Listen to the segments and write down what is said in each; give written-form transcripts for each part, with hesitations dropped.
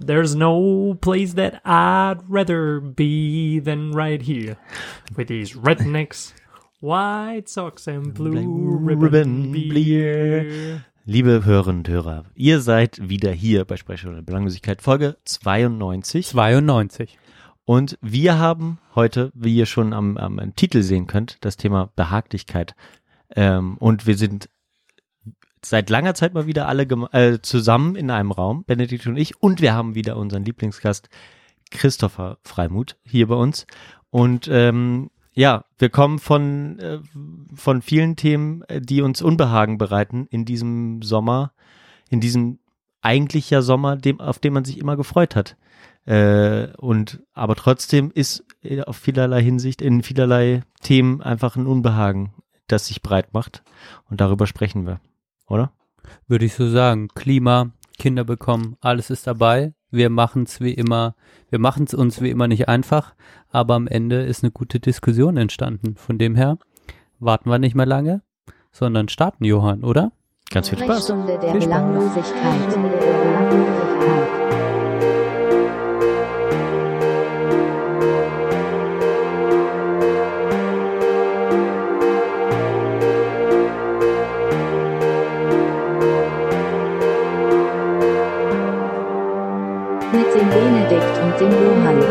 There's no place that I'd rather be than right here with these rednecks, white socks and blue ribbon beer. Liebe Hörerinnen und Hörer, ihr seid wieder hier bei Sprechstunde der Belanglosigkeit, Folge 92. Und wir haben heute, wie ihr schon am Titel sehen könnt, das Thema Behaglichkeit. Und wir sind seit langer Zeit mal wieder alle zusammen in einem Raum, Benedikt und ich. Und wir haben wieder unseren Lieblingsgast Christopher Freimuth hier bei uns. Und wir kommen von vielen Themen, die uns Unbehagen bereiten in diesem Sommer, in diesem eigentlich ja Sommer, auf den man sich immer gefreut hat. Aber trotzdem ist auf vielerlei Hinsicht, in vielerlei Themen einfach ein Unbehagen, das sich breit macht. Und darüber sprechen wir, oder? Würde ich so sagen. Klima, Kinder bekommen, alles ist dabei. Wir machen es uns wie immer nicht einfach, aber am Ende ist eine gute Diskussion entstanden. Von dem her warten wir nicht mehr lange, sondern starten, Johann, oder? Ganz viel Spaß. Sprechstunde der Belanglosigkeit. Mit dem Benedikt und dem Johann.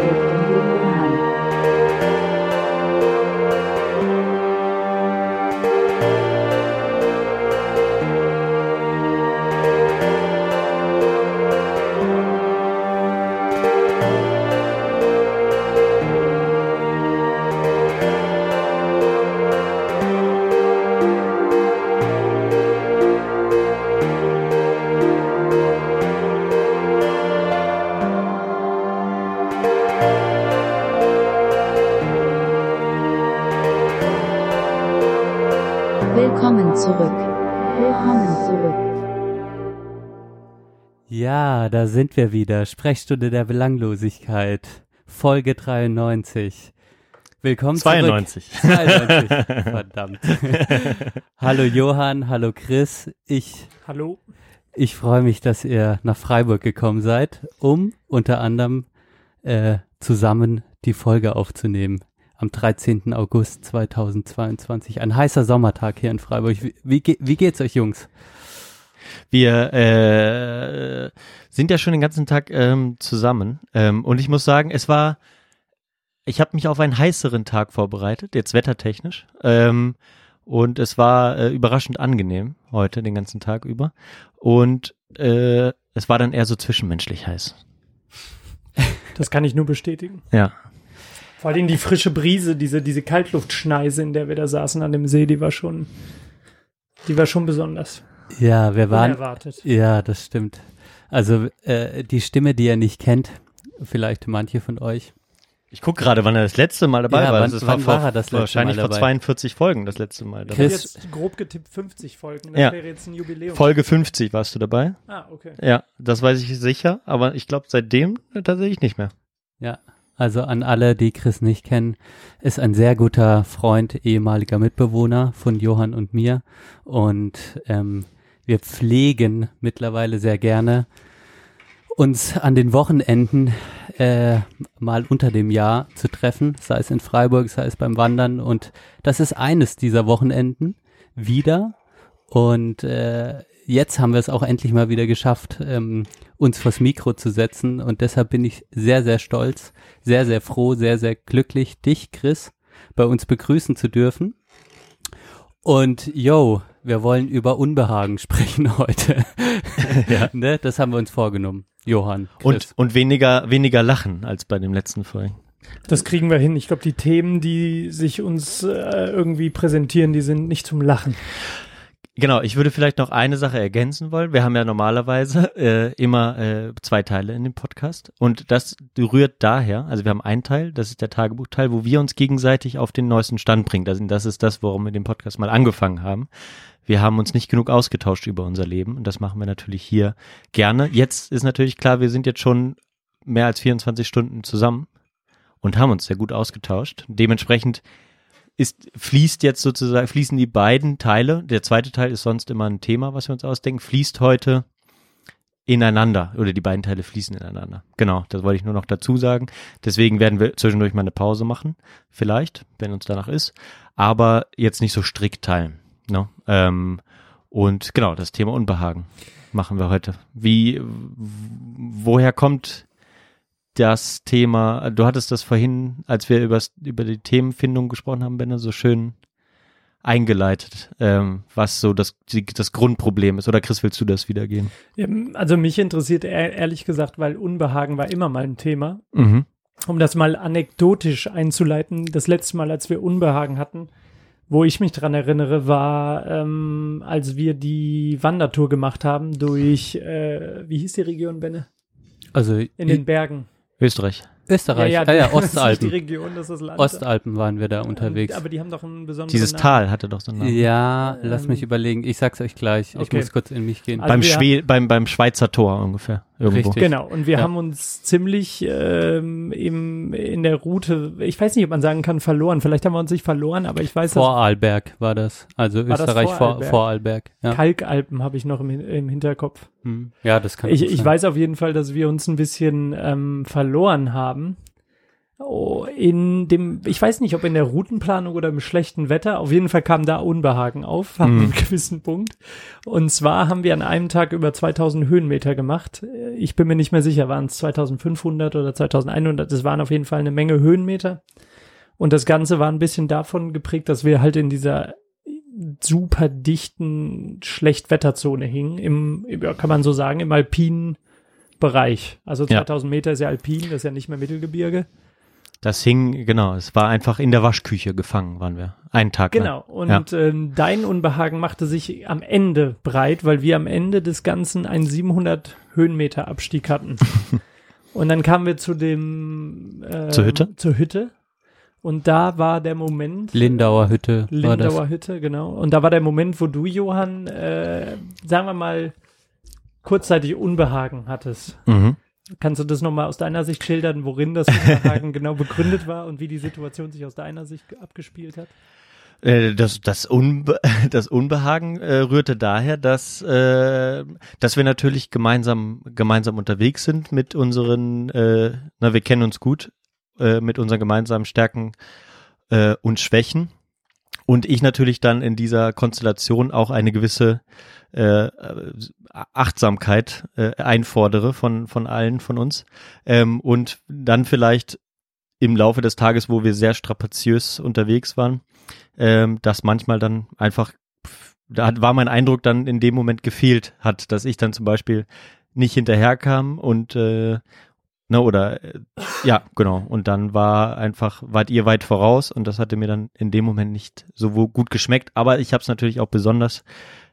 Willkommen zurück. Ja, da sind wir wieder. Sprechstunde der Belanglosigkeit. Folge 93. Willkommen 92. zurück. 92. Verdammt. Hallo Johann, hallo Chris. Hallo. Ich freue mich, dass ihr nach Freiburg gekommen seid, um unter anderem zusammen die Folge aufzunehmen. Am 13. August 2022. Ein heißer Sommertag hier in Freiburg. Wie geht's euch, Jungs? Wir sind ja schon den ganzen Tag zusammen. Und ich muss sagen, ich habe mich auf einen heißeren Tag vorbereitet, jetzt wettertechnisch. Und es war überraschend angenehm heute, den ganzen Tag über. Und es war dann eher so zwischenmenschlich heiß. Das kann ich nur bestätigen. Ja. Vor allem die frische Brise, diese Kaltluftschneise, in der wir da saßen an dem See, die war schon besonders. Ja, wir waren. Unerwartet. Ja, das stimmt. Also die Stimme, die ihr nicht kennt, vielleicht manche von euch. Ich gucke gerade, wann er das letzte Mal dabei war. Wann war er das letzte wahrscheinlich Mal dabei? vor 42 Folgen das letzte Mal dabei. Chris- Jetzt grob getippt 50 Folgen. Das Ja. wäre jetzt ein Jubiläum. Folge 50 warst du dabei. Ah, okay. Ja, das weiß ich sicher, aber ich glaube seitdem tatsächlich nicht mehr. Ja, also an alle, die Chris nicht kennen, ist ein sehr guter Freund, ehemaliger Mitbewohner von Johann und mir. Und wir pflegen mittlerweile sehr gerne, uns an den Wochenenden mal unter dem Jahr zu treffen, sei es in Freiburg, sei es beim Wandern. Und das ist eines dieser Wochenenden wieder. Und jetzt haben wir es auch endlich mal wieder geschafft, uns vors Mikro zu setzen. Und deshalb bin ich sehr, sehr stolz, sehr, sehr froh, sehr, sehr glücklich, dich, Chris, bei uns begrüßen zu dürfen. Und wir wollen über Unbehagen sprechen heute. Ja. Ne? Das haben wir uns vorgenommen, Johann. Chris. Und weniger lachen als bei dem letzten Folgen. Das kriegen wir hin. Ich glaube, die Themen, die sich uns irgendwie präsentieren, die sind nicht zum Lachen. Genau, ich würde vielleicht noch eine Sache ergänzen wollen. Wir haben ja normalerweise immer 2 Teile in dem Podcast und das rührt daher, also wir haben einen Teil, das ist der Tagebuchteil, wo wir uns gegenseitig auf den neuesten Stand bringen. Das ist das, worum wir den Podcast mal angefangen haben. Wir haben uns nicht genug ausgetauscht über unser Leben und das machen wir natürlich hier gerne. Jetzt ist natürlich klar, wir sind jetzt schon mehr als 24 zusammen und haben uns sehr gut ausgetauscht. Dementsprechend fließen die beiden Teile, der zweite Teil ist sonst immer ein Thema, was wir uns ausdenken, fließt heute ineinander oder die beiden Teile fließen ineinander. Genau, das wollte ich nur noch dazu sagen. Deswegen werden wir zwischendurch mal eine Pause machen, vielleicht, wenn uns danach ist, aber jetzt nicht so strikt teilen. Ne? Und genau, das Thema Unbehagen machen wir heute. Woher kommt das Thema, du hattest das vorhin, als wir über die Themenfindung gesprochen haben, Benne, so schön eingeleitet, was so das Grundproblem ist. Oder Chris, willst du das wiedergeben? Ja, also mich interessiert ehrlich gesagt, weil Unbehagen war immer mal ein Thema. Mhm. Um das mal anekdotisch einzuleiten, das letzte Mal, als wir Unbehagen hatten, wo ich mich dran erinnere, war, als wir die Wandertour gemacht haben durch, wie hieß die Region, Benne? Also in den Bergen. Österreich. Österreich, ja, Ostalpen. Das ist nicht die Region, das ist das Land. Ostalpen waren wir da unterwegs. Aber die haben doch einen besonderen Dieses Namen. Tal hatte doch so einen Namen. Ja, lass mich überlegen. Ich sag's euch gleich. Ich Okay. muss kurz in mich gehen. Also beim Schweizer Tor ungefähr. Irgendwo. Richtig. Genau, und wir Ja. haben uns ziemlich in der Route, ich weiß nicht, ob man sagen kann, verloren. Vielleicht haben wir uns nicht verloren, aber ich weiß, Vorarlberg war das. Also War das Österreich Vorarlberg? Vorarlberg. dass Ja. Kalkalpen habe ich noch im Hinterkopf. Ja, das kann gut Ich sein. weiß auf jeden Fall, dass wir uns ein bisschen verloren haben. Ich weiß nicht, ob in der Routenplanung oder im schlechten Wetter, auf jeden Fall kam da Unbehagen auf, an einem gewissen Punkt. Und zwar haben wir an einem Tag über 2000 Höhenmeter gemacht. Ich bin mir nicht mehr sicher, waren es 2500 oder 2100, es waren auf jeden Fall eine Menge Höhenmeter. Und das Ganze war ein bisschen davon geprägt, dass wir halt in dieser super dichten Schlechtwetterzone hingen, kann man so sagen, im alpinen Bereich. Also 2000 Meter ist ja alpin, das ist ja nicht mehr Mittelgebirge. Das hing, genau, es war einfach in der Waschküche gefangen, waren wir. Einen Tag lang. Genau, und dein Unbehagen machte sich am Ende breit, weil wir am Ende des Ganzen einen 700 Höhenmeter Abstieg hatten. Und dann kamen wir zur Hütte. Und da war der Moment. Lindauer Hütte war das. Lindauer Hütte, genau. Und da war der Moment, wo du, Johann, sagen wir mal, kurzzeitig Unbehagen hattest. Mhm. Kannst du das nochmal aus deiner Sicht schildern, worin das Unbehagen genau begründet war und wie die Situation sich aus deiner Sicht abgespielt hat? Das Unbehagen rührte daher, dass wir natürlich gemeinsam unterwegs sind mit unseren, wir kennen uns gut, mit unseren gemeinsamen Stärken und Schwächen. Und ich natürlich dann in dieser Konstellation auch eine gewisse Achtsamkeit einfordere von allen von uns. Und dann vielleicht im Laufe des Tages, wo wir sehr strapaziös unterwegs waren, dass manchmal dann einfach, war mein Eindruck dann in dem Moment gefehlt hat, dass ich dann zum Beispiel nicht hinterherkam und ja, genau. Und dann wart ihr weit voraus und das hatte mir dann in dem Moment nicht so gut geschmeckt. Aber ich habe es natürlich auch besonders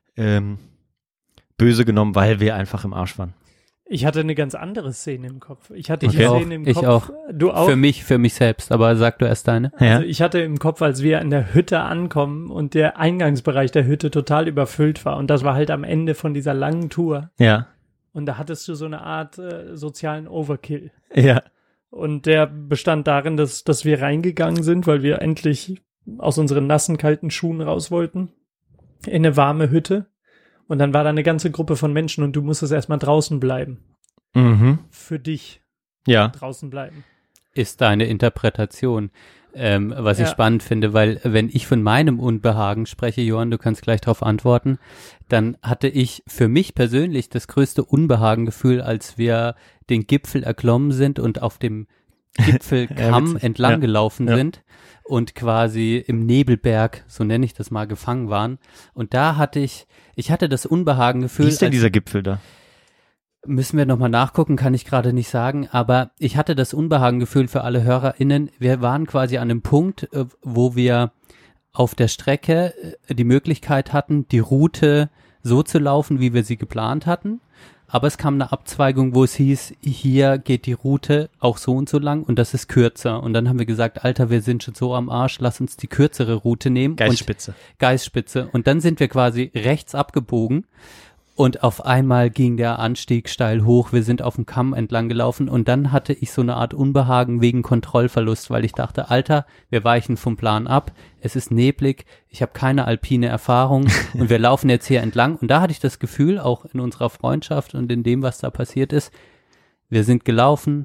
böse genommen, weil wir einfach im Arsch waren. Ich hatte eine ganz andere Szene im Kopf. Ich hatte Okay. die Szene im Kopf. Ich auch. Du auch? Für mich selbst, aber sag du erst deine. Ja. Also ich hatte im Kopf, als wir an der Hütte ankommen und der Eingangsbereich der Hütte total überfüllt war. Und das war halt am Ende von dieser langen Tour. Ja. Und da hattest du so eine Art sozialen Overkill. Ja. Und der bestand darin, dass wir reingegangen sind, weil wir endlich aus unseren nassen, kalten Schuhen raus wollten. In eine warme Hütte. Und dann war da eine ganze Gruppe von Menschen und du musstest erstmal draußen bleiben. Mhm. Für dich Ja. draußen bleiben. Ist deine Interpretation. Was ich Ja. spannend finde, weil wenn ich von meinem Unbehagen spreche, Johann, du kannst gleich darauf antworten, dann hatte ich für mich persönlich das größte Unbehagengefühl, als wir den Gipfel erklommen sind und auf dem Gipfelkamm witzig. entlang Ja. gelaufen Ja. sind und quasi im Nebelberg, so nenne ich das mal, gefangen waren. Und da hatte ich hatte das Unbehagengefühl. Wie ist denn als- dieser Gipfel da? Müssen wir nochmal nachgucken, kann ich gerade nicht sagen, aber ich hatte das Unbehagengefühl für alle HörerInnen. Wir waren quasi an einem Punkt, wo wir auf der Strecke die Möglichkeit hatten, die Route so zu laufen, wie wir sie geplant hatten. Aber es kam eine Abzweigung, wo es hieß, hier geht die Route auch so und so lang und das ist kürzer. Und dann haben wir gesagt, Alter, wir sind schon so am Arsch, lass uns die kürzere Route nehmen. Geistspitze. Geißspitze. Und dann sind wir quasi rechts abgebogen Und auf einmal ging der Anstieg steil hoch. Wir sind auf dem Kamm entlang gelaufen und dann hatte ich so eine Art Unbehagen wegen Kontrollverlust, weil ich dachte, Alter, wir weichen vom Plan ab. Es ist neblig. Ich habe keine alpine Erfahrung und wir laufen jetzt hier entlang. Und da hatte ich das Gefühl, auch in unserer Freundschaft und in dem, was da passiert ist, wir sind gelaufen.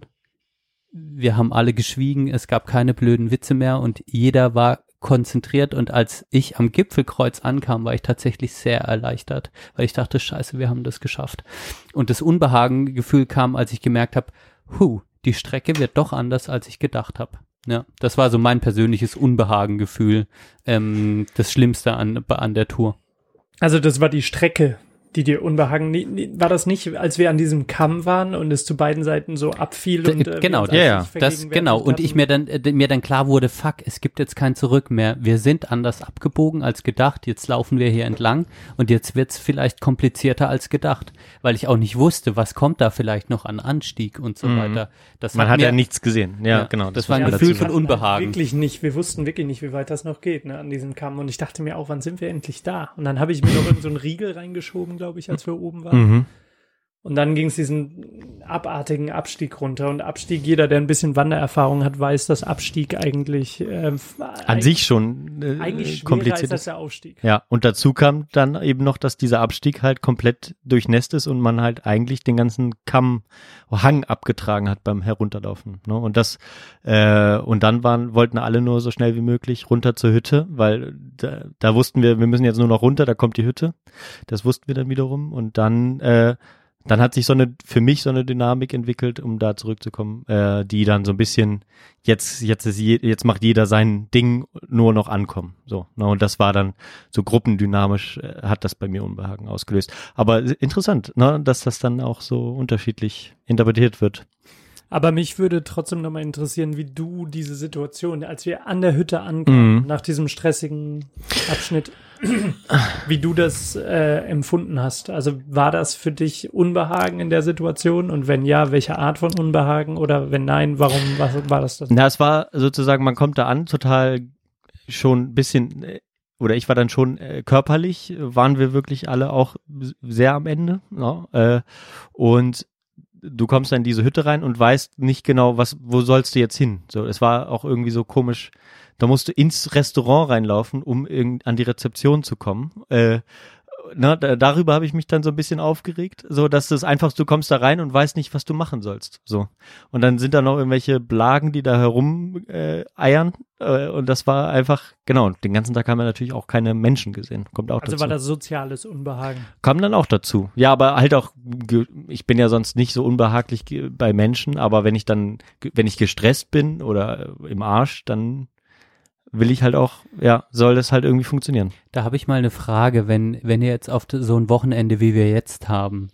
Wir haben alle geschwiegen. Es gab keine blöden Witze mehr und jeder war konzentriert und als ich am Gipfelkreuz ankam, war ich tatsächlich sehr erleichtert, weil ich dachte, scheiße, wir haben das geschafft. Und das Unbehagengefühl kam, als ich gemerkt habe, die Strecke wird doch anders, als ich gedacht habe. Ja, das war so mein persönliches Unbehagengefühl, das Schlimmste an der Tour. Also das war die Strecke, die dir Unbehagen, war das nicht, als wir an diesem Kamm waren und es zu beiden Seiten so abfiel und genau, und ich mir dann klar wurde, fuck, es gibt jetzt kein Zurück mehr. Wir sind anders abgebogen als gedacht. Jetzt laufen wir hier entlang und jetzt wird's vielleicht komplizierter als gedacht, weil ich auch nicht wusste, was kommt da vielleicht noch an Anstieg und so weiter. Man hat ja nichts gesehen. Ja, genau. Das war ein Gefühl von Unbehagen. Wirklich nicht. Wir wussten wirklich nicht, wie weit das noch geht, ne, an diesem Kamm. Und ich dachte mir auch, wann sind wir endlich da? Und dann habe ich mir noch so einen Riegel reingeschoben, glaube ich, als wir oben waren. Mhm. Und dann ging es diesen abartigen Abstieg runter. Und Abstieg, jeder, der ein bisschen Wandererfahrung hat, weiß, dass Abstieg eigentlich an sich schon eigentlich kompliziert ist als der Aufstieg. Ja, und dazu kam dann eben noch, dass dieser Abstieg halt komplett durchnässt ist und man halt eigentlich den ganzen Hang abgetragen hat beim Herunterlaufen. Ne? Und und dann wollten alle nur so schnell wie möglich runter zur Hütte, weil da wussten wir müssen jetzt nur noch runter, da kommt die Hütte. Das wussten wir dann wiederum. Und dann hat sich für mich so eine Dynamik entwickelt, um da zurückzukommen, die dann so ein bisschen, jetzt macht jeder sein Ding, nur noch ankommen. So, ne? Und das war dann so gruppendynamisch, hat das bei mir Unbehagen ausgelöst. Aber interessant, ne? Dass das dann auch so unterschiedlich interpretiert wird. Aber mich würde trotzdem nochmal interessieren, wie du diese Situation, als wir an der Hütte ankamen, nach diesem stressigen Abschnitt, wie du das empfunden hast. Also war das für dich Unbehagen in der Situation? Und wenn ja, welche Art von Unbehagen? Oder wenn nein, warum war das? Na, es war sozusagen, man kommt da an, total schon ein bisschen, oder ich war dann schon körperlich, waren wir wirklich alle auch sehr am Ende. Ne? Und du kommst dann in diese Hütte rein und weißt nicht genau, wo sollst du jetzt hin? So, es war auch irgendwie so komisch. Da musst du ins Restaurant reinlaufen, um an die Rezeption zu kommen. Darüber habe ich mich dann so ein bisschen aufgeregt, so dass es einfach, du kommst da rein und weißt nicht, was du machen sollst. So. Und dann sind da noch irgendwelche Blagen, die da herum eiern. Und das war einfach, genau, den ganzen Tag haben wir natürlich auch keine Menschen gesehen. Kommt auch dazu. Also war das soziales Unbehagen? Kam dann auch dazu. Ja, aber halt auch, ich bin ja sonst nicht so unbehaglich bei Menschen, aber wenn ich gestresst bin oder im Arsch, dann will ich halt auch, soll das halt irgendwie funktionieren. Da habe ich mal eine Frage, wenn ihr jetzt auf so ein Wochenende, wie wir jetzt haben,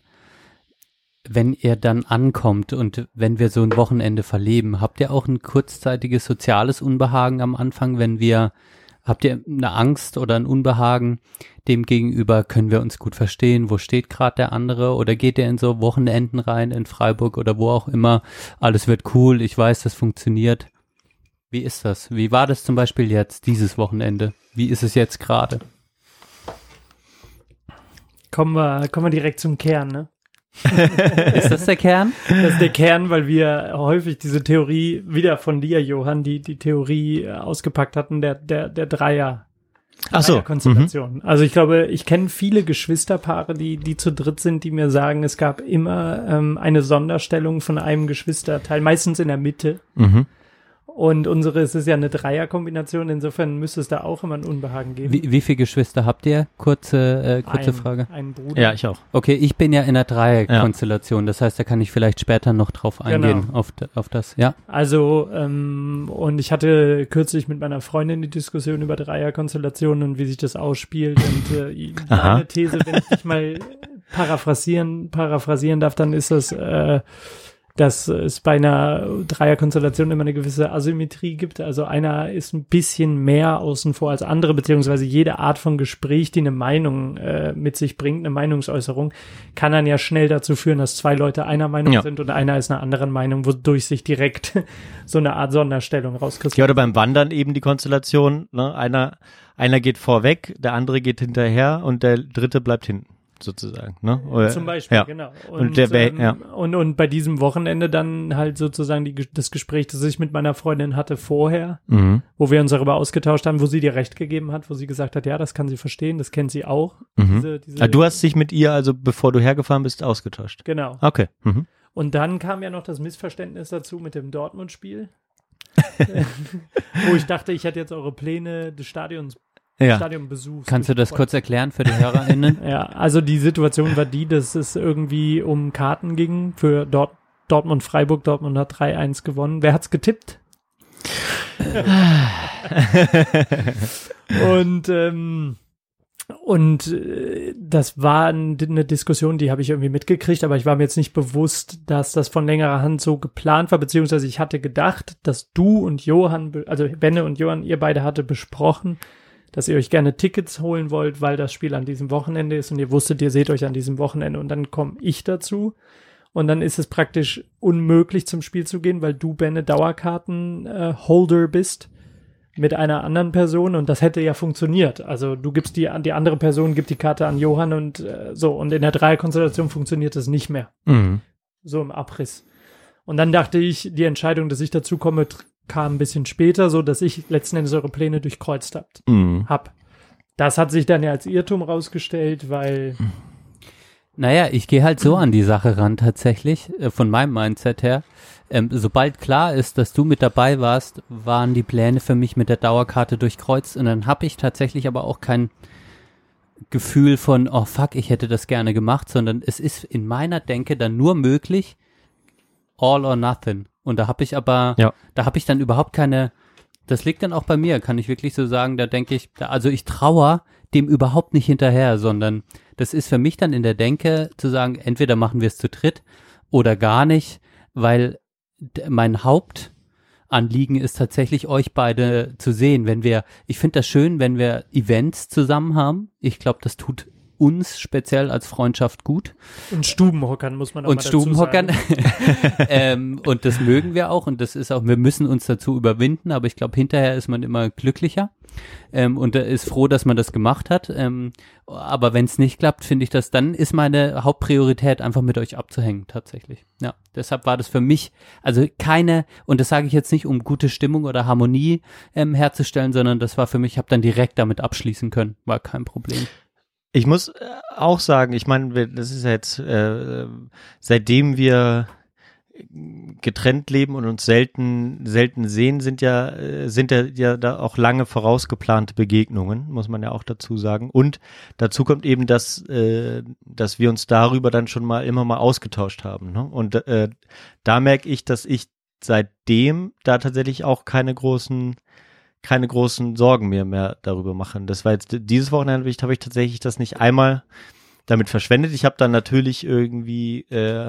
wenn ihr dann ankommt und wenn wir so ein Wochenende verleben, habt ihr auch ein kurzzeitiges soziales Unbehagen am Anfang, habt ihr eine Angst oder ein Unbehagen dem gegenüber, können wir uns gut verstehen, wo steht gerade der andere, oder geht ihr in so Wochenenden rein in Freiburg oder wo auch immer, alles wird cool, ich weiß, das funktioniert. Wie ist das? Wie war das zum Beispiel jetzt, dieses Wochenende? Wie ist es jetzt gerade? Kommen wir direkt zum Kern, ne? Ist das der Kern? Das ist der Kern, weil wir häufig diese Theorie, wieder von dir, Johann, die Theorie ausgepackt hatten, der Konstellation. Also ich glaube, ich kenne viele Geschwisterpaare, die zu dritt sind, die mir sagen, es gab immer eine Sonderstellung von einem Geschwisterteil, meistens in der Mitte. Mhm. Und es ist ja eine Dreierkombination, insofern müsste es da auch immer ein Unbehagen geben. Wie viele Geschwister habt ihr? Kurze Frage. Einen Bruder. Ja, ich auch. Okay, ich bin ja in einer Dreierkonstellation, das heißt, da kann ich vielleicht später noch drauf eingehen, genau. auf das, ja. Also, und ich hatte kürzlich mit meiner Freundin die Diskussion über Dreierkonstellationen und wie sich das ausspielt und meine These, wenn ich dich mal paraphrasieren darf, dann ist das, dass es bei einer Dreierkonstellation immer eine gewisse Asymmetrie gibt. Also einer ist ein bisschen mehr außen vor als andere, beziehungsweise jede Art von Gespräch, die eine Meinung mit sich bringt, eine Meinungsäußerung, kann dann ja schnell dazu führen, dass zwei Leute einer Meinung sind und einer ist einer anderen Meinung, wodurch sich direkt so eine Art Sonderstellung rauskristallisiert. Ja, oder beim Wandern eben die Konstellation, ne? Einer geht vorweg, der andere geht hinterher und der dritte bleibt hinten. sozusagen, ne? Oder, zum Beispiel, ja. genau. Und bei diesem Wochenende dann halt sozusagen das Gespräch, das ich mit meiner Freundin hatte vorher, wo wir uns darüber ausgetauscht haben, wo sie dir recht gegeben hat, wo sie gesagt hat, ja, das kann sie verstehen, das kennt sie auch. Du hast dich mit ihr also, bevor du hergefahren bist, ausgetauscht? Genau. Okay. Und dann kam ja noch das Missverständnis dazu mit dem Dortmund-Spiel, wo ich dachte, ich hätte jetzt eure Pläne des Stadionbesuchs. Kannst du das kurz erklären für die HörerInnen? Ja, also die Situation war die, dass es irgendwie um Karten ging für Dortmund-Freiburg. Dortmund hat 3-1 gewonnen. Wer hat's getippt? Und das war eine Diskussion, die habe ich irgendwie mitgekriegt, aber ich war mir jetzt nicht bewusst, dass das von längerer Hand so geplant war, beziehungsweise ich hatte gedacht, dass du und Johann, also Benne und Johann, ihr beide hatte besprochen, dass ihr euch gerne Tickets holen wollt, weil das Spiel an diesem Wochenende ist und ihr wusstet, ihr seht euch an diesem Wochenende und dann komme ich dazu und dann ist es praktisch unmöglich zum Spiel zu gehen, weil du, Benne, Dauerkarten-Holder bist mit einer anderen Person und das hätte ja funktioniert. Also du gibst die andere Person gibt die Karte an Johann und so und in der Dreierkonstellation funktioniert das nicht mehr. So im Abriss. Und dann dachte ich, die Entscheidung, dass ich dazu komme, kam ein bisschen später, so dass ich letzten Endes eure Pläne durchkreuzt hab. Das hat sich dann ja als Irrtum rausgestellt, weil Naja, ich gehe halt so an die Sache ran tatsächlich, von meinem Mindset her. Sobald klar ist, dass du mit dabei warst, waren die Pläne für mich mit der Dauerkarte durchkreuzt und dann habe ich tatsächlich aber auch kein Gefühl von, oh fuck, ich hätte das gerne gemacht, sondern es ist in meiner Denke dann nur möglich, all or nothing. Und da habe ich aber, da habe ich dann überhaupt keine, das liegt dann auch bei mir, kann ich wirklich so sagen, da denke ich, also ich trauere dem überhaupt nicht hinterher, sondern das ist für mich dann in der Denke zu sagen, entweder machen wir es zu dritt oder gar nicht, weil mein Hauptanliegen ist tatsächlich, euch beide zu sehen, ich finde das schön, wenn wir Events zusammen haben, ich glaube, das tut uns speziell als Freundschaft gut. Und Stubenhockern muss man auch mal dazu sagen. Und das mögen wir auch und das ist auch, wir müssen uns dazu überwinden, aber ich glaube, hinterher ist man immer glücklicher und ist froh, dass man das gemacht hat. Aber wenn es nicht klappt, finde ich das, dann ist meine Hauptpriorität einfach mit euch abzuhängen, tatsächlich. Ja, deshalb war das für mich, also und das sage ich jetzt nicht, um gute Stimmung oder Harmonie herzustellen, sondern das war für mich, ich habe dann direkt damit abschließen können, war kein Problem. Ich muss auch sagen, ich meine, das ist ja jetzt, seitdem wir getrennt leben und uns selten sehen, sind ja da auch lange vorausgeplante Begegnungen, muss man ja auch dazu sagen. Und dazu kommt eben, dass wir uns darüber dann schon immer mal ausgetauscht haben. Ne? Und da merke ich, dass ich seitdem da tatsächlich auch keine großen Sorgen mehr darüber machen. Das war jetzt dieses Wochenende, habe ich tatsächlich das nicht einmal damit verschwendet. Ich habe dann natürlich irgendwie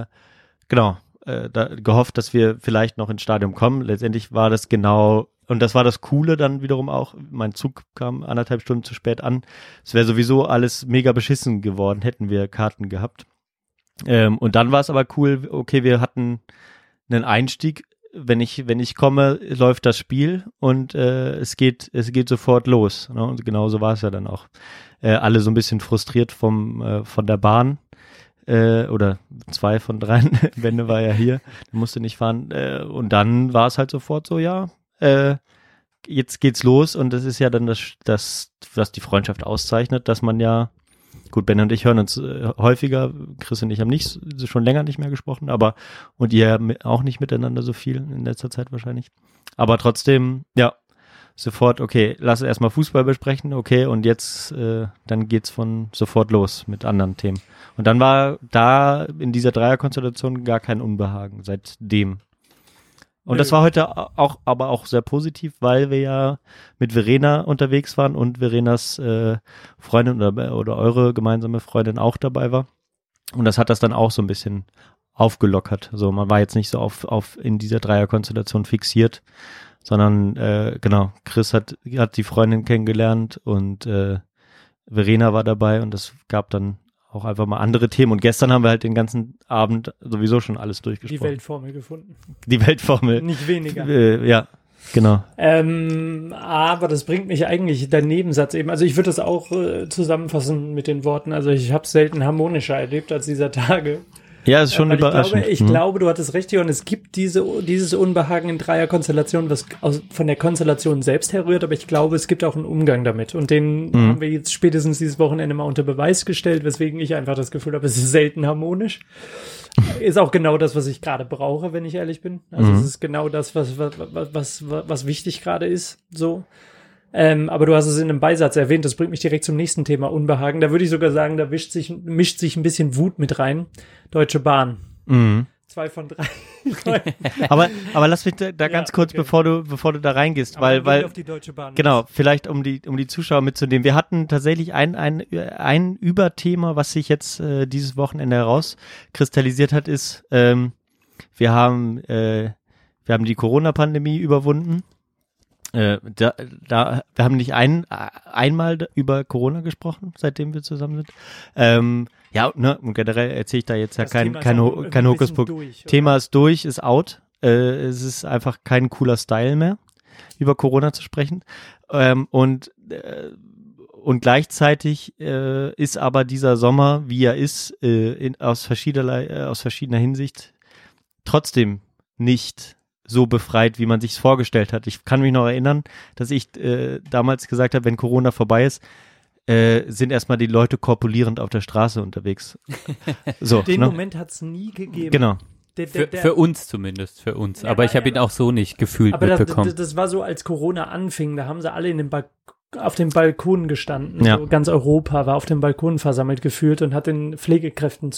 gehofft, dass wir vielleicht noch ins Stadion kommen. Letztendlich war das genau, und das war das Coole dann wiederum auch, mein Zug kam 1,5 Stunden zu spät an. Es wäre sowieso alles mega beschissen geworden, hätten wir Karten gehabt. Und dann war es aber cool, okay, wir hatten einen Einstieg. Wenn ich komme, läuft das Spiel und es geht sofort los. Ne? Und genauso war es ja dann auch. Alle so ein bisschen frustriert von der Bahn oder 2 von 3. Benne war ja hier, musste nicht fahren. Und dann war es halt sofort so, jetzt geht's los. Und das ist ja dann das, was die Freundschaft auszeichnet, dass man ja, gut, Benne und ich hören uns häufiger, Chris und ich haben schon länger nicht mehr gesprochen, und ihr auch nicht miteinander so viel in letzter Zeit wahrscheinlich. Aber trotzdem, sofort, okay, lass erstmal Fußball besprechen, okay, und jetzt, dann geht's von sofort los mit anderen Themen. Und dann war da in dieser Dreierkonstellation gar kein Unbehagen seitdem. Und das war heute aber auch sehr positiv, weil wir ja mit Verena unterwegs waren und Verenas Freundin oder eure gemeinsame Freundin auch dabei war. Und das hat das dann auch so ein bisschen aufgelockert. So, man war jetzt nicht so auf in dieser Dreierkonstellation fixiert, sondern Chris hat die Freundin kennengelernt und Verena war dabei und es gab dann auch einfach mal andere Themen. Und gestern haben wir halt den ganzen Abend sowieso schon alles durchgesprochen. Die Weltformel gefunden. Die Weltformel. Nicht weniger. Genau. Aber das bringt mich eigentlich, der Nebensatz eben, also ich würde das auch zusammenfassen mit den Worten, also ich habe es selten harmonischer erlebt als dieser Tage. Ja, ist schon überraschend. Ich glaube, du hattest recht, Johann, es gibt dieses Unbehagen in Dreierkonstellationen, was von der Konstellation selbst herrührt, aber ich glaube, es gibt auch einen Umgang damit. Und den haben wir jetzt spätestens dieses Wochenende mal unter Beweis gestellt, weswegen ich einfach das Gefühl habe, es ist selten harmonisch. Ist auch genau das, was ich gerade brauche, wenn ich ehrlich bin. Also es ist genau das, was wichtig gerade ist, so. Aber du hast es in einem Beisatz erwähnt, das bringt mich direkt zum nächsten Thema, Unbehagen. Da würde ich sogar sagen, da mischt sich ein bisschen Wut mit rein. Deutsche Bahn. 2 von 3. aber lass mich da ganz kurz, bevor du da reingehst, aber weil auf die Deutsche Bahn genau, vielleicht um die Zuschauer mitzunehmen. Wir hatten tatsächlich ein Überthema, was sich jetzt dieses Wochenende herauskristallisiert hat, ist, wir haben die Corona-Pandemie überwunden. Wir haben nicht einmal über Corona gesprochen, seitdem wir zusammen sind. Und generell erzähle ich da jetzt ja kein Hokuspokus. Thema ist durch, ist out. Es ist einfach kein cooler Style mehr, über Corona zu sprechen. Und gleichzeitig ist aber dieser Sommer, wie er ist, aus verschiedener Hinsicht trotzdem nicht so befreit, wie man sich's vorgestellt hat. Ich kann mich noch erinnern, dass ich damals gesagt habe, wenn Corona vorbei ist, sind erstmal die Leute korpulierend auf der Straße unterwegs. So, den Moment hat's nie gegeben. Genau. Für uns zumindest, für uns. Aber ich habe ihn auch so nicht gefühlt mitbekommen. Das war so, als Corona anfing, da haben sie alle auf dem Balkon gestanden. Ja. So ganz Europa war auf dem Balkon versammelt gefühlt und hat den Pflegekräften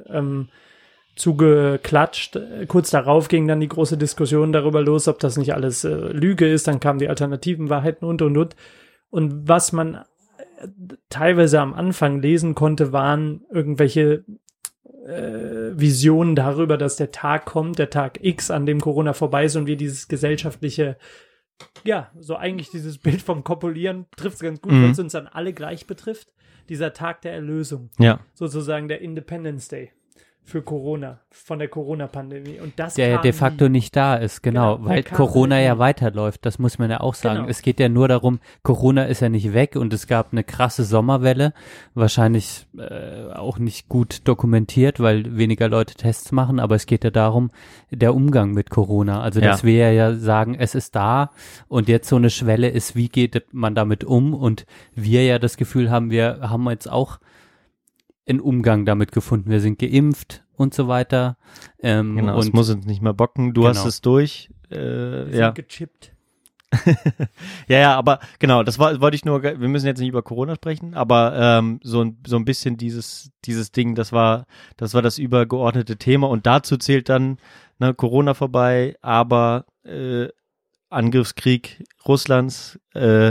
zugeklatscht. Kurz darauf ging dann die große Diskussion darüber los, ob das nicht alles Lüge ist. Dann kamen die alternativen Wahrheiten und. Und was man teilweise am Anfang lesen konnte, waren irgendwelche Visionen darüber, dass der Tag kommt, der Tag X, an dem Corona vorbei ist und wir dieses gesellschaftliche, ja, so eigentlich dieses Bild vom Kopulieren trifft es ganz gut, weil es uns dann alle gleich betrifft. Dieser Tag der Erlösung. Ja. Sozusagen der Independence Day für Corona, von der Corona-Pandemie. Und das der de facto nie. Nicht da ist, genau, weil Corona ja weiterläuft, das muss man ja auch sagen. Genau. Es geht ja nur darum, Corona ist ja nicht weg und es gab eine krasse Sommerwelle, wahrscheinlich auch nicht gut dokumentiert, weil weniger Leute Tests machen, aber es geht ja darum, der Umgang mit Corona, also dass wir ja sagen, es ist da und jetzt so eine Schwelle ist, wie geht man damit um, und wir ja das Gefühl haben, wir haben jetzt auch einen Umgang damit gefunden. Wir sind geimpft und so weiter. Genau, und es muss uns nicht mehr bocken. Du hast es durch. Wir sind gechippt. ja, aber genau, das wollte ich nur, wir müssen jetzt nicht über Corona sprechen, aber so ein bisschen dieses Ding, das war das übergeordnete Thema, und dazu zählt dann Corona vorbei, aber Angriffskrieg Russlands,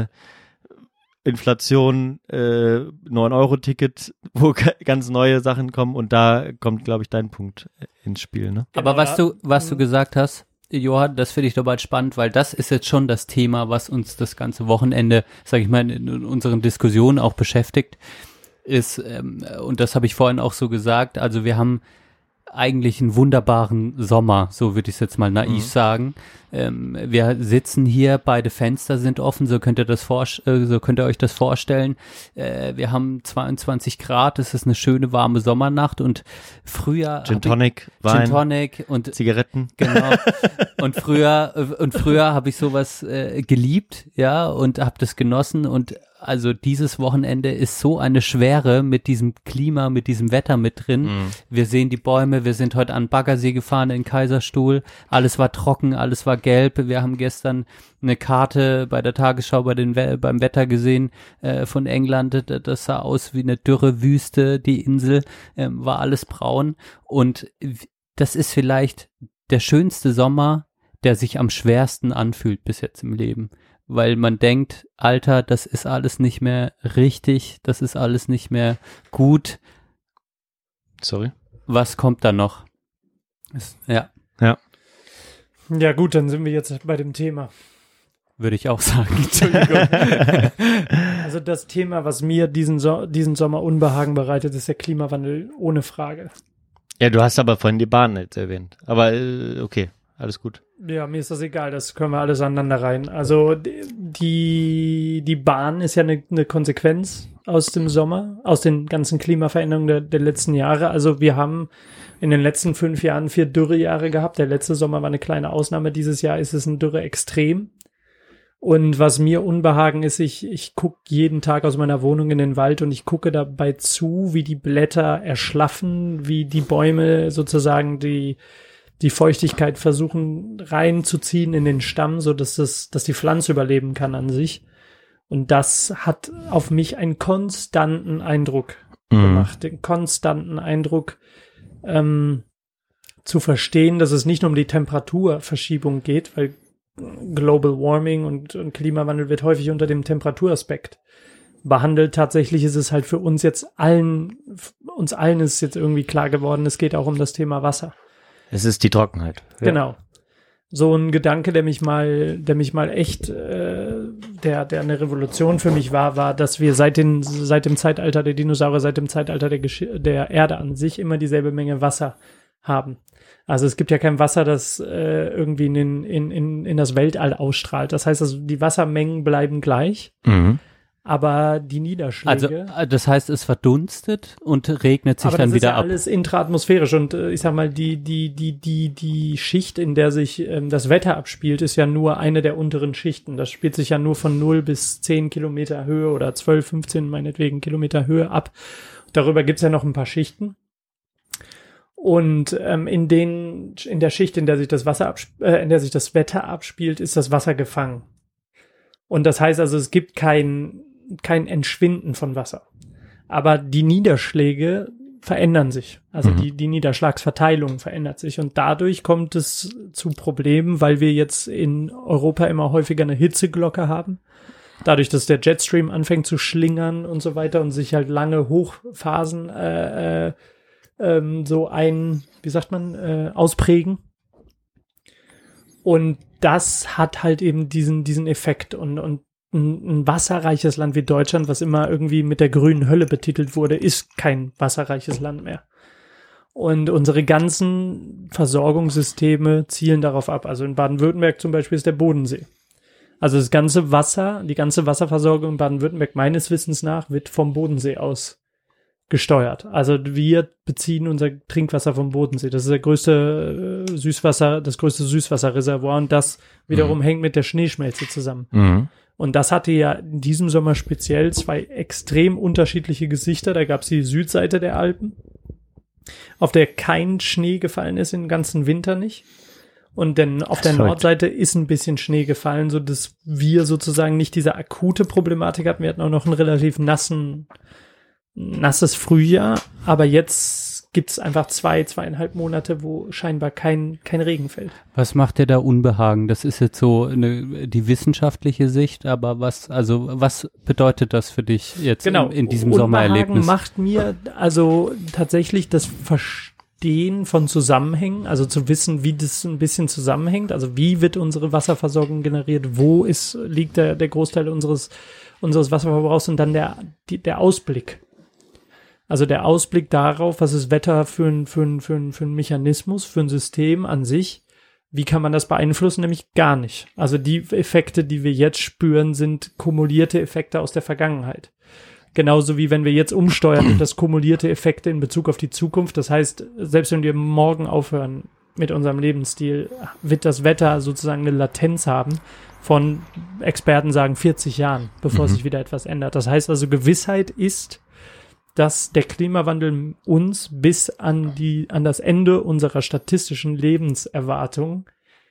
Inflation, 9-Euro-Ticket, wo ganz neue Sachen kommen, und da kommt, glaube ich, dein Punkt ins Spiel, ne? Aber was du gesagt hast, Johann, das finde ich doch bald spannend, weil das ist jetzt schon das Thema, was uns das ganze Wochenende, sage ich mal, in unseren Diskussionen auch beschäftigt, ist, und das habe ich vorhin auch so gesagt, also wir haben eigentlich einen wunderbaren Sommer, so würde ich es jetzt mal naiv sagen. Wir sitzen hier, beide Fenster sind offen, so könnt ihr euch das vorstellen. Wir haben 22 Grad, es ist eine schöne warme Sommernacht, und früher Gin Tonic, Wein, Gin Tonic und Zigaretten. Genau. Und früher habe ich sowas geliebt, ja, und habe das genossen, und also dieses Wochenende ist so eine Schwere mit diesem Klima, mit diesem Wetter mit drin. Wir sehen die Bäume, wir sind heute an Baggersee gefahren in Kaiserstuhl, alles war trocken, alles war gelb. Wir haben gestern eine Karte bei der Tagesschau beim Wetter gesehen von England, das sah aus wie eine dürre Wüste, die Insel, war alles braun, und das ist vielleicht der schönste Sommer, der sich am schwersten anfühlt bis jetzt im Leben. Weil man denkt, Alter, das ist alles nicht mehr richtig, das ist alles nicht mehr gut. Sorry. Was kommt da noch? Ja. Ja gut, dann sind wir jetzt bei dem Thema. Würde ich auch sagen. Entschuldigung. Also das Thema, was mir diesen Sommer Unbehagen bereitet, ist der Klimawandel, ohne Frage. Ja, du hast aber vorhin die Bahn jetzt erwähnt. Aber okay. alles gut. Ja, mir ist das egal, das können wir alles aneinander rein. Also die Bahn ist ja eine Konsequenz aus dem Sommer, aus den ganzen Klimaveränderungen der letzten Jahre. Also wir haben in den letzten 5 Jahren 4 Dürrejahre gehabt. Der letzte Sommer war eine kleine Ausnahme. Dieses Jahr ist es ein Dürre-Extrem. Und was mir Unbehagen ist, ich gucke jeden Tag aus meiner Wohnung in den Wald und ich gucke dabei zu, wie die Blätter erschlaffen, wie die Bäume sozusagen die Feuchtigkeit versuchen reinzuziehen in den Stamm, so dass die Pflanze überleben kann an sich. Und das hat auf mich einen konstanten Eindruck gemacht, den konstanten Eindruck zu verstehen, dass es nicht nur um die Temperaturverschiebung geht, weil Global Warming und Klimawandel wird häufig unter dem Temperaturaspekt behandelt. Tatsächlich ist es halt für uns uns allen ist jetzt irgendwie klar geworden, es geht auch um das Thema Wasser. Es ist die Trockenheit. Ja. Genau. So ein Gedanke, der mich mal echt, der eine Revolution für mich war, dass wir seit dem Zeitalter der Dinosaurier, seit dem Zeitalter der Erde an sich immer dieselbe Menge Wasser haben. Also es gibt ja kein Wasser, das irgendwie in das Weltall ausstrahlt. Das heißt, also die Wassermengen bleiben gleich, aber die Niederschläge. Also das heißt, es verdunstet und regnet sich dann wieder ab. Aber das ist ja alles intraatmosphärisch und ich sag mal, die Schicht, in der sich das Wetter abspielt, ist ja nur eine der unteren Schichten. Das spielt sich ja nur von 0 bis 10 Kilometer Höhe oder 12, 15 meinetwegen Kilometer Höhe ab. Darüber gibt's ja noch ein paar Schichten. Und in der Schicht, in der sich das Wetter abspielt, ist das Wasser gefangen. Und das heißt also, es gibt kein Entschwinden von Wasser. Aber die Niederschläge verändern sich. Also die Niederschlagsverteilung verändert sich. Und dadurch kommt es zu Problemen, weil wir jetzt in Europa immer häufiger eine Hitzeglocke haben. Dadurch, dass der Jetstream anfängt zu schlingern und so weiter und sich halt lange Hochphasen ausprägen. Und das hat halt eben diesen Effekt und ein wasserreiches Land wie Deutschland, was immer irgendwie mit der grünen Hölle betitelt wurde, ist kein wasserreiches Land mehr. Und unsere ganzen Versorgungssysteme zielen darauf ab. Also in Baden-Württemberg zum Beispiel ist der Bodensee. Also die ganze Wasserversorgung in Baden-Württemberg meines Wissens nach wird vom Bodensee aus gesteuert. Also wir beziehen unser Trinkwasser vom Bodensee. Das ist das größte Süßwasserreservoir und das wiederum hängt mit der Schneeschmelze zusammen. Und das hatte ja in diesem Sommer speziell 2 extrem unterschiedliche Gesichter. Da gab es die Südseite der Alpen, auf der kein Schnee gefallen ist, den ganzen Winter nicht. Und denn auf der Nordseite ist ein bisschen Schnee gefallen, so dass wir sozusagen nicht diese akute Problematik hatten. Wir hatten auch noch einen relativ nasses Frühjahr, aber jetzt gibt es einfach 2,5 Monate, wo scheinbar kein Regen fällt. Was macht dir da Unbehagen? Das ist jetzt so die wissenschaftliche Sicht, aber was bedeutet das für dich jetzt in diesem Sommererlebnis? Unbehagen macht mir also tatsächlich das Verstehen von Zusammenhängen, also zu wissen, wie das ein bisschen zusammenhängt, also wie wird unsere Wasserversorgung generiert, wo liegt der Großteil unseres Wasserverbrauchs und dann der Ausblick. Also der Ausblick darauf, was ist Wetter für ein Mechanismus, für ein System an sich, wie kann man das beeinflussen? Nämlich gar nicht. Also die Effekte, die wir jetzt spüren, sind kumulierte Effekte aus der Vergangenheit. Genauso wie wenn wir jetzt umsteuern, das kumulierte Effekte in Bezug auf die Zukunft. Das heißt, selbst wenn wir morgen aufhören mit unserem Lebensstil, wird das Wetter sozusagen eine Latenz haben von, Experten sagen, 40 Jahren, bevor sich wieder etwas ändert. Das heißt also, Gewissheit ist, dass der Klimawandel uns bis an das Ende unserer statistischen Lebenserwartung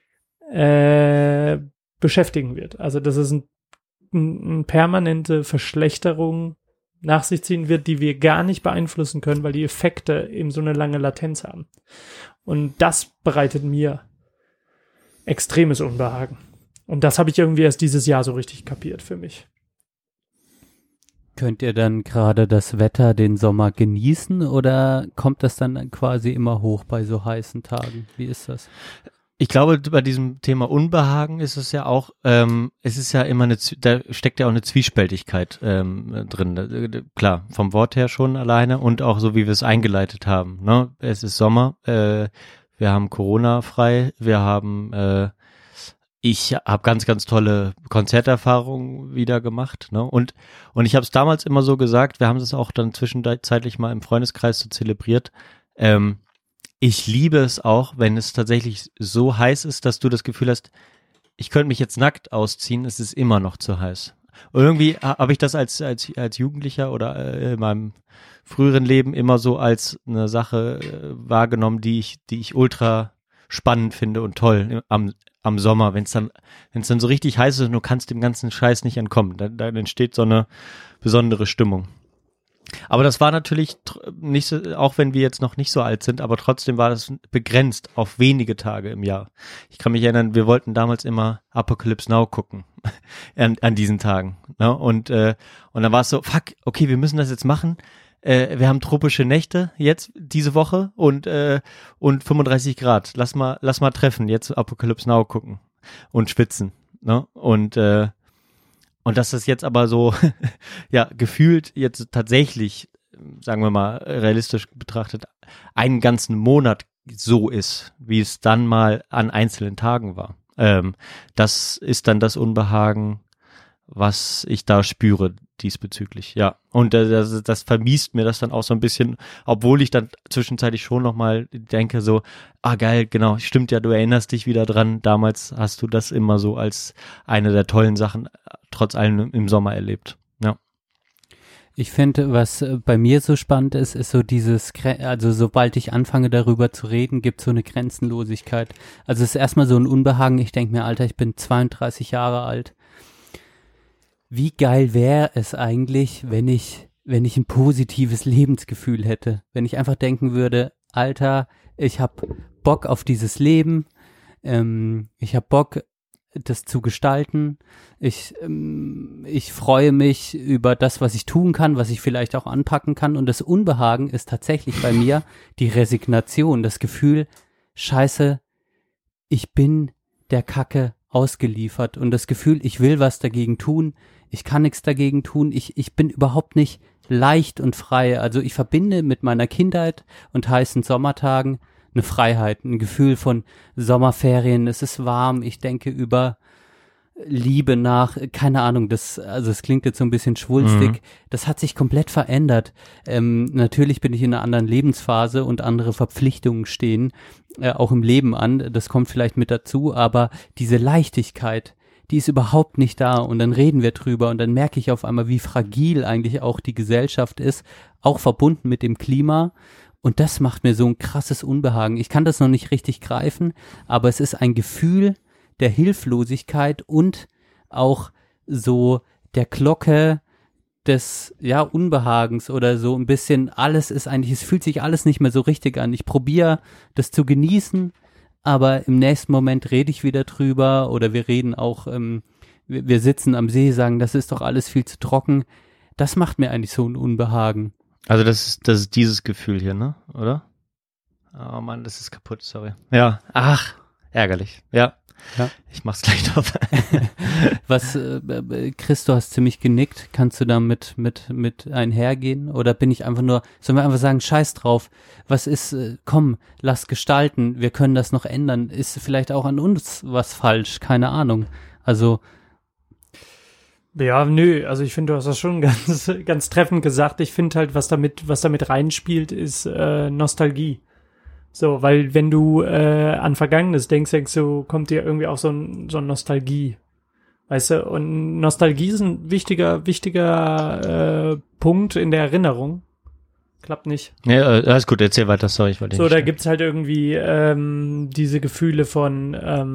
beschäftigen wird. Also dass es eine permanente Verschlechterung nach sich ziehen wird, die wir gar nicht beeinflussen können, weil die Effekte eben so eine lange Latenz haben. Und das bereitet mir extremes Unbehagen. Und das habe ich irgendwie erst dieses Jahr so richtig kapiert für mich. Könnt ihr dann gerade das Wetter, den Sommer genießen oder kommt das dann quasi immer hoch bei so heißen Tagen? Wie ist das? Ich glaube, bei diesem Thema Unbehagen ist es ja auch, es ist ja immer da steckt ja auch eine Zwiespältigkeit drin. Klar, vom Wort her schon alleine und auch so, wie wir es eingeleitet haben. Ne? Es ist Sommer, wir haben Corona frei, ich habe ganz, ganz tolle Konzerterfahrungen wieder gemacht, ne? Und ich habe es damals immer so gesagt, wir haben es auch dann zwischenzeitlich mal im Freundeskreis so zelebriert. Ich liebe es auch, wenn es tatsächlich so heiß ist, dass du das Gefühl hast, ich könnte mich jetzt nackt ausziehen, es ist immer noch zu heiß. Und irgendwie habe ich das als Jugendlicher oder in meinem früheren Leben immer so als eine Sache wahrgenommen, die ich ultra spannend finde und toll am Sommer, wenn es dann so richtig heiß ist und du kannst dem ganzen Scheiß nicht entkommen. Dann entsteht so eine besondere Stimmung. Aber das war natürlich nicht so, auch wenn wir jetzt noch nicht so alt sind, aber trotzdem war das begrenzt auf wenige Tage im Jahr. Ich kann mich erinnern, wir wollten damals immer Apocalypse Now gucken an diesen Tagen. Ne? Und dann war es so, fuck, okay, wir müssen das jetzt machen. Wir haben tropische Nächte jetzt diese Woche und 35 Grad. Lass mal treffen, jetzt Apocalypse Now gucken und schwitzen. Ne? Und dass das jetzt aber so, ja, gefühlt jetzt tatsächlich, sagen wir mal, realistisch betrachtet, einen ganzen Monat so ist, wie es dann mal an einzelnen Tagen war. Das ist dann das Unbehagen, was ich da spüre diesbezüglich, ja. Und das vermiest mir das dann auch so ein bisschen, obwohl ich dann zwischenzeitlich schon nochmal denke so, geil, genau, stimmt ja, du erinnerst dich wieder dran, damals hast du das immer so als eine der tollen Sachen trotz allem im Sommer erlebt, ja. Ich finde, was bei mir so spannend ist so dieses, also sobald ich anfange darüber zu reden, gibt es so eine Grenzenlosigkeit. Also es ist erstmal so ein Unbehagen, ich denke mir, Alter, ich bin 32 Jahre alt. Wie geil wäre es eigentlich, wenn ich ein positives Lebensgefühl hätte, wenn ich einfach denken würde, Alter, ich habe Bock auf dieses Leben, ich habe Bock, das zu gestalten, ich freue mich über das, was ich tun kann, was ich vielleicht auch anpacken kann, und das Unbehagen ist tatsächlich bei mir die Resignation, das Gefühl, scheiße, ich bin der Kacke ausgeliefert, und das Gefühl, ich will was dagegen tun, ich kann nichts dagegen tun, ich bin überhaupt nicht leicht und frei. Also ich verbinde mit meiner Kindheit und heißen Sommertagen eine Freiheit, ein Gefühl von Sommerferien, es ist warm, ich denke über Liebe nach, keine Ahnung, es klingt jetzt so ein bisschen schwulstig, das hat sich komplett verändert. Natürlich bin ich in einer anderen Lebensphase und andere Verpflichtungen stehen auch im Leben an, das kommt vielleicht mit dazu, aber diese Leichtigkeit, die ist überhaupt nicht da, und dann reden wir drüber und dann merke ich auf einmal, wie fragil eigentlich auch die Gesellschaft ist, auch verbunden mit dem Klima, und das macht mir so ein krasses Unbehagen. Ich kann das noch nicht richtig greifen, aber es ist ein Gefühl der Hilflosigkeit und auch so der Glocke des, ja, Unbehagens oder so ein bisschen, alles ist eigentlich, es fühlt sich alles nicht mehr so richtig an. Ich probiere das zu genießen, aber im nächsten Moment rede ich wieder drüber, oder wir reden auch, wir sitzen am See, sagen, das ist doch alles viel zu trocken. Das macht mir eigentlich so ein Unbehagen. Also das ist dieses Gefühl hier, ne? Oder? Oh Mann, das ist kaputt, sorry. Ja, ach, ärgerlich. Ja. Ich mach's gleich drauf. Was, Chris, du hast ziemlich genickt. Kannst du da mit einhergehen? Oder bin ich einfach nur, sollen wir einfach sagen, scheiß drauf. Was ist, komm, lass gestalten. Wir können das noch ändern. Ist vielleicht auch an uns was falsch? Keine Ahnung. Also. Ja, nö, also ich finde, du hast das schon ganz, ganz treffend gesagt. Ich finde halt, was damit reinspielt, ist Nostalgie. So, weil wenn du an Vergangenes denkst du, kommt dir irgendwie auch so ein Nostalgie. Weißt du, und Nostalgie ist ein wichtiger Punkt in der Erinnerung. Klappt nicht. Ja, alles gut, erzähl weiter, sorry. Ich wollte so, da gibt's halt irgendwie diese Gefühle von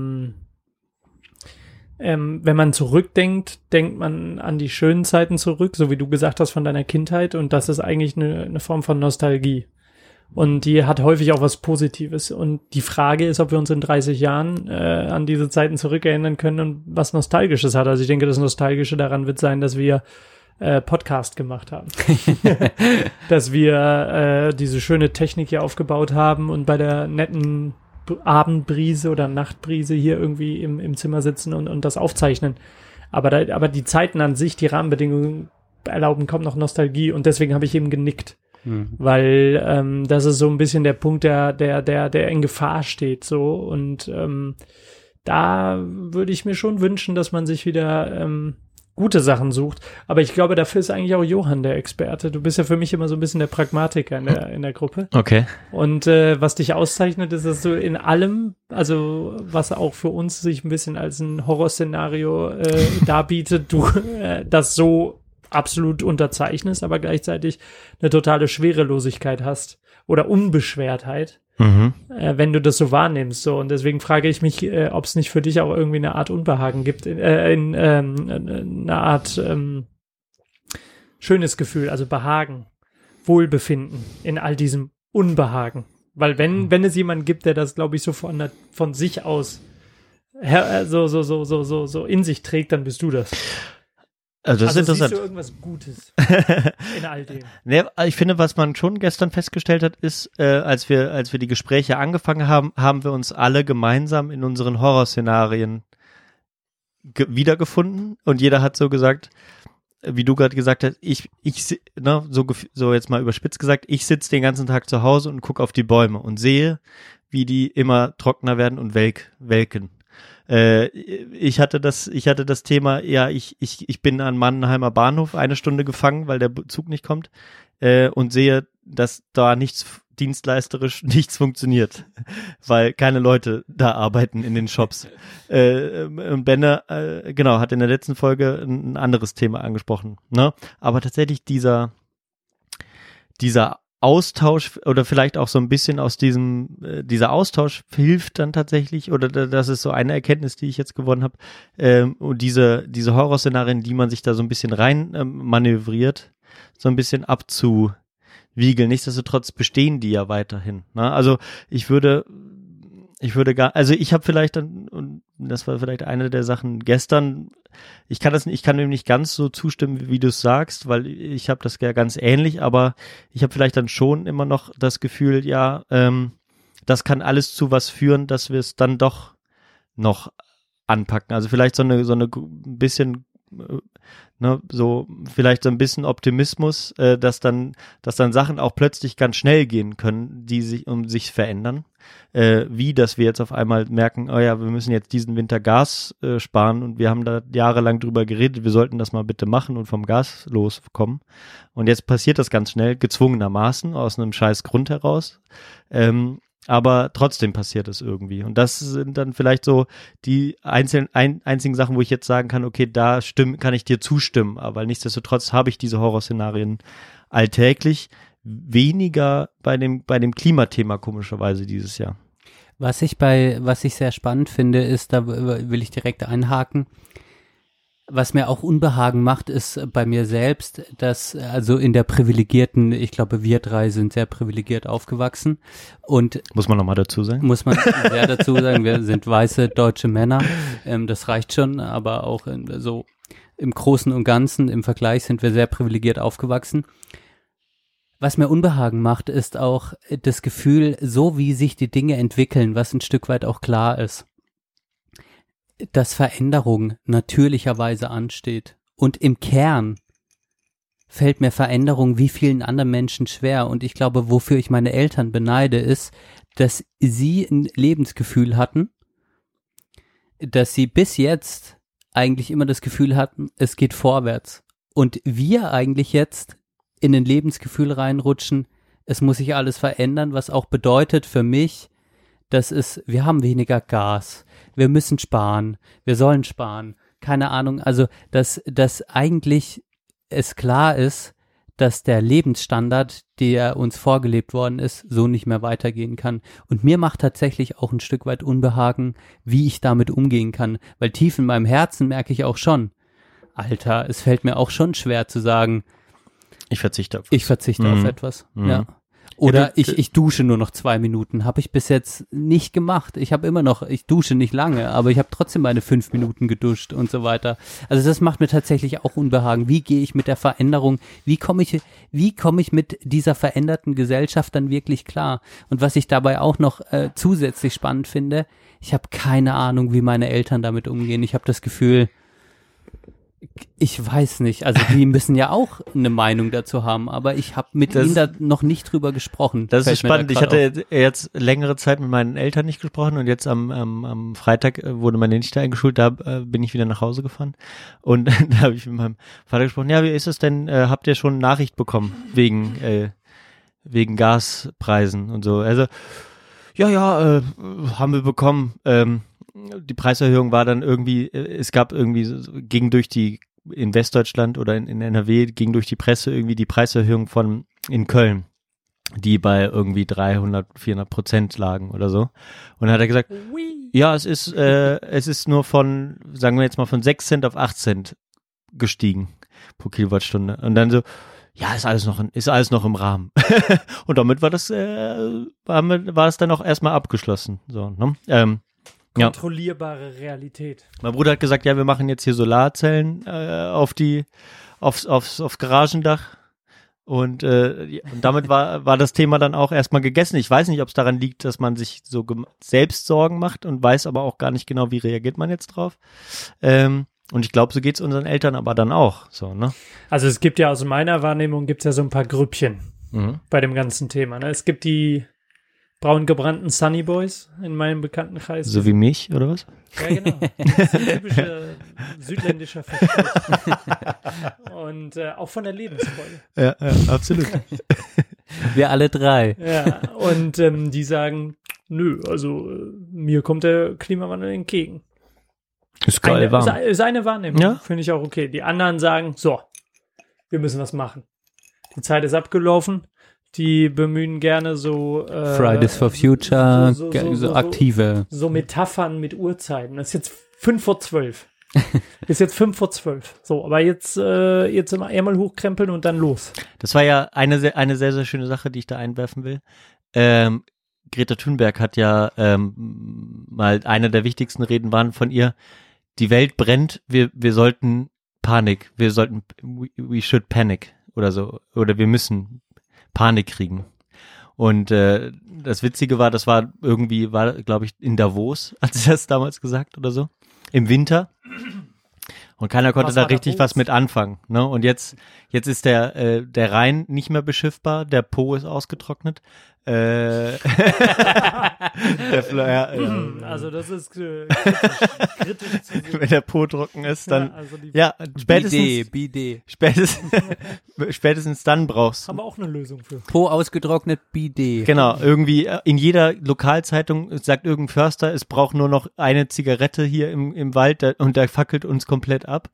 wenn man zurückdenkt, denkt man an die schönen Zeiten zurück, so wie du gesagt hast, von deiner Kindheit, und das ist eigentlich eine Form von Nostalgie. Und die hat häufig auch was Positives. Und die Frage ist, ob wir uns in 30 Jahren an diese Zeiten zurückerinnern können und was Nostalgisches hat. Also ich denke, das Nostalgische daran wird sein, dass wir Podcast gemacht haben. Dass wir diese schöne Technik hier aufgebaut haben und bei der netten Abendbrise oder Nachtbrise hier irgendwie im Zimmer sitzen und das aufzeichnen. Aber die Zeiten an sich, die Rahmenbedingungen erlauben kaum noch Nostalgie, und deswegen habe ich eben genickt. weil das ist so ein bisschen der Punkt, der in Gefahr steht, so, und da würde ich mir schon wünschen, dass man sich wieder gute Sachen sucht, aber ich glaube, dafür ist eigentlich auch Johann der Experte. Du bist ja für mich immer so ein bisschen der Pragmatiker in der Gruppe. Okay. Und was dich auszeichnet, ist, dass du in allem, also was auch für uns sich ein bisschen als ein Horrorszenario darbietet, du das so absolut unterzeichnest, aber gleichzeitig eine totale Schwerelosigkeit hast oder Unbeschwertheit, wenn du das so wahrnimmst. So. Und deswegen frage ich mich, ob es nicht für dich auch irgendwie eine Art Unbehagen gibt, eine Art schönes Gefühl, also Behagen, Wohlbefinden in all diesem Unbehagen. Weil wenn es jemanden gibt, der das, glaube ich, so von sich aus so in sich trägt, dann bist du das. Also das ist interessant. Siehst du irgendwas Gutes in all dem? Nee, ich finde, was man schon gestern festgestellt hat, ist, als wir die Gespräche angefangen haben, haben wir uns alle gemeinsam in unseren Horrorszenarien wiedergefunden und jeder hat so gesagt, wie du gerade gesagt hast, so jetzt mal überspitzt gesagt, ich sitze den ganzen Tag zu Hause und gucke auf die Bäume und sehe, wie die immer trockener werden und welken. Ich hatte das Thema, ja, ich bin an Mannheimer Bahnhof 1 Stunde gefangen, weil der Zug nicht kommt, und sehe, dass da dienstleisterisch nichts funktioniert, weil keine Leute da arbeiten in den Shops. Und Benne, hat in der letzten Folge ein anderes Thema angesprochen, ne? Aber tatsächlich dieser Austausch oder vielleicht auch so ein bisschen aus dieser Austausch hilft dann tatsächlich, oder das ist so eine Erkenntnis, die ich jetzt gewonnen habe, und diese Horrorszenarien, die man sich da so ein bisschen rein manövriert, so ein bisschen abzuwiegeln. Nichtsdestotrotz bestehen die ja weiterhin. Ne? Also ich habe vielleicht dann, und das war vielleicht eine der Sachen gestern, ich kann dem nicht ganz so zustimmen, wie du es sagst, weil ich habe das ja ganz ähnlich, aber ich habe vielleicht dann schon immer noch das Gefühl, ja, das kann alles zu was führen, dass wir es dann doch noch anpacken. Also vielleicht so eine bisschen, so vielleicht so ein bisschen Optimismus, dass dann Sachen auch plötzlich ganz schnell gehen können, die sich verändern. Wie, dass wir jetzt auf einmal merken, oh ja, wir müssen jetzt diesen Winter Gas sparen und wir haben da jahrelang drüber geredet, wir sollten das mal bitte machen und vom Gas loskommen. Und jetzt passiert das ganz schnell, gezwungenermaßen, aus einem scheiß Grund heraus. Aber trotzdem passiert es irgendwie. Und das sind dann vielleicht so die einzigen Sachen, wo ich jetzt sagen kann, okay, kann ich dir zustimmen. Aber nichtsdestotrotz habe ich diese Horrorszenarien alltäglich. Weniger bei dem Klimathema komischerweise dieses Jahr. Was ich sehr spannend finde, ist, da will ich direkt einhaken, was mir auch Unbehagen macht, ist bei mir selbst, dass also in der privilegierten, ich glaube, wir drei sind sehr privilegiert aufgewachsen und muss man nochmal dazu sagen? Muss man sehr dazu sagen, wir sind weiße deutsche Männer, das reicht schon, aber auch so im Großen und Ganzen, im Vergleich sind wir sehr privilegiert aufgewachsen. Was mir Unbehagen macht, ist auch das Gefühl, so wie sich die Dinge entwickeln, was ein Stück weit auch klar ist, dass Veränderung natürlicherweise ansteht. Und im Kern fällt mir Veränderung wie vielen anderen Menschen schwer. Und ich glaube, wofür ich meine Eltern beneide, ist, dass sie ein Lebensgefühl hatten, dass sie bis jetzt eigentlich immer das Gefühl hatten, es geht vorwärts. Und wir eigentlich jetzt in ein Lebensgefühl reinrutschen, es muss sich alles verändern, was auch bedeutet für mich, wir haben weniger Gas, wir müssen sparen, wir sollen sparen, keine Ahnung, also dass eigentlich es klar ist, dass der Lebensstandard, der uns vorgelebt worden ist, so nicht mehr weitergehen kann. Und mir macht tatsächlich auch ein Stück weit Unbehagen, wie ich damit umgehen kann, weil tief in meinem Herzen merke ich auch schon, Alter, es fällt mir auch schon schwer zu sagen, ich verzichte auf etwas, ja. Oder ich dusche nur noch 2 Minuten. Habe ich bis jetzt nicht gemacht. Ich dusche nicht lange, aber ich habe trotzdem meine 5 Minuten geduscht und so weiter. Also das macht mir tatsächlich auch Unbehagen. Wie gehe ich mit der Veränderung, wie komme ich mit dieser veränderten Gesellschaft dann wirklich klar? Und was ich dabei auch noch zusätzlich spannend finde, ich habe keine Ahnung, wie meine Eltern damit umgehen. Ich habe das Gefühl, Ich weiß nicht, also die müssen ja auch eine Meinung dazu haben, aber ich habe mit ihnen da noch nicht drüber gesprochen. Das ist spannend. Ich hatte jetzt längere Zeit mit meinen Eltern nicht gesprochen und jetzt am Freitag wurde meine Nichte eingeschult, da bin ich wieder nach Hause gefahren und da habe ich mit meinem Vater gesprochen, ja, wie ist es denn, habt ihr schon Nachricht bekommen wegen Gaspreisen und so? Also, ja, haben wir bekommen. Die Preiserhöhung war dann irgendwie, es gab irgendwie, ging durch die, in Westdeutschland oder in NRW, ging durch die Presse irgendwie die Preiserhöhung in Köln, die bei irgendwie 300-400% lagen oder so. Und dann hat er gesagt, ja, es ist nur von, sagen wir jetzt mal von 6 Cent auf 8 Cent gestiegen pro Kilowattstunde. Und dann so, ja, ist alles noch im Rahmen. Und damit war das dann auch erstmal abgeschlossen. So, ne? Kontrollierbare Realität. Mein Bruder hat gesagt, ja, wir machen jetzt hier Solarzellen aufs Garagendach und damit war das Thema dann auch erstmal gegessen. Ich weiß nicht, ob es daran liegt, dass man sich so selbst Sorgen macht und weiß aber auch gar nicht genau, wie reagiert man jetzt drauf. Und ich glaube, so geht's unseren Eltern aber dann auch. So, ne? Also es gibt ja aus meiner Wahrnehmung gibt's ja so ein paar Grüppchen bei dem ganzen Thema. Ne? Es gibt die braun gebrannten Sunny Boys in meinem Bekanntenkreis. So wie mich, oder was? Ja, genau. Das ist ein typischer südländischer Verstand. Und auch von der Lebensfreude. Ja, absolut. Wir alle drei. Ja, und die sagen, nö, also mir kommt der Klimawandel entgegen. Ist geil warm. Ist eine Wahrnehmung, ja? Finde ich auch okay. Die anderen sagen, so, wir müssen was machen. Die Zeit ist abgelaufen. Die bemühen gerne so Fridays for Future, so aktive. So Metaphern mit Uhrzeiten. Das ist jetzt 5:12. Ist jetzt 5:12. So, aber jetzt immer Ärmel hochkrempeln und dann los. Das war ja eine sehr, sehr schöne Sache, die ich da einwerfen will. Greta Thunberg hat ja mal, eine der wichtigsten Reden waren von ihr, die Welt brennt, wir sollten we should panic oder so, oder wir müssen Panik kriegen. Und das Witzige war, glaube ich, in Davos, hat sie das damals gesagt oder so, im Winter. Und keiner konnte da richtig was mit anfangen. Ne? Und jetzt ist der Rhein nicht mehr beschiffbar, der Po ist ausgetrocknet. Der also das ist kritisch zu sehen. Wenn der Po trocken ist, dann spätestens dann brauchst du. Haben wir auch eine Lösung für. Po ausgetrocknet, Bidet. Genau, irgendwie in jeder Lokalzeitung sagt irgendein Förster, es braucht nur noch eine Zigarette hier im Wald und der fackelt uns komplett ab.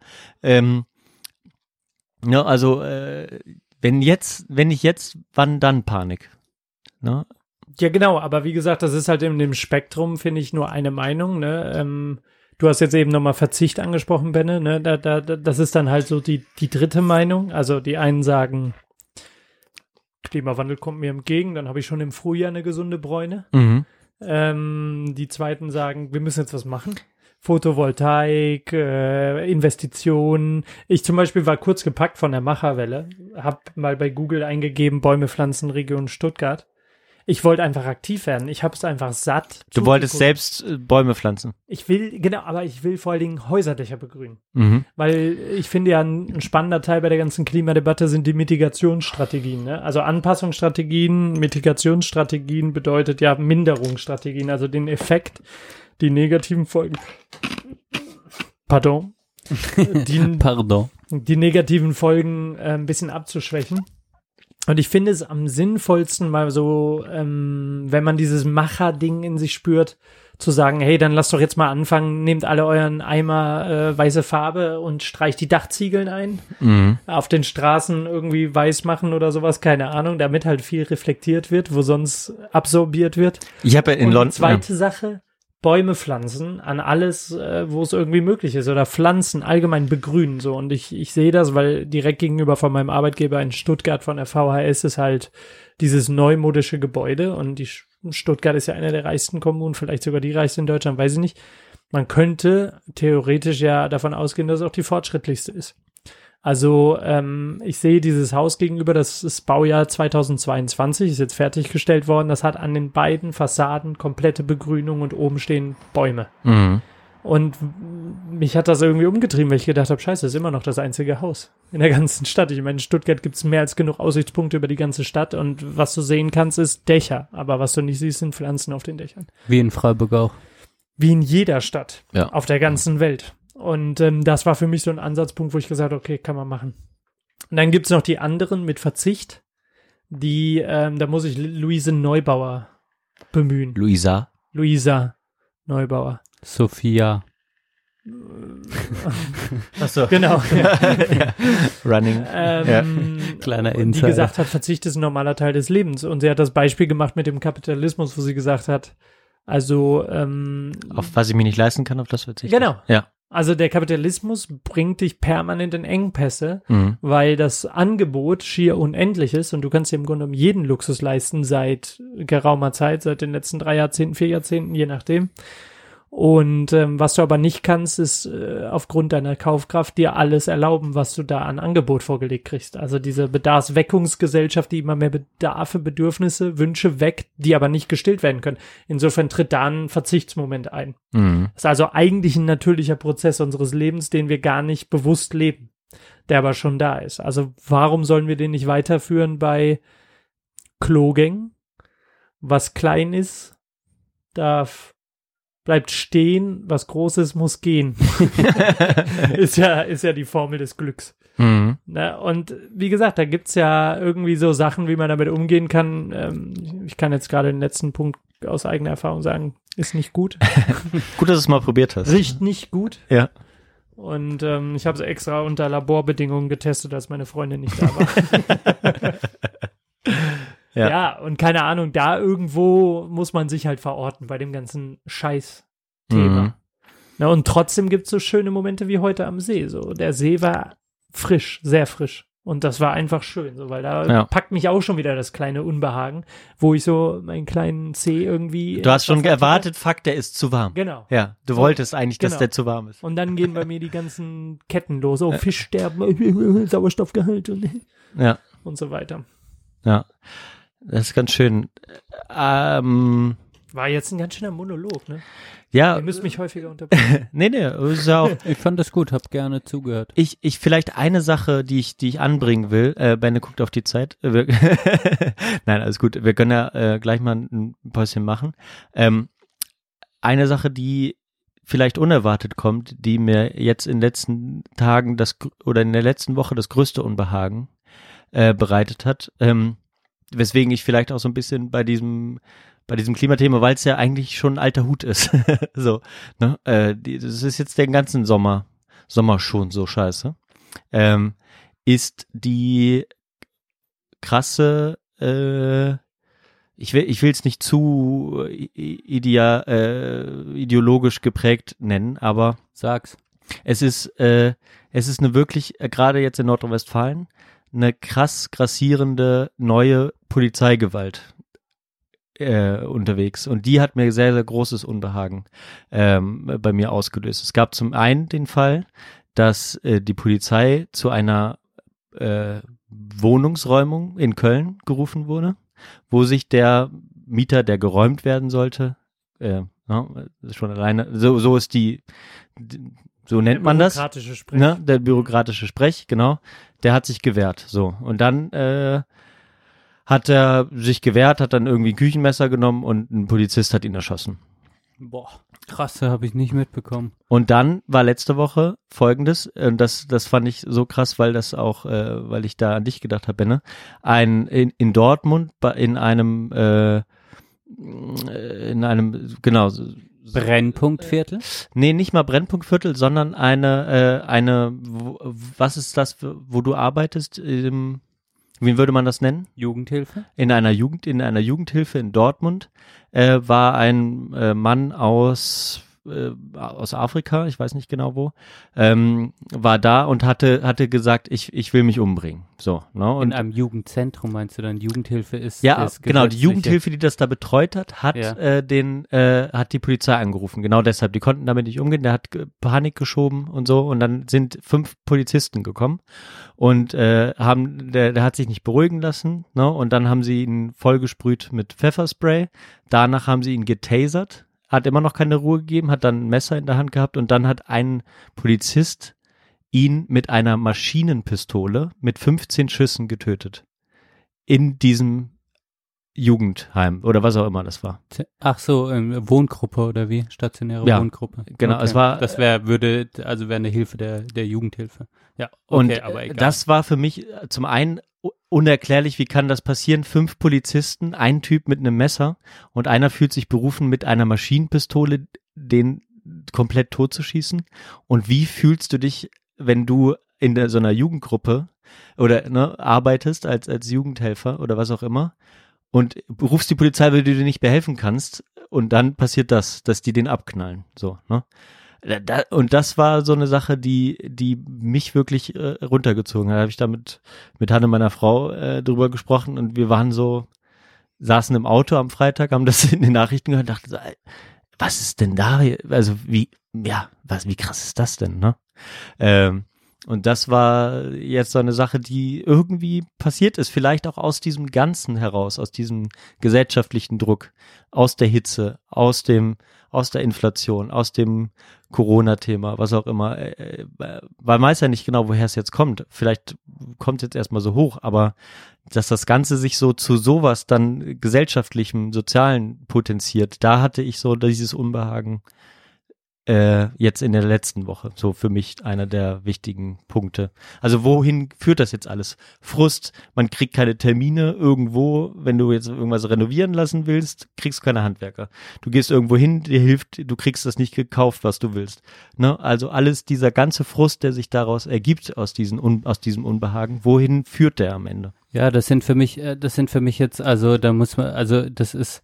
Ja, also wenn nicht jetzt, wann dann Panik? Ne? Ja, genau, aber wie gesagt, das ist halt in dem Spektrum, finde ich, nur eine Meinung, ne? Du hast jetzt eben nochmal Verzicht angesprochen, Benne, ne? Das ist dann halt so die dritte Meinung. Also die einen sagen, Klimawandel kommt mir entgegen, dann habe ich schon im Frühjahr eine gesunde Bräune. Mhm. Die zweiten sagen, wir müssen jetzt was machen. Photovoltaik, Investitionen. Ich zum Beispiel war kurz gepackt von der Macherwelle, habe mal bei Google eingegeben, Bäume pflanzen, Region Stuttgart. Ich wollte einfach aktiv werden. Ich habe es einfach satt. Du wolltest selbst Bäume pflanzen? Aber ich will vor allen Dingen Häuserdächer begrünen. Mhm. Weil ich finde ja, ein spannender Teil bei der ganzen Klimadebatte sind die Mitigationsstrategien. Ne? Also Anpassungsstrategien, Mitigationsstrategien bedeutet ja Minderungsstrategien, also den Effekt, die negativen Folgen. Die negativen Folgen ein bisschen abzuschwächen. Und ich finde es am sinnvollsten mal so, wenn man dieses Macher-Ding in sich spürt, zu sagen, hey, dann lasst doch jetzt mal anfangen, nehmt alle euren Eimer weiße Farbe und streicht die Dachziegeln ein. Mhm. Auf den Straßen irgendwie weiß machen oder sowas, keine Ahnung, damit halt viel reflektiert wird, wo sonst absorbiert wird. Ich habe in London. Zweite Sache, Bäume pflanzen an alles, wo es irgendwie möglich ist, oder Pflanzen allgemein begrünen, so. Und ich sehe das, weil direkt gegenüber von meinem Arbeitgeber in Stuttgart von der VHS ist halt dieses neumodische Gebäude, und Stuttgart ist ja eine der reichsten Kommunen, vielleicht sogar die reichste in Deutschland, weiß ich nicht. Man könnte theoretisch ja davon ausgehen, dass es auch die fortschrittlichste ist. Also ich sehe dieses Haus gegenüber, das ist Baujahr 2022, ist jetzt fertiggestellt worden. Das hat an den beiden Fassaden komplette Begrünung und oben stehen Bäume. Mhm. Und mich hat das irgendwie umgetrieben, weil ich gedacht habe, scheiße, das ist immer noch das einzige Haus in der ganzen Stadt. Ich meine, in Stuttgart gibt es mehr als genug Aussichtspunkte über die ganze Stadt und was du sehen kannst, ist Dächer. Aber was du nicht siehst, sind Pflanzen auf den Dächern. Wie in Freiburg auch. Wie in jeder Stadt Ja. auf der ganzen Welt. Und das war für mich so ein Ansatzpunkt, wo ich gesagt habe, okay, kann man machen. Und dann gibt's noch die anderen mit Verzicht, die, da muss ich Luise Neubauer bemühen. Luisa. Luisa Neubauer. Sophia. Achso. Genau. Running. Kleiner die Insider. gesagt hat, Verzicht ist ein normaler Teil des Lebens. Und sie hat das Beispiel gemacht mit dem Kapitalismus, wo sie gesagt hat, also Auf was ich mir nicht leisten kann, auf das verzichte ich. genau. Ja. Also der Kapitalismus bringt dich permanent in Engpässe, Mhm. weil das Angebot schier unendlich ist und du kannst dir im Grunde genommen jeden Luxus leisten seit geraumer Zeit, seit den letzten 3 Jahrzehnten, 4 Jahrzehnten, je nachdem. Und was du aber nicht kannst, ist aufgrund deiner Kaufkraft dir alles erlauben, was du da an Angebot vorgelegt kriegst. Also diese Bedarfsweckungsgesellschaft, die immer mehr Bedarfe, Bedürfnisse, Wünsche weckt, die aber nicht gestillt werden können. Insofern tritt da ein Verzichtsmoment ein. Mhm. Das ist also eigentlich ein natürlicher Prozess unseres Lebens, den wir gar nicht bewusst leben, der aber schon da ist. Also warum sollen wir den nicht weiterführen bei Klogängen? Was klein ist, bleibt stehen, was groß ist, muss gehen. ist ja die Formel des Glücks. Mhm. Ne? Und wie gesagt, da gibt's ja irgendwie so Sachen, wie man damit umgehen kann. Ich kann jetzt gerade den letzten Punkt aus eigener Erfahrung sagen, ist nicht gut. Gut, dass du es mal probiert hast. Riecht nicht gut. Ja. Und ich habe es extra unter Laborbedingungen getestet, als meine Freundin nicht da war. Ja. Ja, und keine Ahnung, da irgendwo muss man sich halt verorten bei dem ganzen Scheiß-Thema. Mhm. Na, und trotzdem gibt's so schöne Momente wie heute am See. So, der See war frisch, sehr frisch. Und das war einfach schön, so, weil da packt mich auch schon wieder das kleine Unbehagen, wo ich so meinen kleinen Zeh irgendwie. Du hast schon erwartet, fuck, der ist zu warm. Genau. Ja, du wolltest eigentlich, dass der zu warm ist. Und dann gehen bei mir die ganzen Ketten los. Oh, Fischsterben, Sauerstoffgehalt Ja. und so weiter. Ja. Das ist ganz schön. War jetzt ein ganz schöner Monolog, ne? Ja. Ihr müsst mich häufiger unterbrechen. Nee, ist ja auch. Ich fand das gut, hab gerne zugehört. Ich vielleicht eine Sache, die ich anbringen will. Benne guckt auf die Zeit. Nein, alles gut. Wir können ja gleich mal ein Päuschen machen. Eine Sache, die vielleicht unerwartet kommt, die mir jetzt in den letzten Tagen oder in der letzten Woche das größte Unbehagen bereitet hat. Weswegen ich vielleicht auch so ein bisschen bei diesem Klimathema, weil es ja eigentlich schon ein alter Hut ist. So, ne? Das ist jetzt den ganzen Sommer schon so scheiße. Ist die krasse, ich will es nicht zu ideologisch geprägt nennen, aber Sag's. es ist eine wirklich, gerade jetzt in Nordrhein-Westfalen, eine krass grassierende neue Polizeigewalt unterwegs. Und die hat mir sehr, sehr großes Unbehagen bei mir ausgelöst. Es gab zum einen den Fall, dass die Polizei zu einer Wohnungsräumung in Köln gerufen wurde, wo sich der Mieter, der geräumt werden sollte, schon alleine, so ist so nennt man das. Bürokratische Sprech. Ne? Der bürokratische Sprech, genau. Der hat sich gewehrt. So. Und dann hat er sich gewehrt, hat dann irgendwie ein Küchenmesser genommen und ein Polizist hat ihn erschossen. Boah, krass, habe ich nicht mitbekommen. Und dann war letzte Woche Folgendes, das fand ich so krass, weil das auch, weil ich da an dich gedacht habe, Benne, in Dortmund in einem, genau. Brennpunktviertel? Nee, nicht mal Brennpunktviertel, sondern was ist das, wo du arbeitest? Wie würde man das nennen? Jugendhilfe? In einer Jugendhilfe in Dortmund war ein Mann aus Afrika, ich weiß nicht genau wo, war da und hatte gesagt, ich will mich umbringen. So, ne? Und in einem Jugendzentrum meinst du dann? Jugendhilfe ist ja, ist genau, die gesetzliche- Jugendhilfe, die das da betreut hat, hat die Polizei angerufen. Genau deshalb, die konnten damit nicht umgehen, der hat Panik geschoben und so und dann sind 5 Polizisten gekommen und der hat sich nicht beruhigen lassen, ne? Und dann haben sie ihn vollgesprüht mit Pfefferspray. Danach haben sie ihn getasert. hat immer noch keine Ruhe gegeben, hat dann ein Messer in der Hand gehabt und dann hat ein Polizist ihn mit einer Maschinenpistole mit 15 Schüssen getötet. In diesem Jugendheim oder was auch immer das war. Ach so, Wohngruppe oder wie? Stationäre Wohngruppe. Genau, okay. Es war. Das wäre eine Hilfe der Jugendhilfe. Ja, okay, und aber egal. Das war für mich zum einen unerklärlich, wie kann das passieren? 5 Polizisten, ein Typ mit einem Messer und einer fühlt sich berufen, mit einer Maschinenpistole den komplett tot zu schießen. Und wie fühlst du dich, wenn du in so einer Jugendgruppe oder arbeitest als Jugendhelfer oder was auch immer und rufst die Polizei, weil du dir nicht behelfen kannst und dann passiert das, dass die den abknallen, so, ne? Und das war so eine Sache, die mich wirklich runtergezogen hat. Da habe ich da mit Hanne, meiner Frau, drüber gesprochen und wir saßen im Auto am Freitag, haben das in den Nachrichten gehört und dachten so, was ist denn da? Also wie krass ist das denn, ne? Und das war jetzt so eine Sache, die irgendwie passiert ist, vielleicht auch aus diesem Ganzen heraus, aus diesem gesellschaftlichen Druck, aus der Hitze, aus der Inflation, aus dem Corona-Thema, was auch immer, weil man weiß ja nicht genau, woher es jetzt kommt. Vielleicht kommt es jetzt erstmal so hoch, aber dass das Ganze sich so zu sowas dann gesellschaftlichem, sozialen potenziert, da hatte ich so dieses Unbehagen jetzt in der letzten Woche, so für mich einer der wichtigen Punkte. Also wohin führt das jetzt alles? Frust, man kriegt keine Termine irgendwo, wenn du jetzt irgendwas renovieren lassen willst, kriegst du keine Handwerker. Du gehst irgendwo hin, dir hilft, du kriegst das nicht gekauft, was du willst. Ne? Also alles, dieser ganze Frust, der sich daraus ergibt, aus diesem Unbehagen, wohin führt der am Ende? Ja, das sind für mich jetzt, also da muss man, also das ist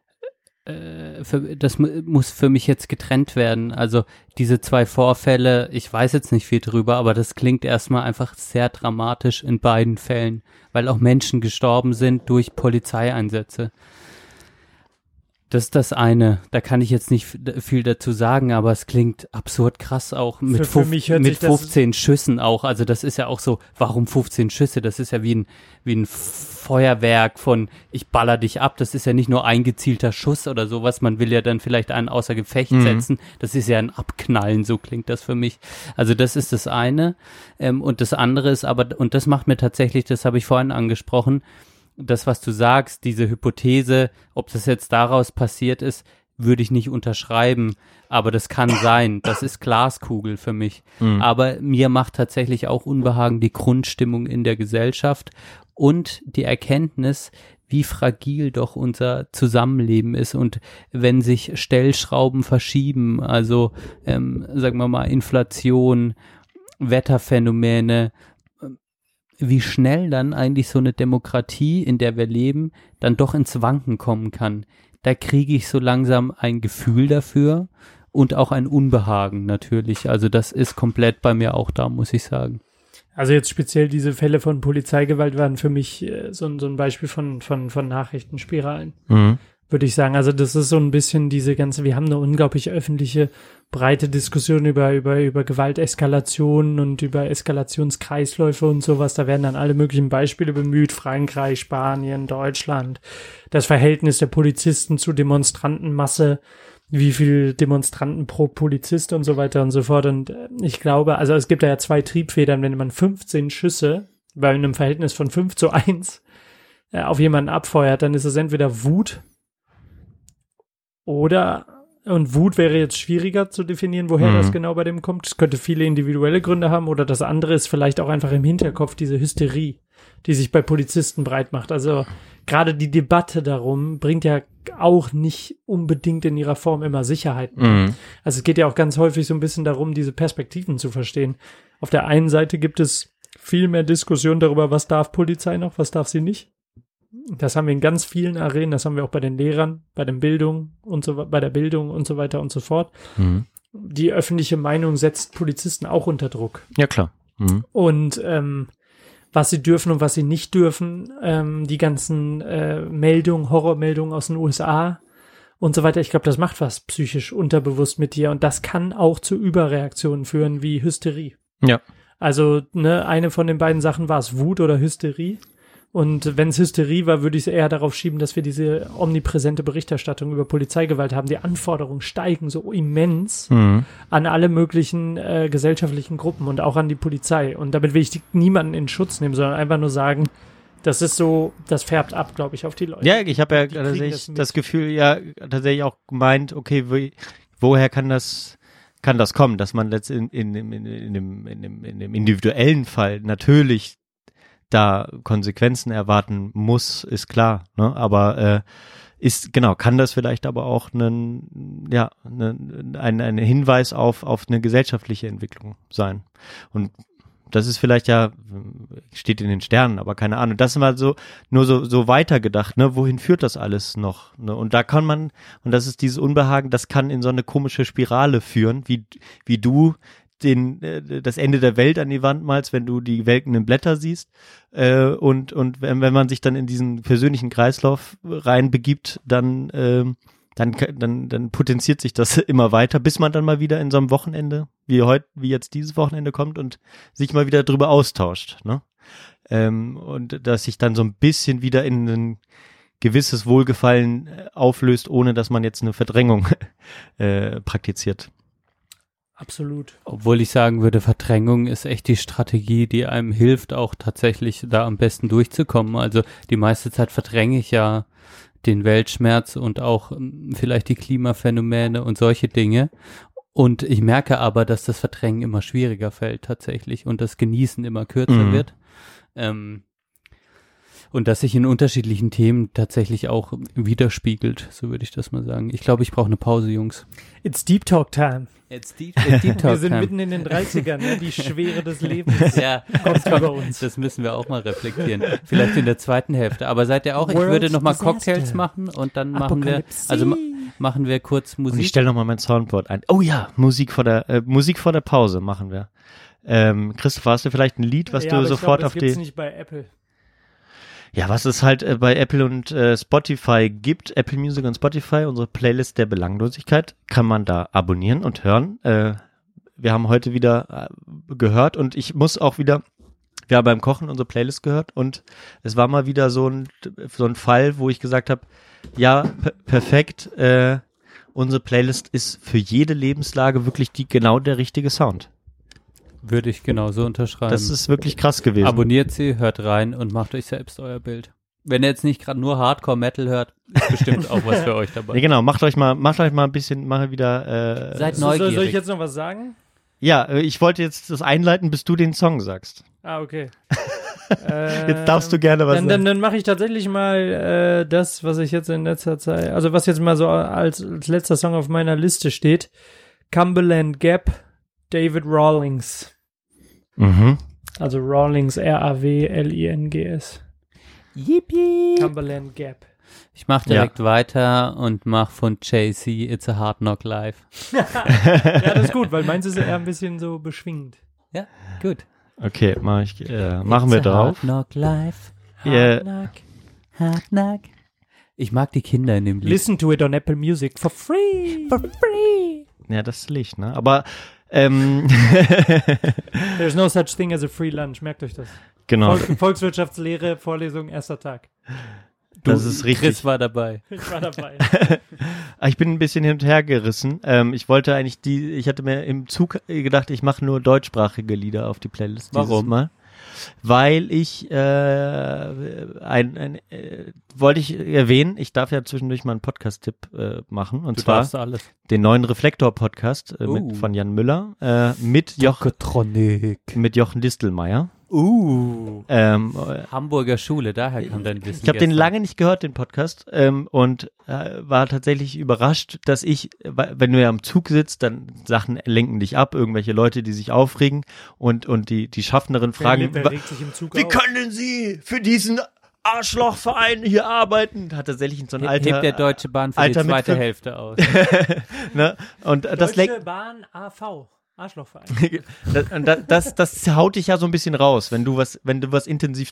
das muss für mich jetzt getrennt werden. Also diese 2 Vorfälle, ich weiß jetzt nicht viel drüber, aber das klingt erstmal einfach sehr dramatisch in beiden Fällen, weil auch Menschen gestorben sind durch Polizeieinsätze. Das ist das eine. Da kann ich jetzt nicht viel dazu sagen, aber es klingt absurd krass auch mit 15 Schüssen auch. Also das ist ja auch so, warum 15 Schüsse? Das ist ja wie ein Feuerwerk von ich baller dich ab. Das ist ja nicht nur ein gezielter Schuss oder sowas. Man will ja dann vielleicht einen außer Gefecht setzen. Das ist ja ein Abknallen, so klingt das für mich. Also das ist das eine. Und das andere ist aber, und das macht mir tatsächlich, das habe ich vorhin angesprochen, das, was du sagst, diese Hypothese, ob das jetzt daraus passiert ist, würde ich nicht unterschreiben, aber das kann sein. Das ist Glaskugel für mich. Aber mir macht tatsächlich auch Unbehagen die Grundstimmung in der Gesellschaft und die Erkenntnis, wie fragil doch unser Zusammenleben ist und wenn sich Stellschrauben verschieben, also sagen wir mal Inflation, Wetterphänomene, wie schnell dann eigentlich so eine Demokratie, in der wir leben, dann doch ins Wanken kommen kann. Da kriege ich so langsam ein Gefühl dafür und auch ein Unbehagen natürlich. Also das ist komplett bei mir auch da, muss ich sagen. Also jetzt speziell diese Fälle von Polizeigewalt waren für mich so ein Beispiel von Nachrichtenspiralen, würde ich sagen. Also das ist so ein bisschen wir haben eine unglaublich öffentliche, breite Diskussion über Gewalteskalationen und über Eskalationskreisläufe und sowas. Da werden dann alle möglichen Beispiele bemüht. Frankreich, Spanien, Deutschland. Das Verhältnis der Polizisten zu Demonstrantenmasse. Wie viel Demonstranten pro Polizist und so weiter und so fort. Und ich glaube, also es gibt da ja 2 Triebfedern. Wenn man 15 Schüsse bei einem Verhältnis von 5:1 auf jemanden abfeuert, dann ist es entweder Wut und Wut wäre jetzt schwieriger zu definieren, woher das genau bei dem kommt. Es könnte viele individuelle Gründe haben oder das andere ist vielleicht auch einfach im Hinterkopf diese Hysterie, die sich bei Polizisten breit macht. Also gerade die Debatte darum bringt ja auch nicht unbedingt in ihrer Form immer Sicherheit. Also es geht ja auch ganz häufig so ein bisschen darum, diese Perspektiven zu verstehen. Auf der einen Seite gibt es viel mehr Diskussion darüber, was darf Polizei noch, was darf sie nicht. Das haben wir in ganz vielen Arenen, das haben wir auch bei den Lehrern, bei der Bildung und so weiter und so fort. Die öffentliche Meinung setzt Polizisten auch unter Druck. Ja, klar. Und was sie dürfen und was sie nicht dürfen, die ganzen Horrormeldungen aus den USA und so weiter, ich glaube, das macht was psychisch unterbewusst mit dir und das kann auch zu Überreaktionen führen wie Hysterie. Ja. Also eine von den beiden Sachen war es Wut oder Hysterie. Und wenn es Hysterie war, würde ich es eher darauf schieben, dass wir diese omnipräsente Berichterstattung über Polizeigewalt haben. Die Anforderungen steigen so immens an alle möglichen gesellschaftlichen Gruppen und auch an die Polizei. Und damit will ich niemanden in Schutz nehmen, sondern einfach nur sagen, das ist so, das färbt ab, glaube ich, auf die Leute. Ja, ich habe ja tatsächlich das Gefühl, ja, tatsächlich auch gemeint, okay, woher kann das kommen, dass man letztendlich in dem individuellen Fall natürlich da Konsequenzen erwarten muss, ist klar, ne? Aber kann das vielleicht aber auch ein Hinweis auf eine gesellschaftliche Entwicklung sein. Und das ist vielleicht steht in den Sternen, aber keine Ahnung. Das ist mal so weitergedacht, ne? Wohin führt das alles noch? Ne? Und da kann man, und das ist dieses Unbehagen, das kann in so eine komische Spirale führen, wie du das Ende der Welt an die Wand malst, wenn du die welkenden Blätter siehst, und wenn man sich dann in diesen persönlichen Kreislauf reinbegibt, dann potenziert sich das immer weiter, bis man dann mal wieder in so einem Wochenende, wie jetzt dieses Wochenende kommt und sich mal wieder drüber austauscht, ne? Und dass sich dann so ein bisschen wieder in ein gewisses Wohlgefallen auflöst, ohne dass man jetzt eine Verdrängung praktiziert. Absolut. Obwohl ich sagen würde, Verdrängung ist echt die Strategie, die einem hilft, auch tatsächlich da am besten durchzukommen. Also die meiste Zeit verdränge ich ja den Weltschmerz und auch vielleicht die Klimaphänomene und solche Dinge. Und ich merke aber, dass das Verdrängen immer schwieriger fällt tatsächlich und das Genießen immer kürzer wird. Und das sich in unterschiedlichen Themen tatsächlich auch widerspiegelt, so würde ich das mal sagen. Ich glaube, ich brauche eine Pause, Jungs. It's Deep Talk Time. It's Deep Talk Wir sind Time. mitten in den 30ern, ne? Die Schwere des Lebens Ja, kommt über uns. das müssen wir auch mal reflektieren. Vielleicht in der zweiten Hälfte. Aber seid ihr auch, ich World würde nochmal Disaster. Cocktails machen und dann machen wir, Apokalypse. machen wir kurz Und ich Musik. stelle nochmal mein Soundboard ein. Oh ja, Musik vor der Pause machen wir. Christoph, hast du vielleicht ein Lied, was ja, du aber sofort ich glaub, auf das die... gibt's nicht bei Apple. Ja, was es halt bei Apple und Spotify gibt, Apple Music und Spotify, unsere Playlist der Belanglosigkeit, kann man da abonnieren und hören. Wir haben heute wieder gehört und ich muss auch wieder, wir haben beim Kochen unsere Playlist gehört und es war mal wieder so ein Fall, wo ich gesagt habe, ja, perfekt, unsere Playlist ist für jede Lebenslage wirklich genau der richtige Sound. Würde ich genauso unterschreiben. Das ist wirklich krass gewesen. Abonniert sie, hört rein und macht euch selbst euer Bild. Wenn ihr jetzt nicht gerade nur Hardcore-Metal hört, ist bestimmt auch was für euch dabei. Ja, genau, macht euch mal ein bisschen, mal wieder. Seid neugierig. Soll ich jetzt noch was sagen? Ja, ich wollte jetzt das einleiten, bis du den Song sagst. Ah, okay. Jetzt darfst du gerne was sagen. Dann mache ich tatsächlich mal das, was ich jetzt in letzter Zeit, also was jetzt mal so als letzter Song auf meiner Liste steht. Cumberland Gap, David Rawlings. Mhm. Also Rawlings, R-A-W-L-I-N-G-S. Yippie! Cumberland Gap. Ich mache direkt weiter und mache von Jay-Z It's a Hard Knock Life. Ja, das ist gut, weil meins ist eher ein bisschen so beschwingend. Ja, gut. Okay, machen wir It's a drauf. Hard Knock Life. Yeah. Hard Knock. Ich mag die Kinder in dem Lied. Listen to it on Apple Music for free. For free. Ja, das ist Licht, ne? Aber There's no such thing as a free lunch, merkt euch das. genau, Volkswirtschaftslehre, Vorlesung, erster Tag. das ist richtig. Chris war dabei. Ich war dabei. Ich bin ein bisschen hin und her gerissen. Ich wollte eigentlich ich hatte mir im Zug gedacht, ich mache nur deutschsprachige Lieder auf die Playlist dieses Warum? Mal. Weil ich wollte ich erwähnen, ich darf ja zwischendurch mal einen Podcast-Tipp machen. Und Du zwar darfst alles. den neuen Reflektor-Podcast von Jan Müller mit Jochen Distelmeier. Hamburger Schule, daher kam dein Wissen. Ich habe den gestern. lange nicht gehört, den Podcast, und war tatsächlich überrascht, dass wenn du ja am Zug sitzt, dann Sachen lenken dich ab, irgendwelche Leute, die sich aufregen und die Schaffnerin fragen, Wer regt sich im Zug wie auf? können Sie für diesen Arschlochverein hier arbeiten? Hat tatsächlich so ein alter... Hebt der Deutsche Bahn für Alter die mit zweite fünf- Hälfte aus. Ne? Und das Deutsche Bahn AV. Arschlochverein. das haut dich ja so ein bisschen raus, wenn du etwas intensiv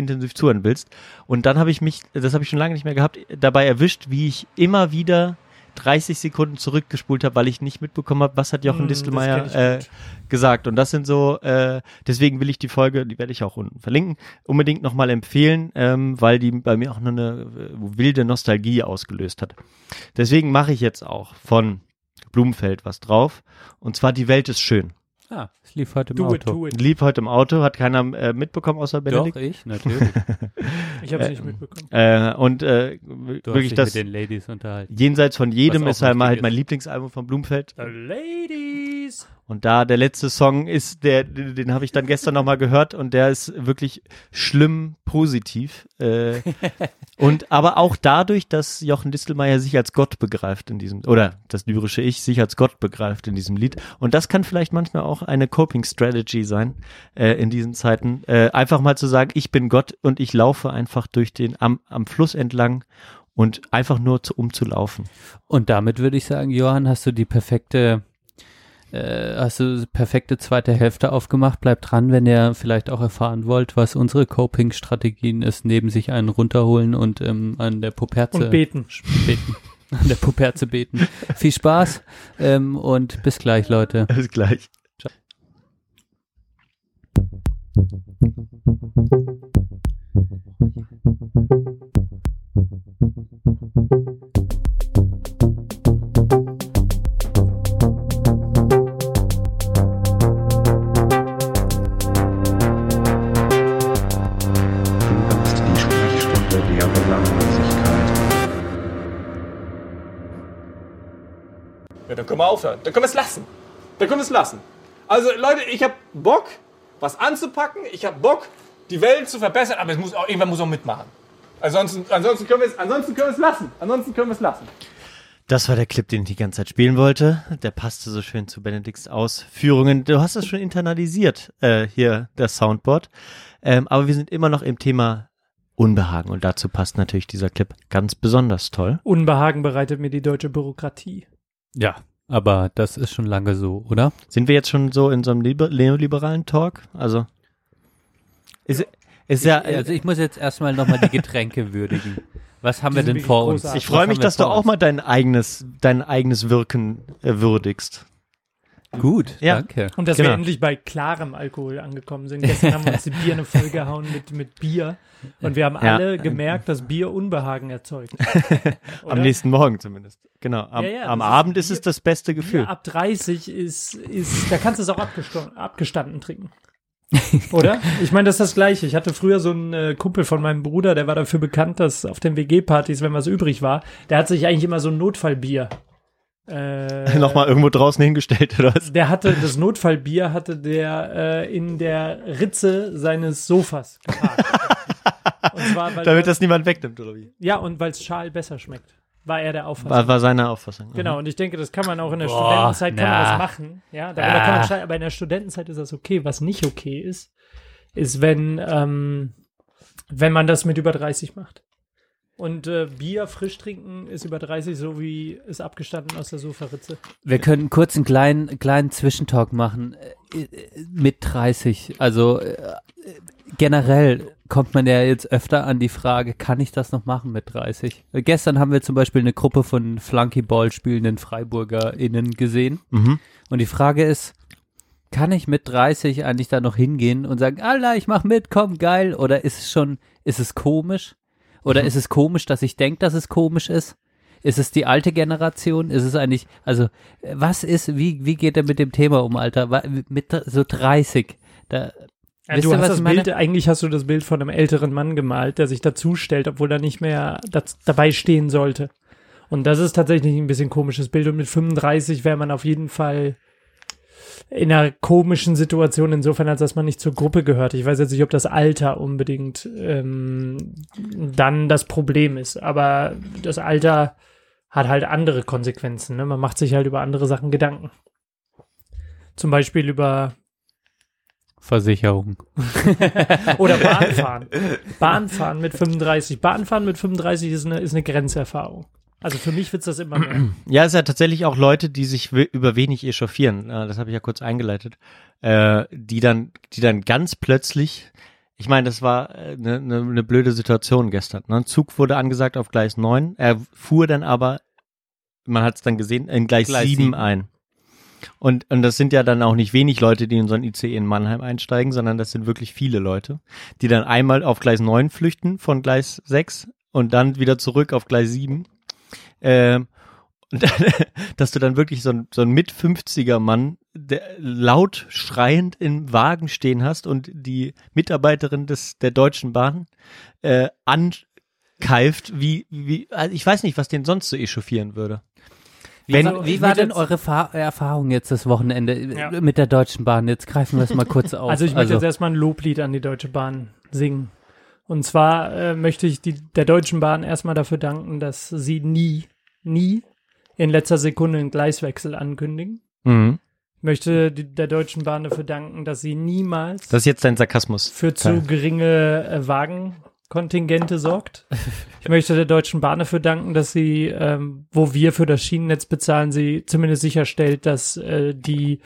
zuhören willst. Und dann habe ich das habe ich schon lange nicht mehr gehabt, dabei erwischt, wie ich immer wieder 30 Sekunden zurückgespult habe, weil ich nicht mitbekommen habe, was hat Jochen Distelmeier gesagt. Und das sind so, deswegen will ich die Folge, die werde ich auch unten verlinken, unbedingt nochmal empfehlen, weil die bei mir auch nur eine wilde Nostalgie ausgelöst hat. Deswegen mache ich jetzt auch von Blumenfeld was drauf. Und zwar Die Welt ist schön. Ah, es lief heute im Auto. Lief heute im Auto, hat keiner mitbekommen außer Benedikt. Doch, ich, natürlich. Ich habe es nicht mitbekommen. Wirklich hast dich das mit den Ladies unterhalten. jenseits von jedem Was ist auch halt wichtig mein ist. Lieblingsalbum von Blumenfeld. The Ladies. Und da der letzte Song ist, den habe ich dann gestern nochmal gehört und der ist wirklich schlimm positiv. Und aber auch dadurch, dass Jochen Distelmeier sich als Gott begreift in diesem, oder das lyrische Ich sich als Gott begreift in diesem Lied. Und das kann vielleicht manchmal auch eine Coping Strategy sein in diesen Zeiten. Einfach mal zu sagen, ich bin Gott und ich laufe einfach durch am Fluss entlang und einfach nur um zu laufen. Und damit würde ich sagen, Johann, hast du die perfekte zweite Hälfte aufgemacht. Bleibt dran, wenn ihr vielleicht auch erfahren wollt, was unsere Coping-Strategien ist, neben sich einen runterholen und an der Puperze Und beten. An der Puperze beten. Viel Spaß und bis gleich, Leute. Bis gleich. Ja, dann können wir aufhören. Dann können wir es lassen. Also Leute, ich habe Bock, was anzupacken. Ich habe Bock, die Welt zu verbessern. Aber irgendwann muss auch mitmachen. Ansonsten können wir es lassen. Das war der Clip, den ich die ganze Zeit spielen wollte. Der passte so schön zu Benedikts Ausführungen. Du hast das schon internalisiert, hier das Soundboard. Aber wir sind immer noch im Thema Unbehagen. Und dazu passt natürlich dieser Clip ganz besonders toll. Unbehagen bereitet mir die deutsche Bürokratie. Ja, aber das ist schon lange so, oder? Sind wir jetzt schon so in so einem neoliberalen Talk? Also ist ja. Also ich muss jetzt erstmal nochmal die Getränke würdigen. Was haben wir denn vor uns? großartig. Ich freue mich, dass du auch mal dein eigenes Wirken würdigst. Gut, Ja. danke. Und dass Genau. wir endlich bei klarem Alkohol angekommen sind. Gestern haben wir uns die Birne vollgehauen mit Bier. Und wir haben alle gemerkt, dass Bier Unbehagen erzeugt. Am nächsten Morgen zumindest. Genau. Am das Abend ist ist es das beste Gefühl. Bier ab 30 ist, da kannst du es auch abgestanden trinken. Oder? Ich meine, das ist das Gleiche. Ich hatte früher so einen Kumpel von meinem Bruder, der war dafür bekannt, dass auf den WG-Partys, wenn was übrig war, der hat sich eigentlich immer so ein Notfallbier nochmal irgendwo draußen hingestellt oder was? das Notfallbier hatte der in der Ritze seines Sofas geparkt. Und zwar, weil Damit das niemand wegnimmt, oder wie? ja, und weil es Schal besser schmeckt. War er der Auffassung. War seine Auffassung. Genau, und ich denke, das kann man auch in der Boah, Studentenzeit kann man das machen. Ja, darüber kann man streiten, aber in der Studentenzeit ist das okay. Was nicht okay ist wenn man das mit über 30 macht. Und Bier frisch trinken ist über 30 so wie es abgestanden aus der Sofaritze. Wir können kurz einen kleinen Zwischentalk machen mit 30. Also generell kommt man ja jetzt öfter an die Frage, kann ich das noch machen mit 30? Gestern haben wir zum Beispiel eine Gruppe von Flunkyball spielenden FreiburgerInnen gesehen. Mhm. Und die Frage ist, kann ich mit 30 eigentlich da noch hingehen und sagen, Alter, ich mach mit, komm, geil? Oder ist es komisch? Oder ist es komisch, dass ich denke, dass es komisch ist? Ist es die alte Generation? Ist es eigentlich, also, wie geht er mit dem Thema um, Alter? Mit so 30, Ja, du hast das Bild, eigentlich hast du das Bild von einem älteren Mann gemalt, der sich dazu stellt, obwohl er nicht mehr dabei stehen sollte. Und das ist tatsächlich ein bisschen komisches Bild. Und mit 35 wäre man auf jeden Fall in einer komischen Situation, insofern, als dass man nicht zur Gruppe gehört. Ich weiß jetzt nicht, ob das Alter unbedingt dann das Problem ist. Aber das Alter hat halt andere Konsequenzen. Ne? Man macht sich halt über andere Sachen Gedanken. Zum Beispiel über Versicherung. oder Bahnfahren. Bahnfahren mit 35. Bahnfahren mit 35 ist eine Grenzerfahrung. Also für mich wird's das immer mehr. Ja, es ist ja tatsächlich auch Leute, die sich über wenig echauffieren. Das habe ich ja kurz eingeleitet. Die dann ganz plötzlich, ich meine, das war eine blöde Situation gestern. Ne? Ein Zug wurde angesagt auf Gleis 9. Er fuhr dann aber man hat es dann gesehen, in Gleis 7 ein. Und das sind ja dann auch nicht wenig Leute, die in so ein ICE in Mannheim einsteigen, sondern das sind wirklich viele Leute, die dann einmal auf Gleis 9 flüchten von Gleis 6 und dann wieder zurück auf Gleis 7. Und dass du dann wirklich so ein Mit-50er Mann, der laut schreiend im Wagen stehen hast und die Mitarbeiterin der Deutschen Bahn ankeift, wie also ich weiß nicht, was den sonst so echauffieren würde. Wie war denn eure Erfahrung jetzt das Wochenende mit der Deutschen Bahn? Jetzt greifen wir es mal kurz auf. Also ich möchte jetzt erstmal ein Loblied an die Deutsche Bahn singen. Und zwar möchte ich der Deutschen Bahn erstmal dafür danken, dass sie nie in letzter Sekunde einen Gleiswechsel ankündigen. Mhm. Ich möchte der Deutschen Bahn dafür danken, dass sie niemals das ist jetzt dein Sarkasmus. Für zu geringe Wagenkontingente sorgt. Ich möchte der Deutschen Bahn dafür danken, dass sie, wo wir für das Schienennetz bezahlen, sie zumindest sicherstellt, dass die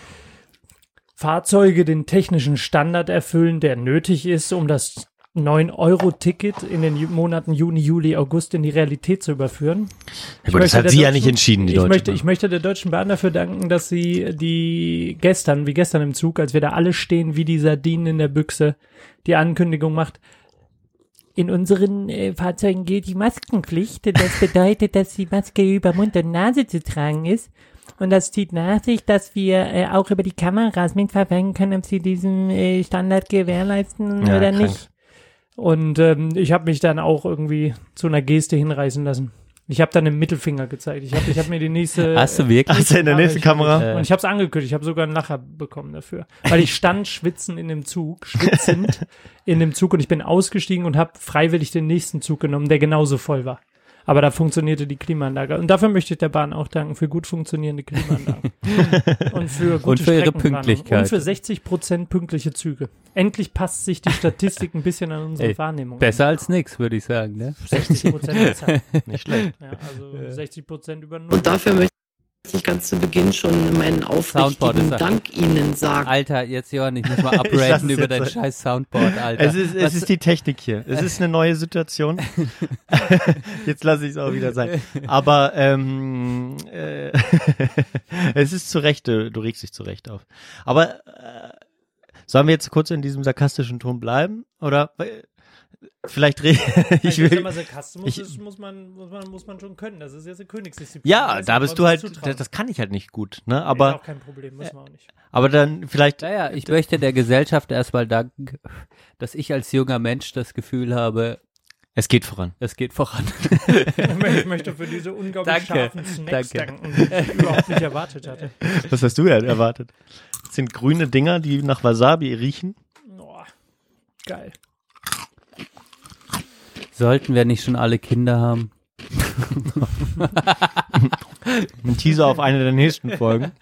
Fahrzeuge den technischen Standard erfüllen, der nötig ist, um das 9-Euro-Ticket in den Monaten Juni, Juli, August in die Realität zu überführen. Ja, gut, das hat sie ja nicht entschieden, die Deutsche Bahn. Ich möchte der Deutschen Bahn dafür danken, dass sie wie gestern im Zug, als wir da alle stehen wie die Sardinen in der Büchse, die Ankündigung macht, in unseren Fahrzeugen gilt die Maskenpflicht. Das bedeutet, dass die Maske über Mund und Nase zu tragen ist. Und das zieht nach sich, dass wir auch über die Kameras mitverfolgen können, ob sie diesen Standard gewährleisten oder nicht. Und ich habe mich dann auch irgendwie zu einer Geste hinreißen lassen. Ich habe dann den Mittelfinger gezeigt. Ich hab mir die nächste... Hast du wirklich? Hast du in der nächsten Kamera? Und ich habe es angekündigt. Ich habe sogar einen Lacher bekommen dafür. Weil ich stand schwitzend in dem Zug und ich bin ausgestiegen und habe freiwillig den nächsten Zug genommen, der genauso voll war. Aber da funktionierte die Klimaanlage. Und dafür möchte ich der Bahn auch danken, für gut funktionierende Klimaanlagen. Und für gute und für ihre Streckenplanung. Pünktlichkeit. Und für 60% pünktliche Züge. Endlich passt sich die Statistik ein bisschen an unsere Wahrnehmung. Besser als nix, würde ich sagen. Ne? 60% besser. Nicht schlecht. Ja, also 60% über 0. Und dafür möchte ich ganz zu Beginn schon meinen aufrichtigen Dank Ihnen sagen. Alter, jetzt Johann, ich muss mal upraten über dein scheiß Soundboard, Alter. Es ist die Technik hier. Es ist eine neue Situation. Jetzt lasse ich es auch wieder sein. Aber es ist zu Recht, du regst dich zu Recht auf. Aber sollen wir jetzt kurz in diesem sarkastischen Ton bleiben? Oder vielleicht Sarkasmus muss man schon können. Das ist jetzt eine Königsdisziplin. Ja, da bist du halt, das kann ich halt nicht gut, ne? Aber ist auch kein Problem, muss man auch nicht. Aber dann vielleicht. Naja, ich möchte der Gesellschaft erstmal danken, dass ich als junger Mensch das Gefühl habe, es geht voran. Es geht voran. Ich möchte für diese unglaublich scharfen Snacks danken, die ich überhaupt nicht erwartet hatte. Was hast du denn erwartet? Das sind grüne Dinger, die nach Wasabi riechen. Oh, geil. Sollten wir nicht schon alle Kinder haben? Ein Teaser auf eine der nächsten Folgen.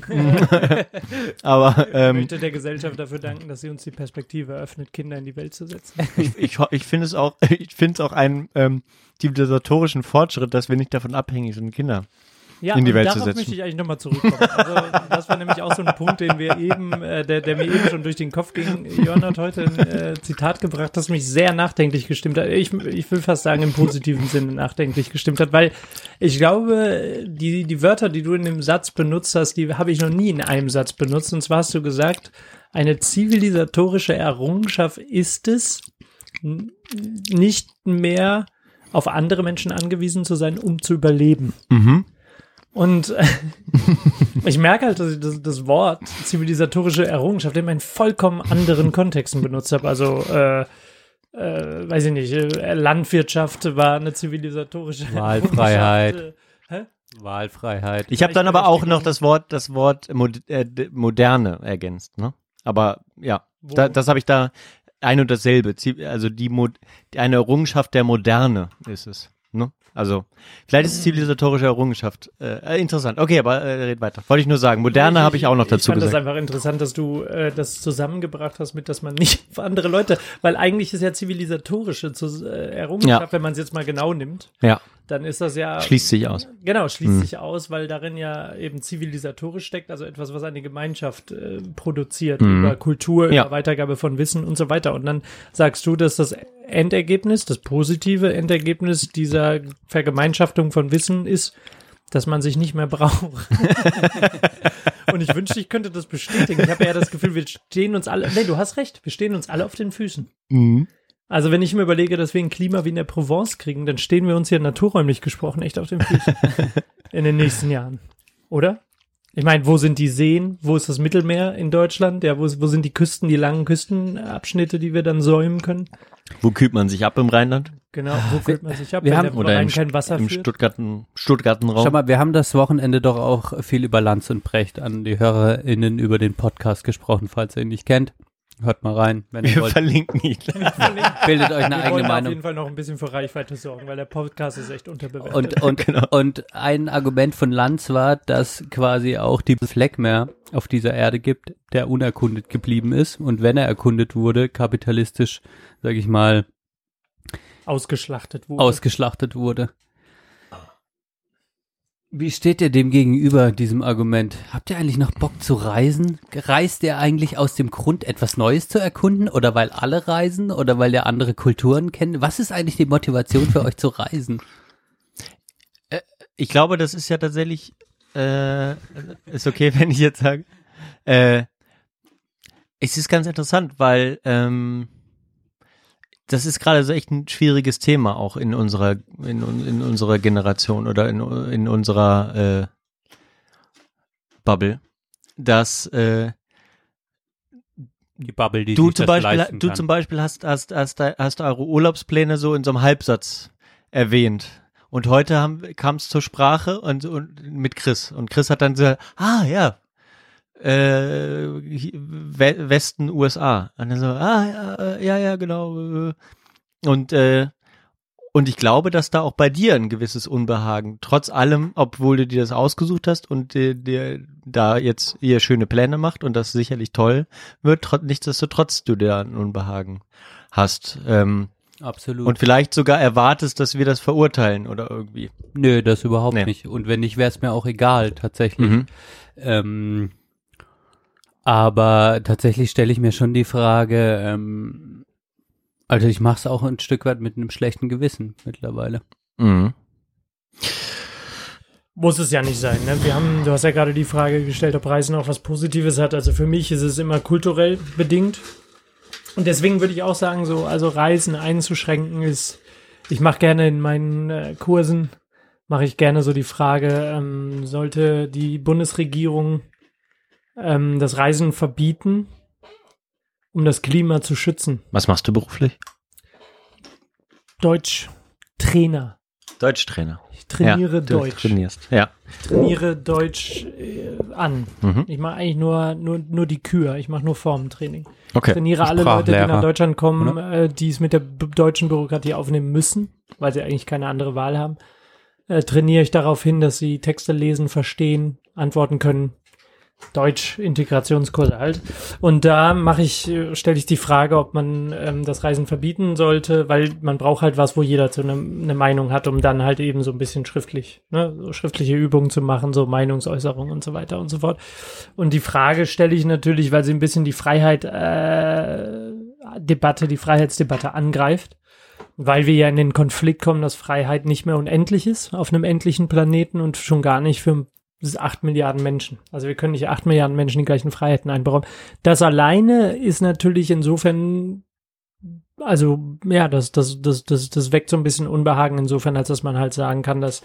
Aber ich möchte der Gesellschaft dafür danken, dass sie uns die Perspektive eröffnet, Kinder in die Welt zu setzen. Ich finde es auch einen zivilisatorischen Fortschritt, dass wir nicht davon abhängig sind, Kinder in die Welt zu setzen. Darauf möchte ich eigentlich nochmal zurückkommen. Also, das war nämlich auch so ein Punkt, den wir eben, der mir eben schon durch den Kopf ging. Jörn hat heute ein Zitat gebracht, das mich sehr nachdenklich gestimmt hat. Ich will fast sagen, im positiven Sinne nachdenklich gestimmt hat, weil ich glaube, die Wörter, die du in dem Satz benutzt hast, die habe ich noch nie in einem Satz benutzt. Und zwar hast du gesagt, eine zivilisatorische Errungenschaft ist es, nicht mehr auf andere Menschen angewiesen zu sein, um zu überleben. Mhm. Und ich merke halt, dass ich das Wort zivilisatorische Errungenschaft in einen vollkommen anderen Kontexten benutzt habe. Also, weiß ich nicht, Landwirtschaft war eine zivilisatorische Wahlfreiheit. Wahlfreiheit. Ich habe dann aber auch noch das Wort Moderne ergänzt, ne? Aber ja, das habe ich da ein und dasselbe. Also eine Errungenschaft der Moderne ist es. Ne? Also, vielleicht ist es zivilisatorische Errungenschaft. Interessant. Okay, aber red weiter. Wollte ich nur sagen. Moderne habe ich auch noch dazu gesagt. Ich fand das einfach interessant, dass du das zusammengebracht hast mit, dass man nicht auf andere Leute, weil eigentlich ist ja zivilisatorische Errungenschaft, wenn man es jetzt mal genau nimmt. Ja. Dann ist das ja... Schließt sich aus. Genau, schließt sich aus, weil darin ja eben zivilisatorisch steckt, also etwas, was eine Gemeinschaft produziert, über Kultur, über Weitergabe von Wissen und so weiter. Und dann sagst du, dass das Endergebnis, das positive Endergebnis dieser Vergemeinschaftung von Wissen ist, dass man sich nicht mehr braucht. Und ich wünschte, ich könnte das bestätigen. Ich habe ja das Gefühl, wir stehen uns alle, du hast recht, wir stehen uns alle auf den Füßen. Mhm. Also wenn ich mir überlege, dass wir ein Klima wie in der Provence kriegen, dann stehen wir uns hier naturräumlich gesprochen echt auf den Füßen. In den nächsten Jahren. Oder? Ich meine, wo sind die Seen? Wo ist das Mittelmeer in Deutschland? Ja, wo sind die Küsten, die langen Küstenabschnitte, die wir dann säumen können? Wo kühlt man sich ab im Rheinland? Genau, wo kühlt man sich ab, wir wenn haben, der oder Rhein kein Wasser im führt? Stuttgarten-Raum. Schau mal, wir haben das Wochenende doch auch viel über Lanz und Brecht an die HörerInnen über den Podcast gesprochen, falls ihr ihn nicht kennt. Hört mal rein, wenn ihr Wir wollt. verlinken ihn. Bildet euch eine Wir eigene wollen auf Meinung. jeden Fall noch ein bisschen für Reichweite sorgen, weil der Podcast ist echt unterbewertet. Und ein Argument von Lanz war, dass quasi auch die Fleck mehr auf dieser Erde gibt, der unerkundet geblieben ist. Und wenn er erkundet wurde, kapitalistisch, sag ich mal, ausgeschlachtet wurde. Wie steht ihr dem gegenüber, diesem Argument? Habt ihr eigentlich noch Bock zu reisen? Reist ihr eigentlich aus dem Grund, etwas Neues zu erkunden? Oder weil alle reisen? Oder weil ihr andere Kulturen kennt? Was ist eigentlich die Motivation für euch zu reisen? Ich glaube, das ist ja tatsächlich, ist okay, wenn ich jetzt sage, es ist ganz interessant, weil das ist gerade so echt ein schwieriges Thema auch in unserer Generation oder in unserer Bubble, dass Die Bubble, die du sich zum das Beispiel leisten kann. zum Beispiel hast eure Urlaubspläne so in so einem Halbsatz erwähnt. Und heute kam es zur Sprache und mit Chris. Und Chris hat dann gesagt, ja, Westen USA. Und dann so, ja, genau. Und ich glaube, dass da auch bei dir ein gewisses Unbehagen, trotz allem, obwohl du dir das ausgesucht hast und dir da jetzt ihr schöne Pläne macht und das sicherlich toll wird, nichtsdestotrotz du da ein Unbehagen hast. Absolut. Und vielleicht sogar erwartest, dass wir das verurteilen oder irgendwie. Nö, das überhaupt nicht. Und wenn nicht, wäre es mir auch egal, tatsächlich. Aber tatsächlich stelle ich mir schon die Frage, also ich mache es auch ein Stück weit mit einem schlechten Gewissen mittlerweile. Mhm. Muss es ja nicht sein, ne? Du hast ja gerade die Frage gestellt, ob Reisen auch was Positives hat. Also für mich ist es immer kulturell bedingt. Und deswegen würde ich auch sagen, also Reisen einzuschränken ist, ich mache gerne in meinen Kursen, mache ich gerne so die Frage, sollte die Bundesregierung das Reisen verbieten, um das Klima zu schützen? Was machst du beruflich? Deutschtrainer. Deutschtrainer. Ich trainiere du Deutsch. Trainierst, ja. Trainiere Deutsch an. Mhm. Ich mache eigentlich nur die Kür. Ich mache nur Formentraining. Okay. Ich trainiere alle Leute, die Sprachlehrer, nach Deutschland kommen, die es mit der deutschen Bürokratie aufnehmen müssen, weil sie eigentlich keine andere Wahl haben. Trainiere ich darauf hin, dass sie Texte lesen, verstehen, antworten können. Deutsch-Integrationskurse halt. Und da stelle ich die Frage, ob man das Reisen verbieten sollte, weil man braucht halt was, wo jeder so eine Meinung hat, um dann halt eben so ein bisschen schriftliche Übungen zu machen, so Meinungsäußerungen und so weiter und so fort. Und die Frage stelle ich natürlich, weil sie ein bisschen die Freiheitsdebatte angreift, weil wir ja in den Konflikt kommen, dass Freiheit nicht mehr unendlich ist auf einem endlichen Planeten und schon gar nicht für 8 Milliarden Menschen. Also wir können nicht 8 Milliarden Menschen die gleichen Freiheiten einberaumen. Das alleine ist natürlich insofern, also ja, das weckt so ein bisschen Unbehagen insofern, als dass man halt sagen kann, dass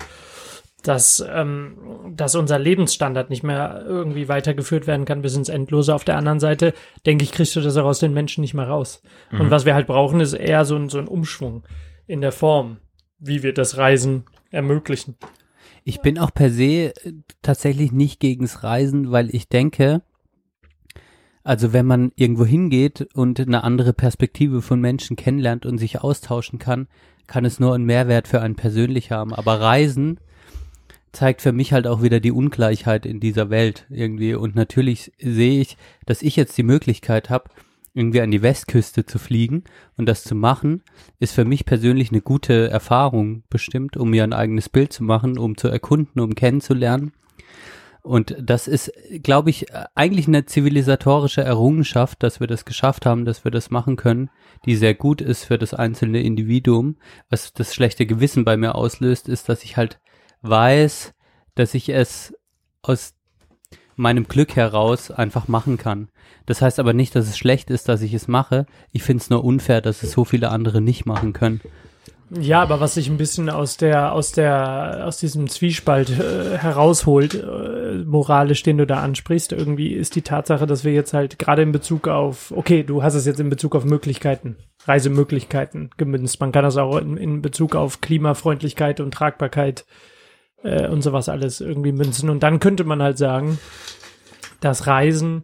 unser Lebensstandard nicht mehr irgendwie weitergeführt werden kann bis ins Endlose. Auf der anderen Seite, denke ich, kriegst du das auch aus den Menschen nicht mehr raus. Mhm. Und was wir halt brauchen, ist eher so ein Umschwung in der Form, wie wir das Reisen ermöglichen. Ich bin auch per se tatsächlich nicht gegens Reisen, weil ich denke, also wenn man irgendwo hingeht und eine andere Perspektive von Menschen kennenlernt und sich austauschen kann, kann es nur einen Mehrwert für einen persönlich haben. Aber Reisen zeigt für mich halt auch wieder die Ungleichheit in dieser Welt irgendwie. Und natürlich sehe ich, dass ich jetzt die Möglichkeit habe, irgendwie an die Westküste zu fliegen und das zu machen, ist für mich persönlich eine gute Erfahrung bestimmt, um mir ein eigenes Bild zu machen, um zu erkunden, um kennenzulernen. Und das ist, glaube ich, eigentlich eine zivilisatorische Errungenschaft, dass wir das geschafft haben, dass wir das machen können, die sehr gut ist für das einzelne Individuum. Was das schlechte Gewissen bei mir auslöst, ist, dass ich halt weiß, dass ich es aus meinem Glück heraus einfach machen kann. Das heißt aber nicht, dass es schlecht ist, dass ich es mache. Ich finde es nur unfair, dass es so viele andere nicht machen können. Ja, aber was sich ein bisschen aus diesem Zwiespalt herausholt, moralisch, den du da ansprichst, irgendwie ist die Tatsache, dass wir jetzt halt gerade in Bezug auf, okay, du hast es jetzt in Bezug auf Möglichkeiten, Reisemöglichkeiten gemünzt. Man kann das auch in Bezug auf Klimafreundlichkeit und Tragbarkeit und sowas alles irgendwie münzen. Und dann könnte man halt sagen, dass Reisen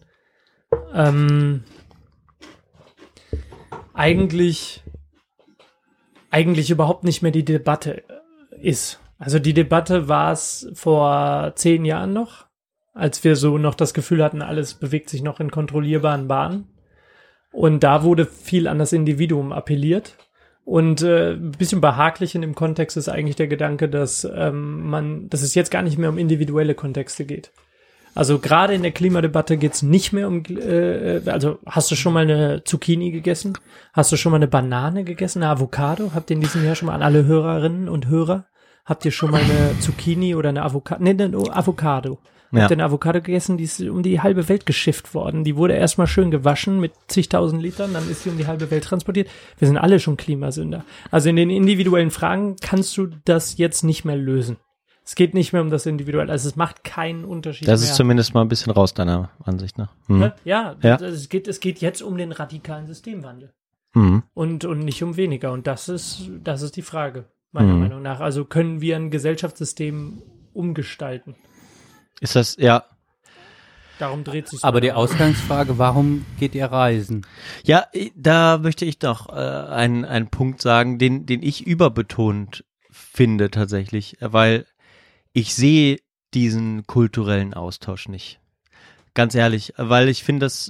eigentlich überhaupt nicht mehr die Debatte ist. Also die Debatte war es vor 10 Jahren noch, als wir so noch das Gefühl hatten, alles bewegt sich noch in kontrollierbaren Bahnen. Und da wurde viel an das Individuum appelliert. Und ein bisschen behaglich in dem Kontext ist eigentlich der Gedanke, dass es jetzt gar nicht mehr um individuelle Kontexte geht. Also gerade in der Klimadebatte geht's nicht mehr um, also hast du schon mal eine Zucchini gegessen? Hast du schon mal eine Banane gegessen? Eine Avocado? Habt ihr in diesem Jahr schon mal an alle Hörerinnen und Hörer, habt ihr schon mal eine Zucchini oder eine Avocado? Nee, eine Avocado. Ja. Habt ihr eine Avocado gegessen? Die ist um die halbe Welt geschifft worden. Die wurde erstmal schön gewaschen mit zigtausend Litern, dann ist sie um die halbe Welt transportiert. Wir sind alle schon Klimasünder. Also in den individuellen Fragen kannst du das jetzt nicht mehr lösen. Es geht nicht mehr um das Individuelle, also es macht keinen Unterschied Das mehr. ist zumindest mal ein bisschen raus deiner Ansicht nach. Ja. Es geht jetzt um den radikalen Systemwandel. Und nicht um weniger. Und das ist die Frage, meiner Meinung nach. Also können wir ein Gesellschaftssystem umgestalten? Ist das, ja. Darum dreht sich. Aber die Ausgangsfrage, warum geht ihr reisen? Ja, da möchte ich noch einen Punkt sagen, den ich überbetont finde tatsächlich, weil ich sehe diesen kulturellen Austausch nicht. Ganz ehrlich, weil ich finde, dass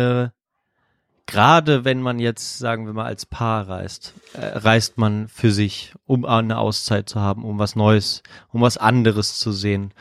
gerade wenn man jetzt, sagen wir mal, als Paar reist man für sich, um eine Auszeit zu haben, um was Neues, um was anderes zu sehen,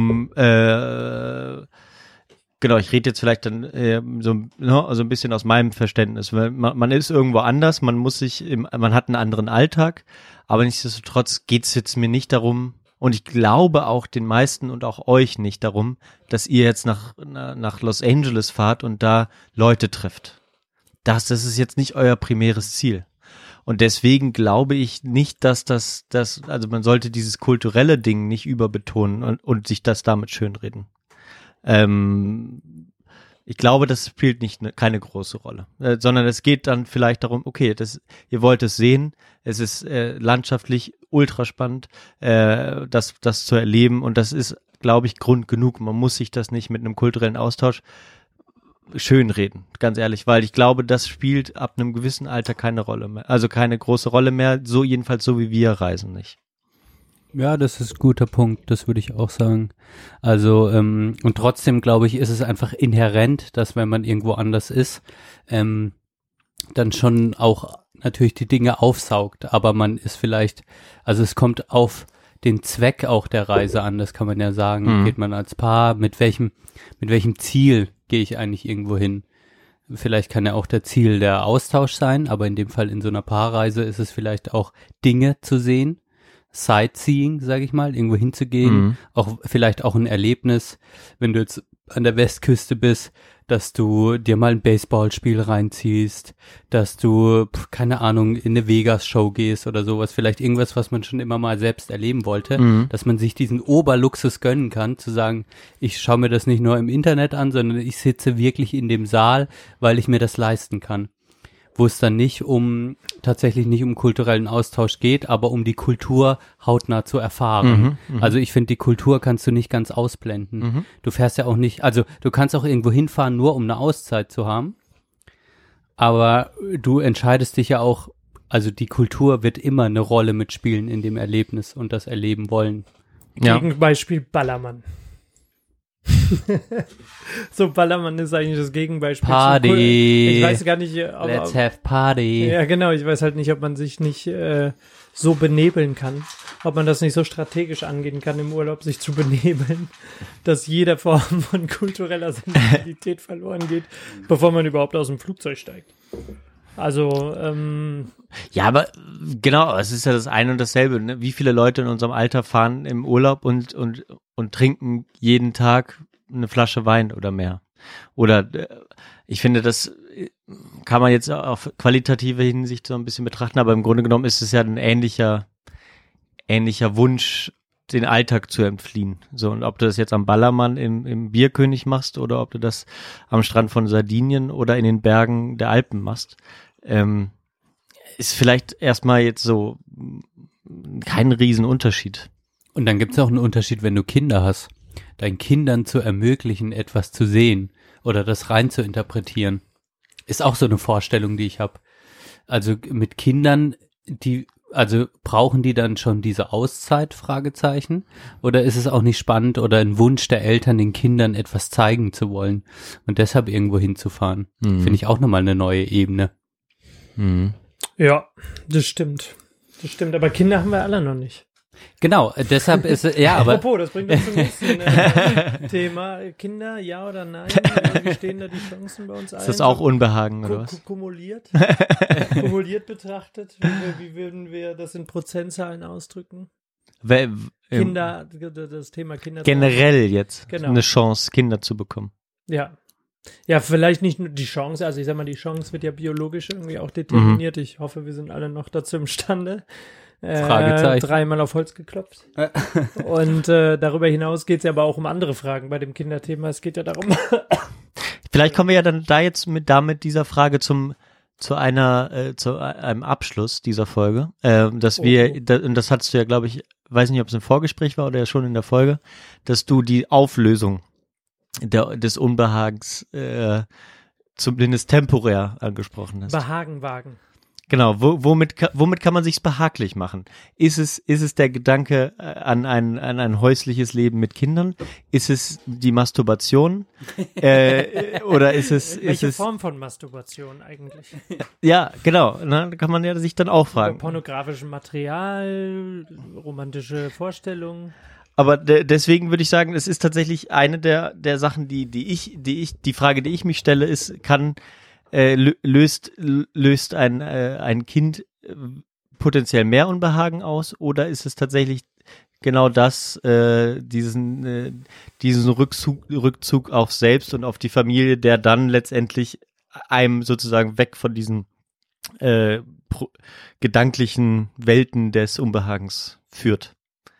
genau, ich rede jetzt vielleicht dann so ein bisschen aus meinem Verständnis, weil man ist irgendwo anders, man hat einen anderen Alltag, aber nichtsdestotrotz geht's jetzt mir nicht darum, und ich glaube auch den meisten und auch euch nicht darum, dass ihr jetzt nach Los Angeles fahrt und da Leute trefft. Das ist jetzt nicht euer primäres Ziel. Und deswegen glaube ich nicht, dass also man sollte dieses kulturelle Ding nicht überbetonen und sich das damit schönreden. Ich glaube, das spielt keine große Rolle, sondern es geht dann vielleicht darum, okay, ihr wollt es sehen, es ist landschaftlich ultra spannend, das zu erleben, und das ist, glaube ich, Grund genug. Man muss sich das nicht mit einem kulturellen Austausch schönreden, ganz ehrlich, weil ich glaube, das spielt ab einem gewissen Alter keine Rolle mehr, also keine große Rolle mehr, so jedenfalls so wie wir reisen nicht. Ja, das ist ein guter Punkt, das würde ich auch sagen. Also, und trotzdem, glaube ich, ist es einfach inhärent, dass wenn man irgendwo anders ist, dann schon auch natürlich die Dinge aufsaugt, aber man ist vielleicht, also es kommt auf den Zweck auch der Reise an, das kann man ja sagen. Geht man als Paar, mit welchem Ziel gehe ich eigentlich irgendwo hin? Vielleicht kann ja auch der Ziel der Austausch sein, aber in dem Fall in so einer Paarreise ist es vielleicht auch Dinge zu sehen, Sightseeing, sage ich mal, irgendwo hinzugehen, auch vielleicht auch ein Erlebnis, wenn du jetzt an der Westküste bist, dass du dir mal ein Baseballspiel reinziehst, dass du, keine Ahnung, in eine Vegas-Show gehst oder sowas, vielleicht irgendwas, was man schon immer mal selbst erleben wollte, dass man sich diesen Oberluxus gönnen kann, zu sagen, ich schaue mir das nicht nur im Internet an, sondern ich sitze wirklich in dem Saal, weil ich mir das leisten kann. Wo es dann tatsächlich nicht um kulturellen Austausch geht, aber um die Kultur hautnah zu erfahren. Also ich finde, die Kultur kannst du nicht ganz ausblenden. Du fährst ja auch nicht, also du kannst auch irgendwo hinfahren, nur um eine Auszeit zu haben, aber du entscheidest dich ja auch, also die Kultur wird immer eine Rolle mitspielen in dem Erlebnis und das erleben wollen. Ja. Gegenbeispiel Ballermann. So, Ballermann ist eigentlich das Gegenbeispiel. Party. Ich weiß gar nicht, Let's have party. Ja, genau. Ich weiß halt nicht, ob man sich nicht so benebeln kann. Ob man das nicht so strategisch angehen kann, im Urlaub sich zu benebeln, dass jede Form von kultureller Sensibilität verloren geht, bevor man überhaupt aus dem Flugzeug steigt. Also, ja, aber genau, es ist ja das eine und dasselbe. Ne? Wie viele Leute in unserem Alter fahren im Urlaub und trinken jeden Tag eine Flasche Wein oder mehr? Oder ich finde, das kann man jetzt auf qualitative Hinsicht so ein bisschen betrachten, aber im Grunde genommen ist es ja ein ähnlicher Wunsch, den Alltag zu entfliehen. So, und ob du das jetzt am Ballermann im Bierkönig machst oder ob du das am Strand von Sardinien oder in den Bergen der Alpen machst, ist vielleicht erstmal jetzt so kein Riesenunterschied. Und dann gibt es auch einen Unterschied, wenn du Kinder hast, deinen Kindern zu ermöglichen, etwas zu sehen oder das rein zu interpretieren. Ist auch so eine Vorstellung, die ich habe. Also mit Kindern, brauchen die dann schon diese Auszeit, Fragezeichen? Oder ist es auch nicht spannend oder ein Wunsch der Eltern, den Kindern etwas zeigen zu wollen und deshalb irgendwo hinzufahren? Finde ich auch nochmal eine neue Ebene. Ja, das stimmt. Das stimmt, aber Kinder haben wir alle noch nicht. Genau, deshalb ist ja, aber apropos, das bringt uns zum nächsten Thema. Kinder, ja oder nein? Wie stehen da die Chancen bei uns allen? Ist das auch Unbehagen oder was? Kumuliert betrachtet? Wie würden wir das in Prozentzahlen ausdrücken? Kinder, das Thema Kinder. Generell jetzt genau. Eine Chance, Kinder zu bekommen. Ja. Ja, vielleicht nicht nur die Chance, also ich sag mal, die Chance wird ja biologisch irgendwie auch determiniert. Ich hoffe, wir sind alle noch dazu imstande. Fragezeichen. 3-mal auf Holz geklopft. Und darüber hinaus geht es ja aber auch um andere Fragen bei dem Kinderthema. Es geht ja darum. Vielleicht kommen wir ja dann da jetzt mit dieser Frage zu einem Abschluss dieser Folge, dass und das hattest du ja, glaube ich, weiß nicht, ob es im Vorgespräch war oder schon in der Folge, dass du die Auflösung des Unbehagens zumindest temporär angesprochen hast. Behagen wagen. Genau, womit kann man sich's behaglich machen? Ist es der Gedanke an ein häusliches Leben mit Kindern? Ist es die Masturbation? Oder ist es Welche Form von Masturbation eigentlich? Ja, genau, ne, da kann man ja sich dann auch fragen. Pornografischem Material, romantische Vorstellungen. Aber deswegen würde ich sagen, es ist tatsächlich eine der Sachen, die Frage, die ich mich stelle, ist, löst ein Kind potenziell mehr Unbehagen aus oder ist es tatsächlich genau das, diesen Rückzug auf selbst und auf die Familie, der dann letztendlich einem sozusagen weg von diesen gedanklichen Welten des Unbehagens führt?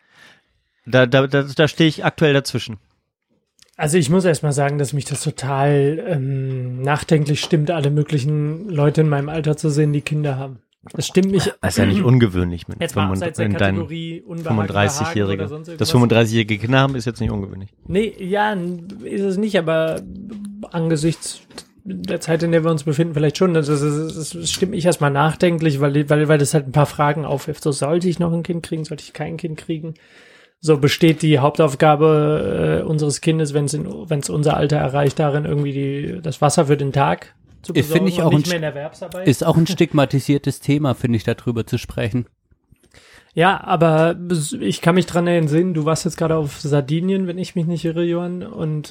Da stehe ich aktuell dazwischen. Also ich muss erstmal sagen, dass mich das total nachdenklich stimmt, alle möglichen Leute in meinem Alter zu sehen, die Kinder haben. Das stimmt mich. Das ist ja nicht ungewöhnlich mit jetzt mal abseits der Kategorie 35-Jährige. Das 35-jährige Kinder haben ist jetzt nicht ungewöhnlich. Nee, ja, ist es nicht, aber angesichts der Zeit, in der wir uns befinden, vielleicht schon. Das stimmt mich erstmal nachdenklich, weil das halt ein paar Fragen aufwirft. So, sollte ich noch ein Kind kriegen, sollte ich kein Kind kriegen? So besteht die Hauptaufgabe unseres Kindes, wenn es unser Alter erreicht, darin irgendwie das Wasser für den Tag zu besorgen ich auch und nicht mehr in Erwerbsarbeit. Ist auch ein stigmatisiertes Thema, finde ich, darüber zu sprechen. Ja, aber ich kann mich dran erinnern, du warst jetzt gerade auf Sardinien, wenn ich mich nicht irre, Johann, und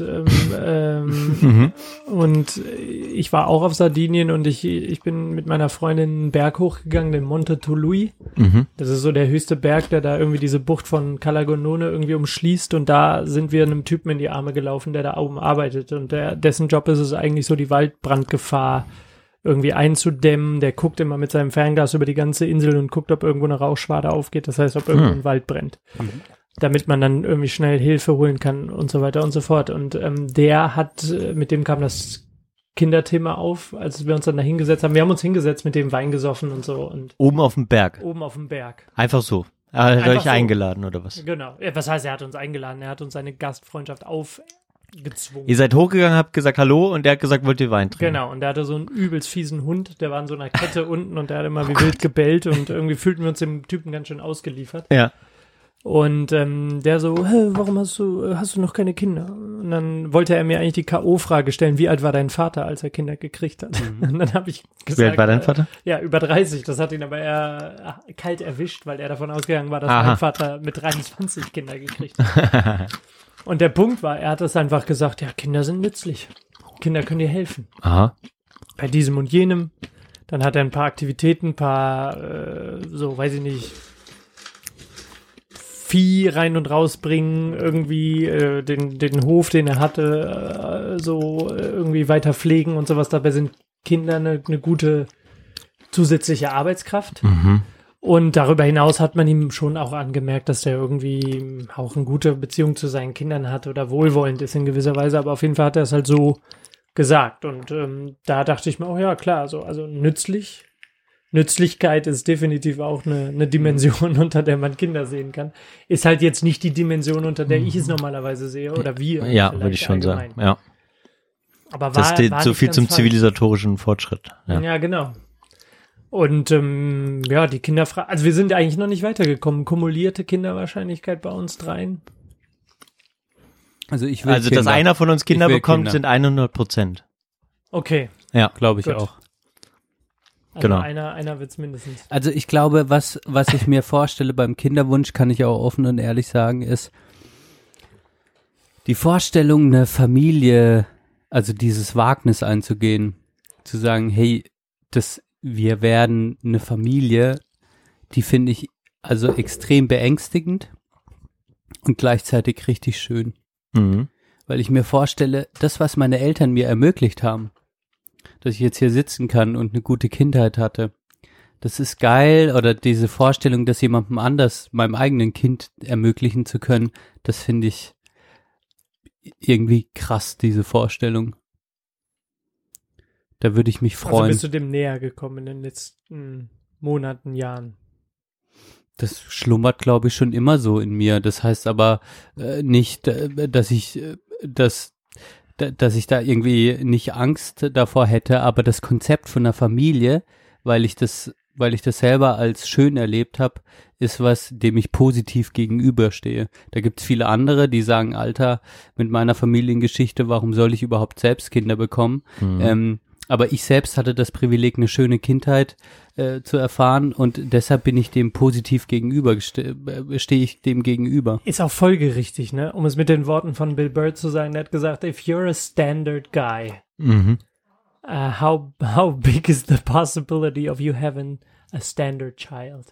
und ich war auch auf Sardinien und ich bin mit meiner Freundin einen Berg hochgegangen, den Monte Tolui. Das ist so der höchste Berg, der da irgendwie diese Bucht von Calagonone irgendwie umschließt, und da sind wir einem Typen in die Arme gelaufen, der da oben arbeitet, und dessen Job ist es eigentlich so, die Waldbrandgefahr irgendwie einzudämmen. Der guckt immer mit seinem Fernglas über die ganze Insel und guckt, ob irgendwo eine Rauchschwade aufgeht, das heißt, ob irgendwo ein Wald brennt. Damit man dann irgendwie schnell Hilfe holen kann und so weiter und so fort. Und mit dem kam das Kinderthema auf, als wir uns dann da hingesetzt haben. Wir haben uns hingesetzt, mit dem Wein gesoffen und so. Und oben auf dem Berg? Oben auf dem Berg. Einfach so? Er hat euch eingeladen, oder was? Genau. Was heißt, er hat uns eingeladen? Er hat uns seine Gastfreundschaft aufgezwungen. Ihr seid hochgegangen, habt gesagt Hallo, und der hat gesagt, wollt ihr Wein trinken? Genau, und der hatte so einen übelst fiesen Hund, der war in so einer Kette unten und der hat immer wie wild gebellt, und irgendwie fühlten wir uns dem Typen ganz schön ausgeliefert. Ja. Und der so, warum hast du noch keine Kinder? Und dann wollte er mir eigentlich die K.O.-Frage stellen, wie alt war dein Vater, als er Kinder gekriegt hat? Und dann habe ich gesagt, wie alt war dein Vater? Ja, über 30. Das hat ihn aber eher kalt erwischt, weil er davon ausgegangen war, dass mein Vater mit 23 Kinder gekriegt hat. Und der Punkt war, er hat das einfach gesagt, ja, Kinder sind nützlich. Kinder können dir helfen. Bei diesem und jenem. Dann hat er ein paar Aktivitäten, so, weiß ich nicht, Vieh rein und rausbringen, irgendwie den Hof, den er hatte, irgendwie weiter pflegen und sowas. Dabei sind Kinder eine gute zusätzliche Arbeitskraft. Mhm. Und darüber hinaus hat man ihm schon auch angemerkt, dass er irgendwie auch eine gute Beziehung zu seinen Kindern hat oder wohlwollend ist in gewisser Weise. Aber auf jeden Fall hat er es halt so gesagt. Und da dachte ich mir auch, ja klar, also Nützlichkeit ist definitiv auch eine Dimension, unter der man Kinder sehen kann. Ist halt jetzt nicht die Dimension, unter der ich es normalerweise sehe oder wir. Ja, würde ich schon allgemein sagen. Ja. Aber Das steht war so nicht viel ganz zum falsch. zivilisatorischen Fortschritt. Ja, genau. Und die Kinderfrage, also wir sind eigentlich noch nicht weitergekommen. Kumulierte Kinderwahrscheinlichkeit bei uns dreien. Also ich will Also, Kinder. dass einer von uns Kinder Ich will bekommt, Kinder. sind 100%. Okay. Ja. Glaube ich Gut. auch. Also Genau. einer wird's mindestens. Also ich glaube, was ich mir vorstelle beim Kinderwunsch, kann ich auch offen und ehrlich sagen, ist die Vorstellung, eine Familie, also dieses Wagnis einzugehen, zu sagen, hey, wir werden eine Familie, die finde ich also extrem beängstigend und gleichzeitig richtig schön. Mhm. Weil ich mir vorstelle, das, was meine Eltern mir ermöglicht haben, dass ich jetzt hier sitzen kann und eine gute Kindheit hatte, das ist geil. Oder diese Vorstellung, das jemandem anders, meinem eigenen Kind ermöglichen zu können, das finde ich irgendwie krass, diese Vorstellung. Da würde ich mich Also freuen. bist du dem näher gekommen in den letzten Monaten, Jahren. Das schlummert, glaube ich, schon immer so in mir. Das heißt aber nicht, dass ich da irgendwie nicht Angst davor hätte, aber das Konzept von einer Familie, weil ich das selber als schön erlebt habe, ist was, dem ich positiv gegenüberstehe. Da gibt's viele andere, die sagen, Alter, mit meiner Familiengeschichte, warum soll ich überhaupt selbst Kinder bekommen? Mhm. Aber ich selbst hatte das Privileg, eine schöne Kindheit zu erfahren und deshalb bin ich dem positiv stehe ich dem gegenüber. Ist auch folgerichtig, ne? Um es mit den Worten von Bill Burr zu sagen, der hat gesagt, if you're a standard guy, Mhm. how big is the possibility of you having a standard child?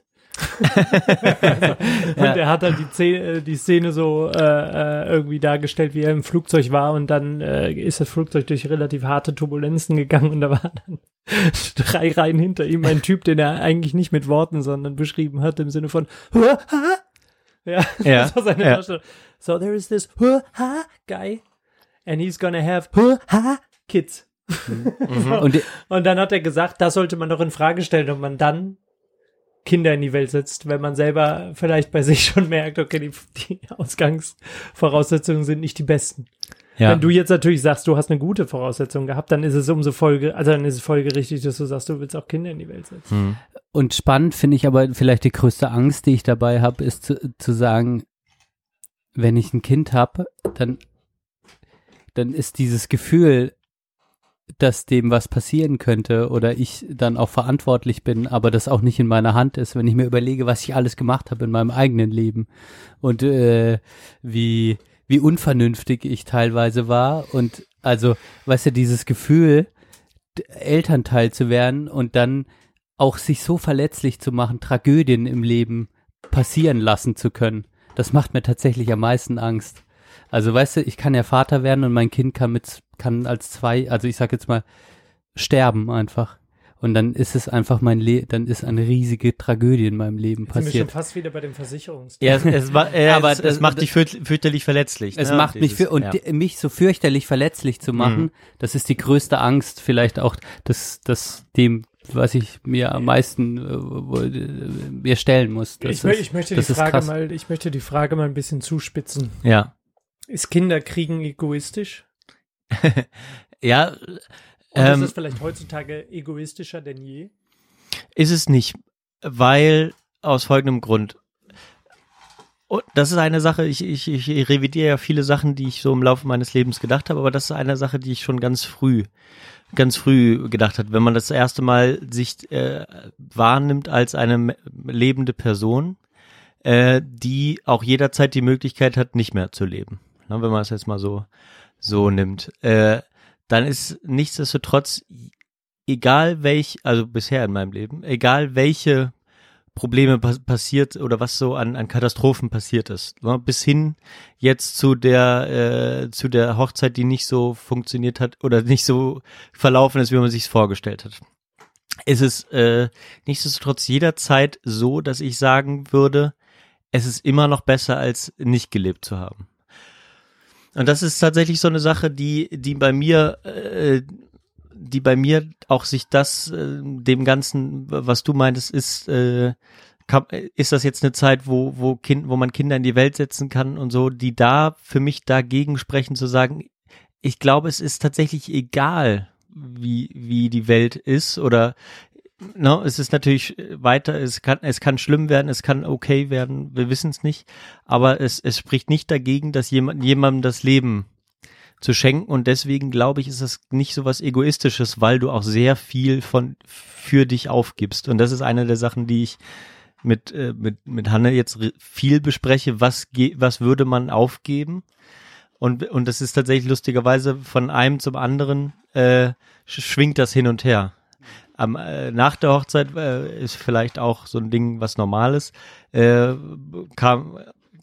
Und er hat halt die Szene so irgendwie dargestellt, wie er im Flugzeug war und dann ist das Flugzeug durch relativ harte Turbulenzen gegangen und da war dann 3 Reihen hinter ihm ein Typ, den er eigentlich nicht mit Worten, sondern beschrieben hat im Sinne von ja, Ja, das war seine ja. Vorstellung. So there is this guy and he's gonna have kids. Und Und dann hat er gesagt, das sollte man doch in Frage stellen, ob man dann Kinder in die Welt setzt, wenn man selber vielleicht bei sich schon merkt, okay, die Ausgangsvoraussetzungen sind nicht die besten. Ja. Wenn du jetzt natürlich sagst, du hast eine gute Voraussetzung gehabt, dann ist es folgerichtig, dass du sagst, du willst auch Kinder in die Welt setzen. Mhm. Und spannend finde ich aber vielleicht die größte Angst, die ich dabei habe, ist zu sagen, wenn ich ein Kind habe, dann ist dieses Gefühl, dass dem was passieren könnte oder ich dann auch verantwortlich bin, aber das auch nicht in meiner Hand ist, wenn ich mir überlege, was ich alles gemacht habe in meinem eigenen Leben und wie unvernünftig ich teilweise war und also, weißt du, dieses Gefühl, Elternteil zu werden und dann auch sich so verletzlich zu machen, Tragödien im Leben passieren lassen zu können, das macht mir tatsächlich am meisten Angst. Also weißt du, ich kann ja Vater werden und mein Kind kann als 2, also ich sag jetzt mal, sterben einfach. Und dann ist es einfach dann ist eine riesige Tragödie in meinem Leben Jetzt sind wir schon passiert. fast wieder bei dem Versicherungs. Ja, Aber es macht dich fürchterlich verletzlich. Es ne? macht mich mich so fürchterlich verletzlich zu machen, das ist die größte Angst, vielleicht auch dem, was ich mir am meisten mir stellen muss. Ich möchte die Frage mal ein bisschen zuspitzen. Ja. Ist Kinderkriegen egoistisch? Ja. Und ist es vielleicht heutzutage egoistischer denn je? Ist es nicht, weil aus folgendem Grund. Und das ist eine Sache, ich revidiere ja viele Sachen, die ich so im Laufe meines Lebens gedacht habe, aber das ist eine Sache, die ich schon ganz früh gedacht habe. Wenn man das erste Mal sich wahrnimmt als eine lebende Person, die auch jederzeit die Möglichkeit hat, nicht mehr zu leben. Na, wenn man es jetzt mal so nimmt. Dann ist nichtsdestotrotz also bisher in meinem Leben, egal welche Probleme passiert oder was so an Katastrophen passiert ist, ne? Bis hin jetzt zu der Hochzeit, die nicht so funktioniert hat oder nicht so verlaufen ist, wie man sich's vorgestellt hat. Es ist nichtsdestotrotz jederzeit so, dass ich sagen würde, es ist immer noch besser, als nicht gelebt zu haben. Und das ist tatsächlich so eine Sache, die bei mir auch sich dem Ganzen, was du meintest, ist das jetzt eine Zeit, wo man Kinder in die Welt setzen kann und so, die da für mich dagegen sprechen, zu sagen, ich glaube, es ist tatsächlich egal, wie die Welt ist oder es ist natürlich weiter, es kann schlimm werden, es kann okay werden, wir wissen es nicht, aber es spricht nicht dagegen, dass jemandem das Leben zu schenken, und deswegen glaube ich, ist das nicht so was Egoistisches, weil du auch sehr viel für dich aufgibst, und das ist eine der Sachen, die ich mit Hanne jetzt viel bespreche, was würde man aufgeben, und das ist tatsächlich lustigerweise von einem zum anderen schwingt das hin und her. Nach der Hochzeit ist vielleicht auch so ein Ding, was Normales, kam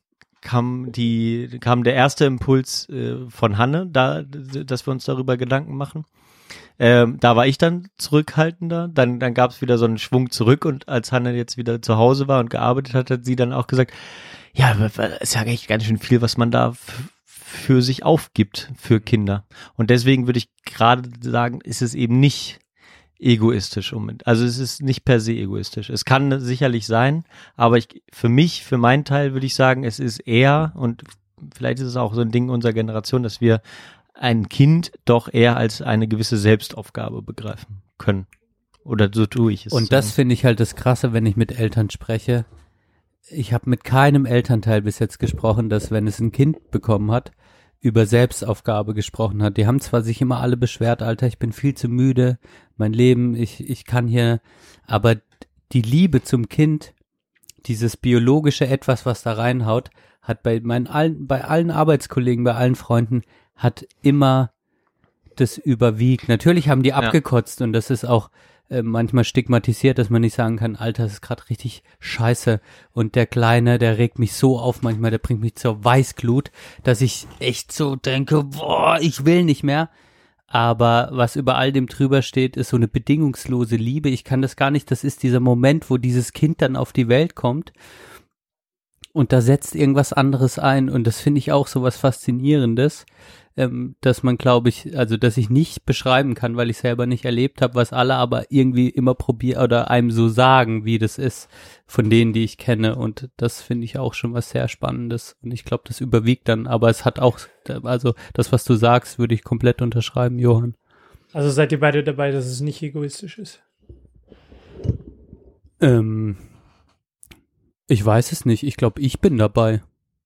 der erste Impuls von Hanne, dass wir uns darüber Gedanken machen. Da war ich dann zurückhaltender, dann gab es wieder so einen Schwung zurück, und als Hanne jetzt wieder zu Hause war und gearbeitet hat sie dann auch gesagt, ja, ist ja echt ganz schön viel, was man da für sich aufgibt für Kinder. Und deswegen würde ich gerade sagen, ist es eben nicht egoistisch. Also es ist nicht per se egoistisch. Es kann sicherlich sein, aber für meinen Teil würde ich sagen, es ist eher, und vielleicht ist es auch so ein Ding unserer Generation, dass wir ein Kind doch eher als eine gewisse Selbstaufgabe begreifen können. Oder so tue ich es. Und das finde ich halt das Krasse, wenn ich mit Eltern spreche. Ich habe mit keinem Elternteil bis jetzt gesprochen, dass, wenn es ein Kind bekommen hat, über Selbstaufgabe gesprochen hat. Die haben zwar sich immer alle beschwert, Alter, ich bin viel zu müde, mein Leben, ich kann hier, aber die Liebe zum Kind, dieses biologische Etwas, was da reinhaut, hat bei allen Arbeitskollegen, bei allen Freunden, hat immer das überwiegt. Natürlich haben die abgekotzt, und das ist auch manchmal stigmatisiert, dass man nicht sagen kann, Alter, das ist gerade richtig scheiße, und der Kleine, der regt mich so auf manchmal, der bringt mich zur Weißglut, dass ich echt so denke, boah, ich will nicht mehr. Aber was über all dem drüber steht, ist so eine bedingungslose Liebe. Ich kann das gar nicht, das ist dieser Moment, wo dieses Kind dann auf die Welt kommt und da setzt irgendwas anderes ein, und das finde ich auch so was Faszinierendes, dass man, glaube ich, also dass ich nicht beschreiben kann, weil ich selber nicht erlebt habe, was alle aber irgendwie immer probieren oder einem so sagen, wie das ist, von denen, die ich kenne, und das finde ich auch schon was sehr Spannendes, und ich glaube, das überwiegt dann, aber es hat auch, also das, was du sagst, würde ich komplett unterschreiben, Johann. Also seid ihr beide dabei, dass es nicht egoistisch ist? Ich weiß es nicht, ich glaube, ich bin dabei.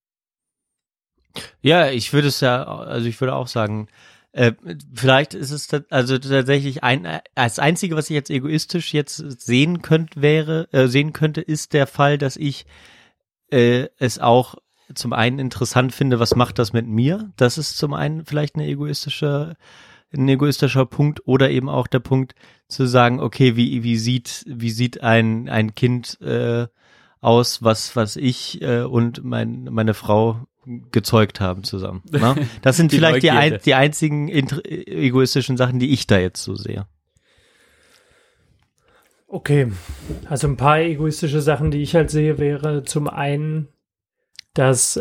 Ja, ich würde auch sagen, vielleicht ist es tatsächlich als Einzige, was ich jetzt egoistisch jetzt sehen könnte, ist der Fall, dass ich es auch zum einen interessant finde, was macht das mit mir? Das ist zum einen vielleicht ein egoistischer Punkt, oder eben auch der Punkt zu sagen, okay, wie sieht ein Kind aus, was ich und meine Frau gezeugt haben zusammen. Ne? Das sind vielleicht die einzigen egoistischen Sachen, die ich da jetzt so sehe. Okay, also ein paar egoistische Sachen, die ich halt sehe, wäre zum einen, dass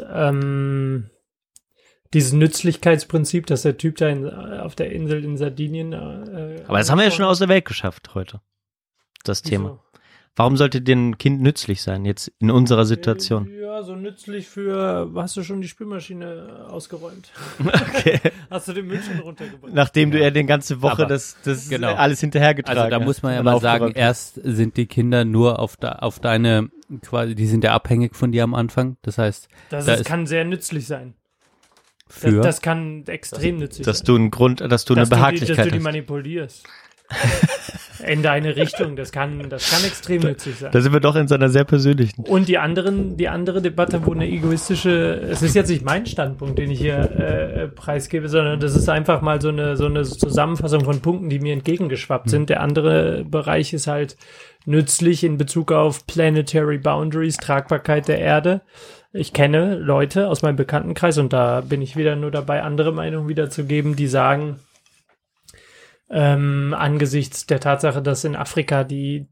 dieses Nützlichkeitsprinzip, dass der Typ da auf der Insel in Sardinien aber das haben wir ja schon aus der Welt geschafft heute, das Thema. Warum sollte dir ein Kind nützlich sein, jetzt in unserer Situation? Ja, so nützlich hast du schon die Spülmaschine ausgeräumt? Okay. Hast du den Müll schon runtergebracht? Nachdem du die ganze Woche das genau alles hinterhergetragen hast. Also da muss man ja mal sagen, erst sind die Kinder nur auf deine, quasi, die sind ja abhängig von dir am Anfang. Das heißt, das kann sehr nützlich sein. Das kann extrem nützlich sein. Dass du eine Behaglichkeit hast. Dass du die manipulierst. in deine Richtung. Das kann extrem nützlich sein. Da sind wir doch in so einer sehr persönlichen. Und die andere Debatte, wo eine egoistische, es ist jetzt nicht mein Standpunkt, den ich hier preisgebe, sondern das ist einfach mal so eine Zusammenfassung von Punkten, die mir entgegengeschwappt sind. Der andere Bereich ist halt nützlich in Bezug auf Planetary Boundaries, Tragbarkeit der Erde. Ich kenne Leute aus meinem Bekanntenkreis, und da bin ich wieder nur dabei, andere Meinungen wiederzugeben, die sagen, angesichts der Tatsache, dass in Afrika der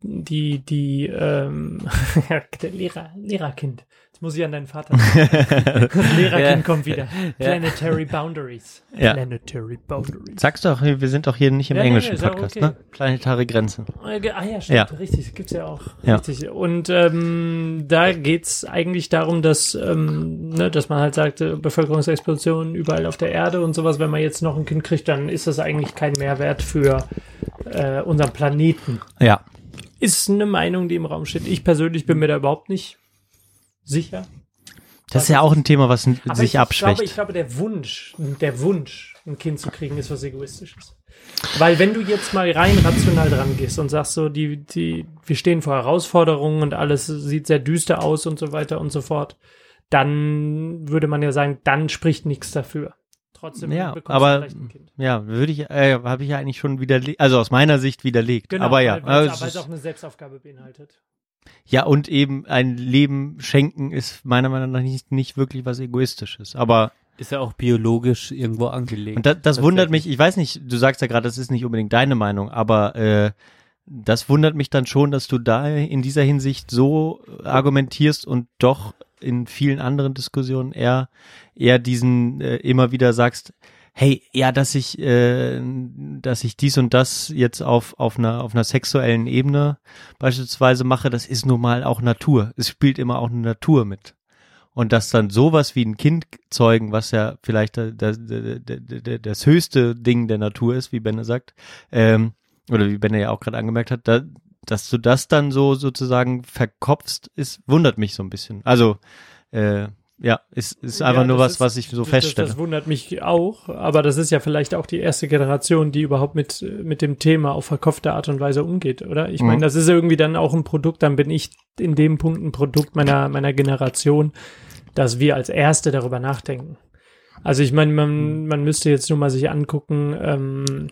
Lehrerkind, jetzt muss ich an deinen Vater sagen. Das Lehrerkind kommt wieder. Planetary Boundaries. Ja. Planetary Boundaries. Sag's doch, wir sind doch hier nicht im englischen Podcast, okay. ne? Planetare Grenzen. Ah ja, stimmt, Ja. richtig, gibt's ja auch. Ja. Richtig. Und da geht's eigentlich darum, dass man halt sagt, Bevölkerungsexplosion überall auf der Erde und sowas, wenn man jetzt noch ein Kind kriegt, dann ist das eigentlich kein Mehrwert für unseren Planeten. Ja. Ist eine Meinung, die im Raum steht. Ich persönlich bin mir da überhaupt nicht sicher. Das ist ja auch ein Thema, was Aber sich abschwächt. Ich glaube, der Wunsch, ein Kind zu kriegen, ist was Egoistisches. Weil wenn du jetzt mal rein rational dran gehst und sagst so, wir stehen vor Herausforderungen und alles sieht sehr düster aus und so weiter und so fort, dann würde man ja sagen, dann spricht nichts dafür. Trotzdem bekommst du vielleicht ein Kind. Ja, habe ich ja eigentlich schon widerlegt, also aus meiner Sicht widerlegt. Genau, aber ja. weil es auch eine Selbstaufgabe beinhaltet. Ja, und eben ein Leben schenken ist meiner Meinung nach nicht wirklich was Egoistisches. Aber ist ja auch biologisch irgendwo angelegt. Und das wundert mich, ich weiß nicht, du sagst ja gerade, das ist nicht unbedingt deine Meinung, aber das wundert mich dann schon, dass du da in dieser Hinsicht so argumentierst und doch in vielen anderen Diskussionen eher diesen immer wieder sagst, hey, ja, dass ich dies und das jetzt auf einer sexuellen Ebene beispielsweise mache, das ist nun mal auch Natur. Es spielt immer auch eine Natur mit. Und dass dann sowas wie ein Kind zeugen, was ja vielleicht das höchste Ding der Natur ist, wie Benne sagt, oder wie Benne ja auch gerade angemerkt hat, dass du das dann so sozusagen verkopfst, wundert mich so ein bisschen. Also, ist einfach nur was ich so feststelle. Das wundert mich auch, aber das ist ja vielleicht auch die erste Generation, die überhaupt mit dem Thema auf verkopfte Art und Weise umgeht, oder? Ich meine, das ist irgendwie dann auch ein Produkt, dann bin ich in dem Punkt ein Produkt meiner Generation, dass wir als Erste darüber nachdenken. Also ich meine, man müsste jetzt nur mal sich angucken,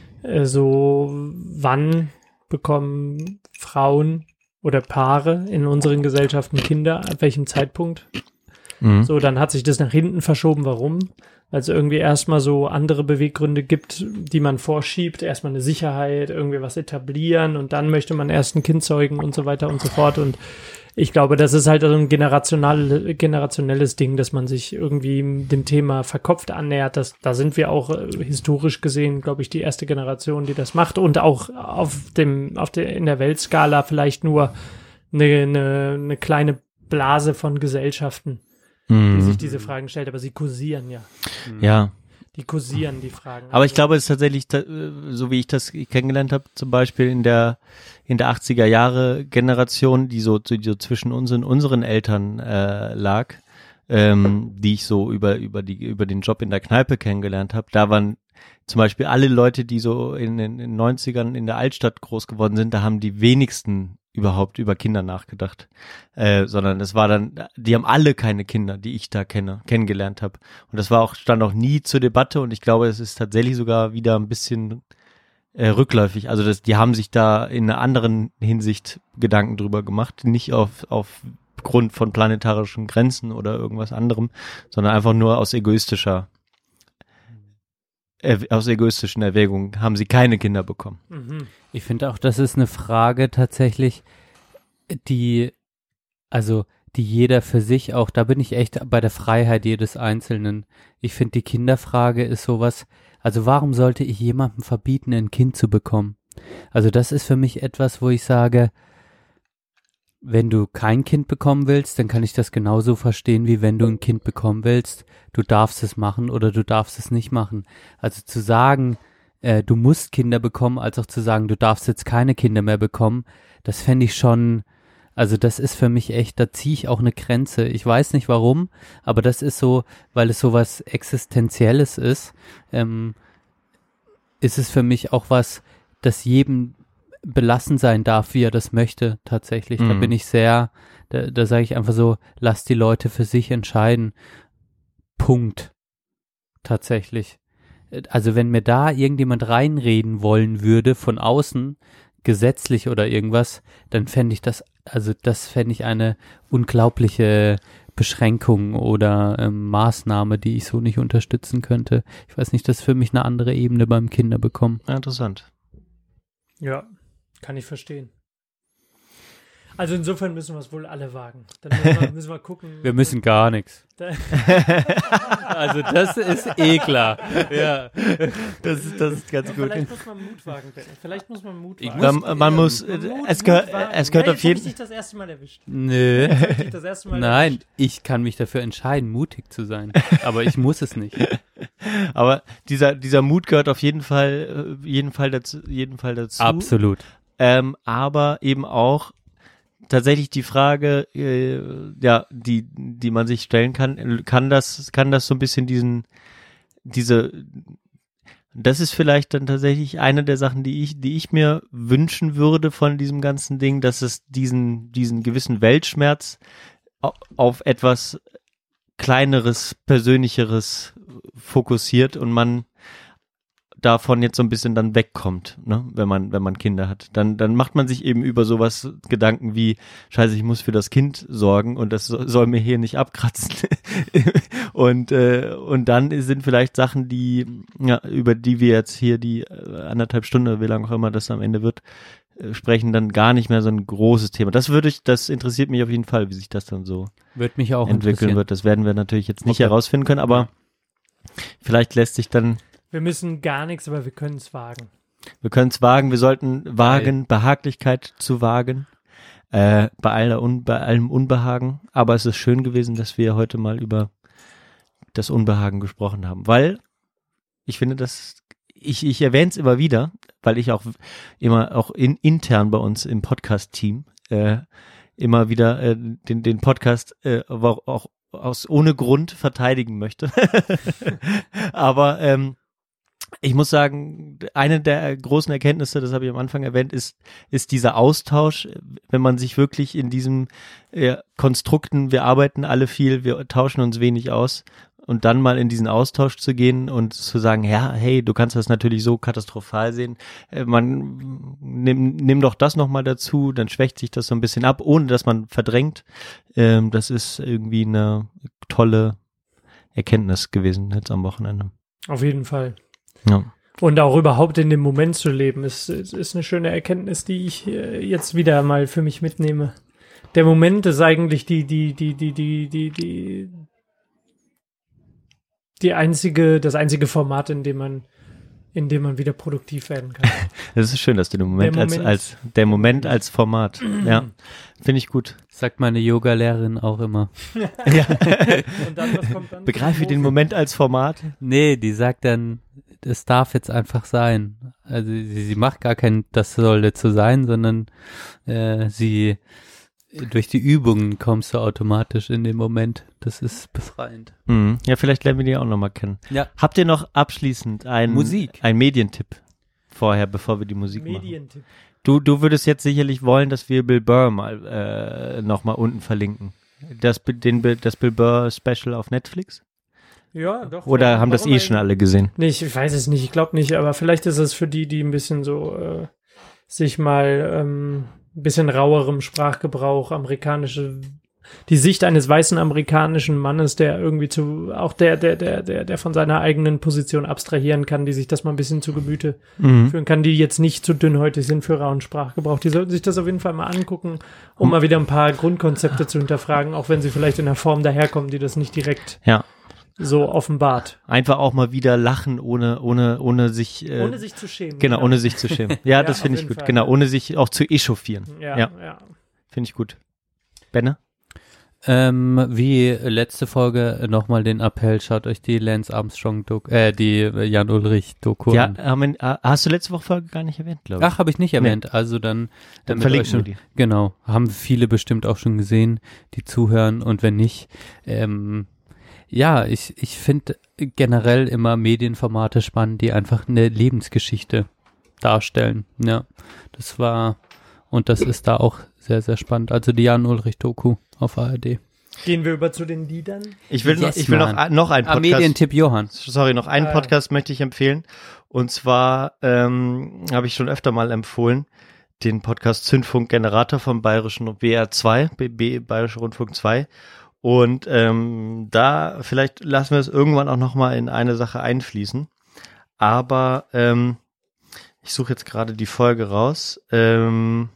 wann bekommen Frauen oder Paare in unseren Gesellschaften Kinder, ab welchem Zeitpunkt? So, dann hat sich das nach hinten verschoben. Warum? Weil es irgendwie erstmal so andere Beweggründe gibt, die man vorschiebt. Erstmal eine Sicherheit, irgendwie was etablieren und dann möchte man erst ein Kind zeugen und so weiter und so fort. Und ich glaube, das ist halt so ein generationelles Ding, dass man sich irgendwie dem Thema verkopft annähert. Da sind wir auch historisch gesehen, glaube ich, die erste Generation, die das macht und auch in der Weltskala vielleicht nur eine kleine Blase von Gesellschaften, die sich diese Fragen stellt, aber sie kursieren ja. Ja. Die kursieren die Fragen. Aber ich glaube, es ist tatsächlich, so wie ich das kennengelernt habe, zum Beispiel in der 80er Jahre Generation, die so zwischen uns und unseren Eltern lag, die ich so über den Job in der Kneipe kennengelernt habe, da waren zum Beispiel alle Leute, die so in den 90ern in der Altstadt groß geworden sind, da haben die wenigsten überhaupt über Kinder nachgedacht, sondern es war dann, die haben alle keine Kinder, die ich da kennengelernt habe. Und das stand auch nie zur Debatte und ich glaube, es ist tatsächlich sogar wieder ein bisschen rückläufig. Also die haben sich da in einer anderen Hinsicht Gedanken drüber gemacht, nicht aufgrund von planetarischen Grenzen oder irgendwas anderem, sondern einfach nur aus egoistischen Erwägungen haben sie keine Kinder bekommen. Ich finde auch, das ist eine Frage tatsächlich, die jeder für sich auch, da bin ich echt bei der Freiheit jedes Einzelnen. Ich finde, die Kinderfrage ist sowas, also warum sollte ich jemandem verbieten, ein Kind zu bekommen? Also das ist für mich etwas, wo ich sage, wenn du kein Kind bekommen willst, dann kann ich das genauso verstehen, wie wenn du ein Kind bekommen willst, du darfst es machen oder du darfst es nicht machen. Also zu sagen, du musst Kinder bekommen, als auch zu sagen, du darfst jetzt keine Kinder mehr bekommen, das fände ich schon, also das ist für mich echt, da ziehe ich auch eine Grenze. Ich weiß nicht warum, aber das ist so, weil es so was Existenzielles ist, ist es für mich auch was, das jedem belassen sein darf, wie er das möchte, tatsächlich. Da bin ich sehr, da sage ich einfach so, lass die Leute für sich entscheiden. Punkt. Tatsächlich. Also wenn mir da irgendjemand reinreden wollen würde, von außen, gesetzlich oder irgendwas, dann fände ich das fände ich eine unglaubliche Beschränkung oder Maßnahme, die ich so nicht unterstützen könnte. Ich weiß nicht, das ist für mich eine andere Ebene beim Kinderbekommen. Ja, interessant. Ja, kann ich verstehen. Also insofern müssen wir es wohl alle wagen. Dann müssen wir gucken. Wir müssen gar nichts. Also das ist klar. Ja. Das ist ganz gut. Vielleicht muss man Mut wagen, Ben. Vielleicht muss man Mut wagen. Es gehört auf jeden Fall. Ich dich das erste Mal erwischt. Nö. Das erste Mal Nein, erwischt. ich kann mich dafür entscheiden, mutig zu sein. Aber ich muss es nicht. Aber dieser Mut gehört auf jeden Fall dazu. Absolut. Aber eben auch tatsächlich die Frage, die man sich stellen kann das so ein bisschen das ist vielleicht dann tatsächlich eine der Sachen, die ich mir wünschen würde von diesem ganzen Ding, dass es diesen gewissen Weltschmerz auf etwas Kleineres, Persönlicheres fokussiert und man davon jetzt so ein bisschen dann wegkommt, ne, wenn man Kinder hat. Dann macht man sich eben über sowas Gedanken wie, scheiße, ich muss für das Kind sorgen und das soll mir hier nicht abkratzen. und dann sind vielleicht Sachen, über die wir jetzt hier die 1,5 Stunden, wie lange auch immer das am Ende wird, sprechen, dann gar nicht mehr so ein großes Thema. Das interessiert mich auf jeden Fall, wie sich das dann so mich auch entwickeln wird. Das werden wir natürlich jetzt nicht herausfinden können, aber vielleicht lässt sich dann. Wir müssen gar nichts, aber wir können es wagen. Wir können es wagen, wir sollten wagen, Behaglichkeit zu wagen, bei allem Unbehagen. Aber es ist schön gewesen, dass wir heute mal über das Unbehagen gesprochen haben, weil ich finde, ich erwähne es immer wieder, weil ich auch immer auch intern bei uns im Podcast-Team immer wieder den Podcast auch ohne Grund verteidigen möchte. Aber ich muss sagen, eine der großen Erkenntnisse, das habe ich am Anfang erwähnt, ist dieser Austausch, wenn man sich wirklich in diesem Konstrukten, wir arbeiten alle viel, wir tauschen uns wenig aus und dann mal in diesen Austausch zu gehen und zu sagen, ja, hey, du kannst das natürlich so katastrophal sehen, nimm doch das nochmal dazu, dann schwächt sich das so ein bisschen ab, ohne dass man verdrängt. Das ist irgendwie eine tolle Erkenntnis gewesen jetzt am Wochenende. Auf jeden Fall. Ja. Und auch überhaupt in dem Moment zu leben, ist eine schöne Erkenntnis, die ich jetzt wieder mal für mich mitnehme. Der Moment ist eigentlich das einzige Format, in dem man wieder produktiv werden kann. Das ist schön, dass du den Moment der Moment als Format, ja, finde ich gut. Sagt meine Yoga-Lehrerin auch immer. Ja. Und dann, was kommt dann? Begreife den Moment als Format? Nee, die sagt dann, es darf jetzt einfach sein. Also sie macht gar kein, das soll jetzt so sein, sondern durch die Übungen kommst du automatisch in den Moment. Das ist befreiend. Ja, vielleicht lernen wir die auch nochmal kennen. Ja. Habt ihr noch abschließend einen Medientipp vorher, bevor wir die Musik Medientipp. machen? Du würdest jetzt sicherlich wollen, dass wir Bill Burr mal nochmal unten verlinken. Das Bill Burr Special auf Netflix? Ja, doch. Oder haben das schon alle gesehen? Nee, ich weiß es nicht, ich glaube nicht, aber vielleicht ist es für die ein bisschen so sich mal ein bisschen rauerem Sprachgebrauch, die Sicht eines weißen amerikanischen Mannes, der irgendwie der von seiner eigenen Position abstrahieren kann, die sich das mal ein bisschen zu Gemüte führen kann, die jetzt nicht zu dünnhäutig sind für rauen Sprachgebrauch. Die sollten sich das auf jeden Fall mal angucken, um mal wieder ein paar Grundkonzepte zu hinterfragen, auch wenn sie vielleicht in der Form daherkommen, die das nicht direkt so offenbart. Einfach auch mal wieder lachen, ohne sich ohne sich zu schämen. Genau, ohne sich zu schämen. Ja, das finde ich gut. Fall. Genau, ohne sich auch zu echauffieren. Ja. Finde ich gut. Benne? Wie letzte Folge nochmal den Appell, schaut euch die Lance Armstrong die Jan Ulrich Doku an. Ja, hast du letzte Woche Folge gar nicht erwähnt, glaube ich. Ach, habe ich nicht erwähnt. Nee. Also dann verlinken wir die. Genau, haben viele bestimmt auch schon gesehen, die zuhören, und wenn nicht, ich finde generell immer Medienformate spannend, die einfach eine Lebensgeschichte darstellen. Ja, das ist da auch sehr, sehr spannend. Also die Jan-Ulrich-Doku auf ARD. Gehen wir über zu den Liedern? Ich will noch einen Podcast. Medientipp Johann. Sorry, noch einen Podcast möchte ich empfehlen. Und zwar habe ich schon öfter mal empfohlen, den Podcast Zündfunk Generator vom Bayerischen BR2, Bayerischer Rundfunk 2. Und da vielleicht lassen wir es irgendwann auch nochmal in eine Sache einfließen. Aber ich suche jetzt gerade die Folge raus. Genau,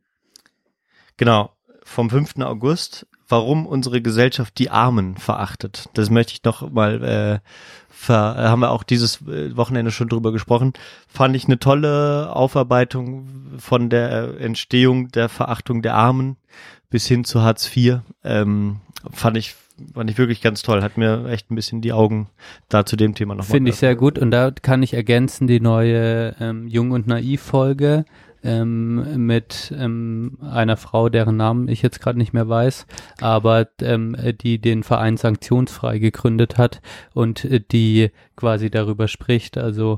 vom 5. August. Warum unsere Gesellschaft die Armen verachtet. Das möchte ich noch mal, haben wir auch dieses Wochenende schon drüber gesprochen. Fand ich eine tolle Aufarbeitung von der Entstehung der Verachtung der Armen bis hin zu Hartz IV. Fand ich wirklich ganz toll. Hat mir echt ein bisschen die Augen da zu dem Thema nochmal. Finde ich sehr gut. Und da kann ich ergänzen die neue Jung und Naiv Folge. Mit einer Frau, deren Namen ich jetzt gerade nicht mehr weiß, aber die den Verein Sanktionsfrei gegründet hat und die quasi darüber spricht, also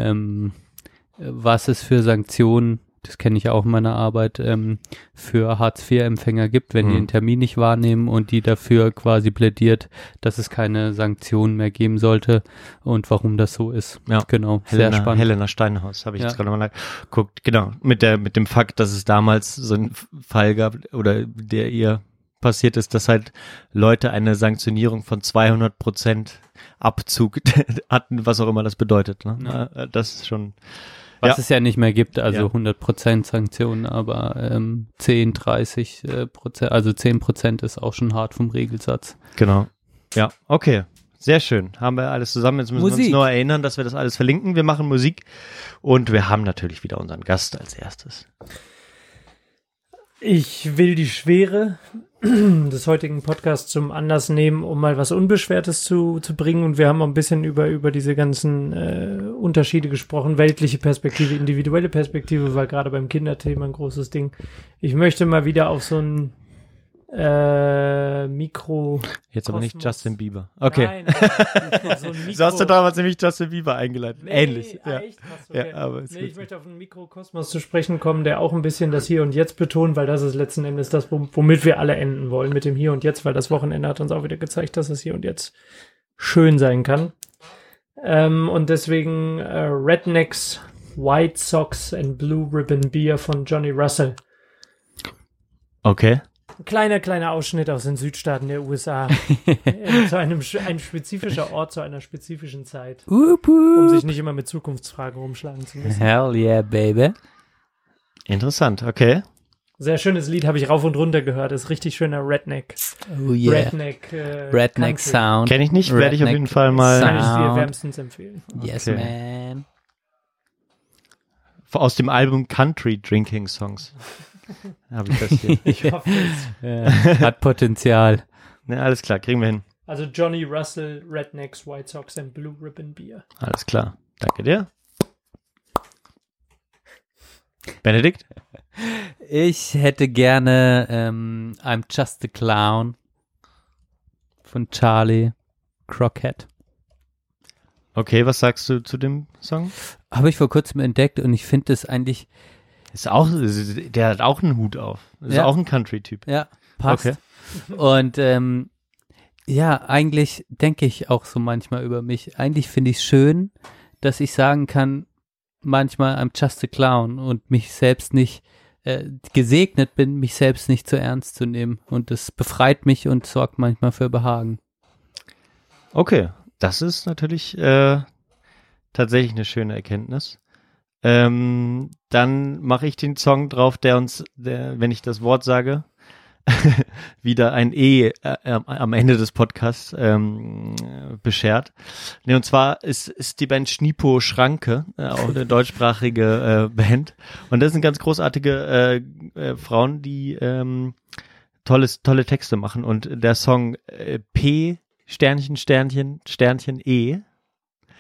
was es für Sanktionen, das kenne ich auch in meiner Arbeit, für Hartz-IV-Empfänger gibt, wenn die den Termin nicht wahrnehmen und die dafür quasi plädiert, dass es keine Sanktionen mehr geben sollte und warum das so ist. Ja, genau, sehr spannend. Helena Steinhaus, habe ich jetzt gerade mal geguckt. Genau, mit dem Fakt, dass es damals so einen Fall gab oder der ihr passiert ist, dass halt Leute eine Sanktionierung von 200% Abzug hatten, was auch immer das bedeutet. Ne? Ja. Das ist schon... Was es ja nicht mehr gibt, also 100% Sanktionen, aber 10-30%, also 10% ist auch schon hart vom Regelsatz. Genau. Ja, okay. Sehr schön. Haben wir alles zusammen. Jetzt müssen wir uns nur erinnern, dass wir das alles verlinken. Wir machen Musik und wir haben natürlich wieder unseren Gast als erstes. Ich will die Schwere des heutigen Podcasts zum Anlass nehmen, um mal was Unbeschwertes zu bringen. Und wir haben auch ein bisschen über diese ganzen Unterschiede gesprochen. Weltliche Perspektive, individuelle Perspektive war gerade beim Kinderthema ein großes Ding. Ich möchte mal wieder auf so ein Mikro... Jetzt aber nicht Justin Bieber. Okay. Nein, so ein Mikro... So hast du damals nämlich Justin Bieber eingeleitet. Nee, ähnlich. Ja. Echt? Okay. Ja, aber ich möchte auf einen Mikrokosmos zu sprechen kommen, der auch ein bisschen das Hier und Jetzt betont, weil das ist letzten Endes das, womit wir alle enden wollen, mit dem Hier und Jetzt, weil das Wochenende hat uns auch wieder gezeigt, dass das Hier und Jetzt schön sein kann. Und deswegen Rednecks, White Sox and Blue Ribbon Beer von Johnny Russell. Okay. Kleiner Ausschnitt aus den Südstaaten der USA. Zu ein spezifischer Ort zu einer spezifischen Zeit. Um sich nicht immer mit Zukunftsfragen rumschlagen zu müssen. Hell yeah, baby. Interessant, okay. Sehr schönes Lied, habe ich rauf und runter gehört. Ist richtig schöner Redneck. Oh yeah. Redneck Sound. Kenne ich nicht, werde ich auf jeden Fall mal. Kann ich dir wärmstens empfehlen. Yes, man. Aus dem Album Country Drinking Songs. Habe ich das hier. Ich hoffe es. Hat Potenzial. Ne, alles klar, kriegen wir hin. Also Johnny Russell, Rednecks, White Sox and Blue Ribbon Beer. Alles klar. Danke dir. Benedikt? Ich hätte gerne I'm Just a Clown von Charlie Crockett. Okay, was sagst du zu dem Song? Habe ich vor kurzem entdeckt und ich finde es eigentlich... Der hat auch einen Hut auf. Ist auch ein Country-Typ. Ja, passt. Okay. Und eigentlich denke ich auch so manchmal über mich. Eigentlich finde ich es schön, dass ich sagen kann, manchmal I'm just a clown und mich selbst nicht gesegnet bin, mich selbst nicht zu ernst zu nehmen. Und das befreit mich und sorgt manchmal für Behagen. Okay, das ist natürlich tatsächlich eine schöne Erkenntnis. Dann mache ich den Song drauf, der wenn ich das Wort sage, wieder ein am Ende des Podcasts beschert. Nee, und zwar ist die Band Schnipo Schranke, auch eine deutschsprachige Band. Und das sind ganz großartige Frauen, die tolle Texte machen. Und der Song P Sternchen Sternchen Sternchen E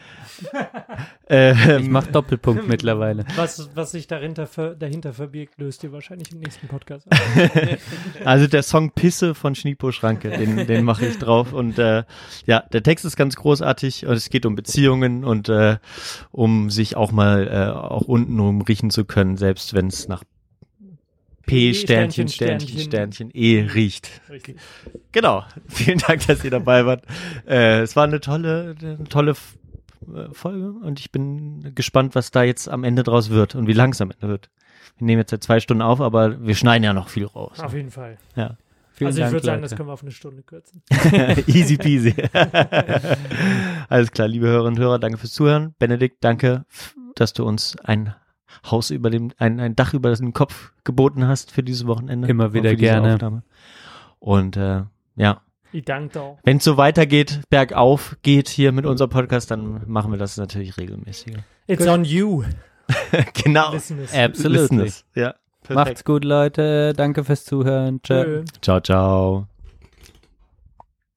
Ich mache Doppelpunkt mittlerweile. Was sich dahinter verbirgt, löst ihr wahrscheinlich im nächsten Podcast. Also der Song Pisse von Schnipo Schranke, den mache ich drauf. Und der Text ist ganz großartig und es geht um Beziehungen und um sich auch mal auch untenrum riechen zu können, selbst wenn es nach P, Sternchen, E riecht. Richtig. Genau. Vielen Dank, dass ihr dabei wart. Es war eine tolle Folge und ich bin gespannt, was da jetzt am Ende draus wird und wie lang es am Ende wird. Wir nehmen jetzt seit 2 Stunden auf, aber wir schneiden ja noch viel raus. Auf jeden Fall. Ja. Also ich würde sagen, das können wir auf eine Stunde kürzen. Easy peasy. Alles klar, liebe Hörerinnen und Hörer, danke fürs Zuhören. Benedikt, danke, dass du uns ein Dach über den Kopf geboten hast für dieses Wochenende. Immer wieder gerne. Aufnahme. Und Ich danke auch. wenn es so weitergeht, bergauf geht hier mit unserem Podcast, dann machen wir das natürlich regelmäßiger. It's on you. Genau. Listeners. Absolutely. Ja, perfekt. Macht's gut, Leute. Danke fürs Zuhören. Tschö. Ciao, ciao.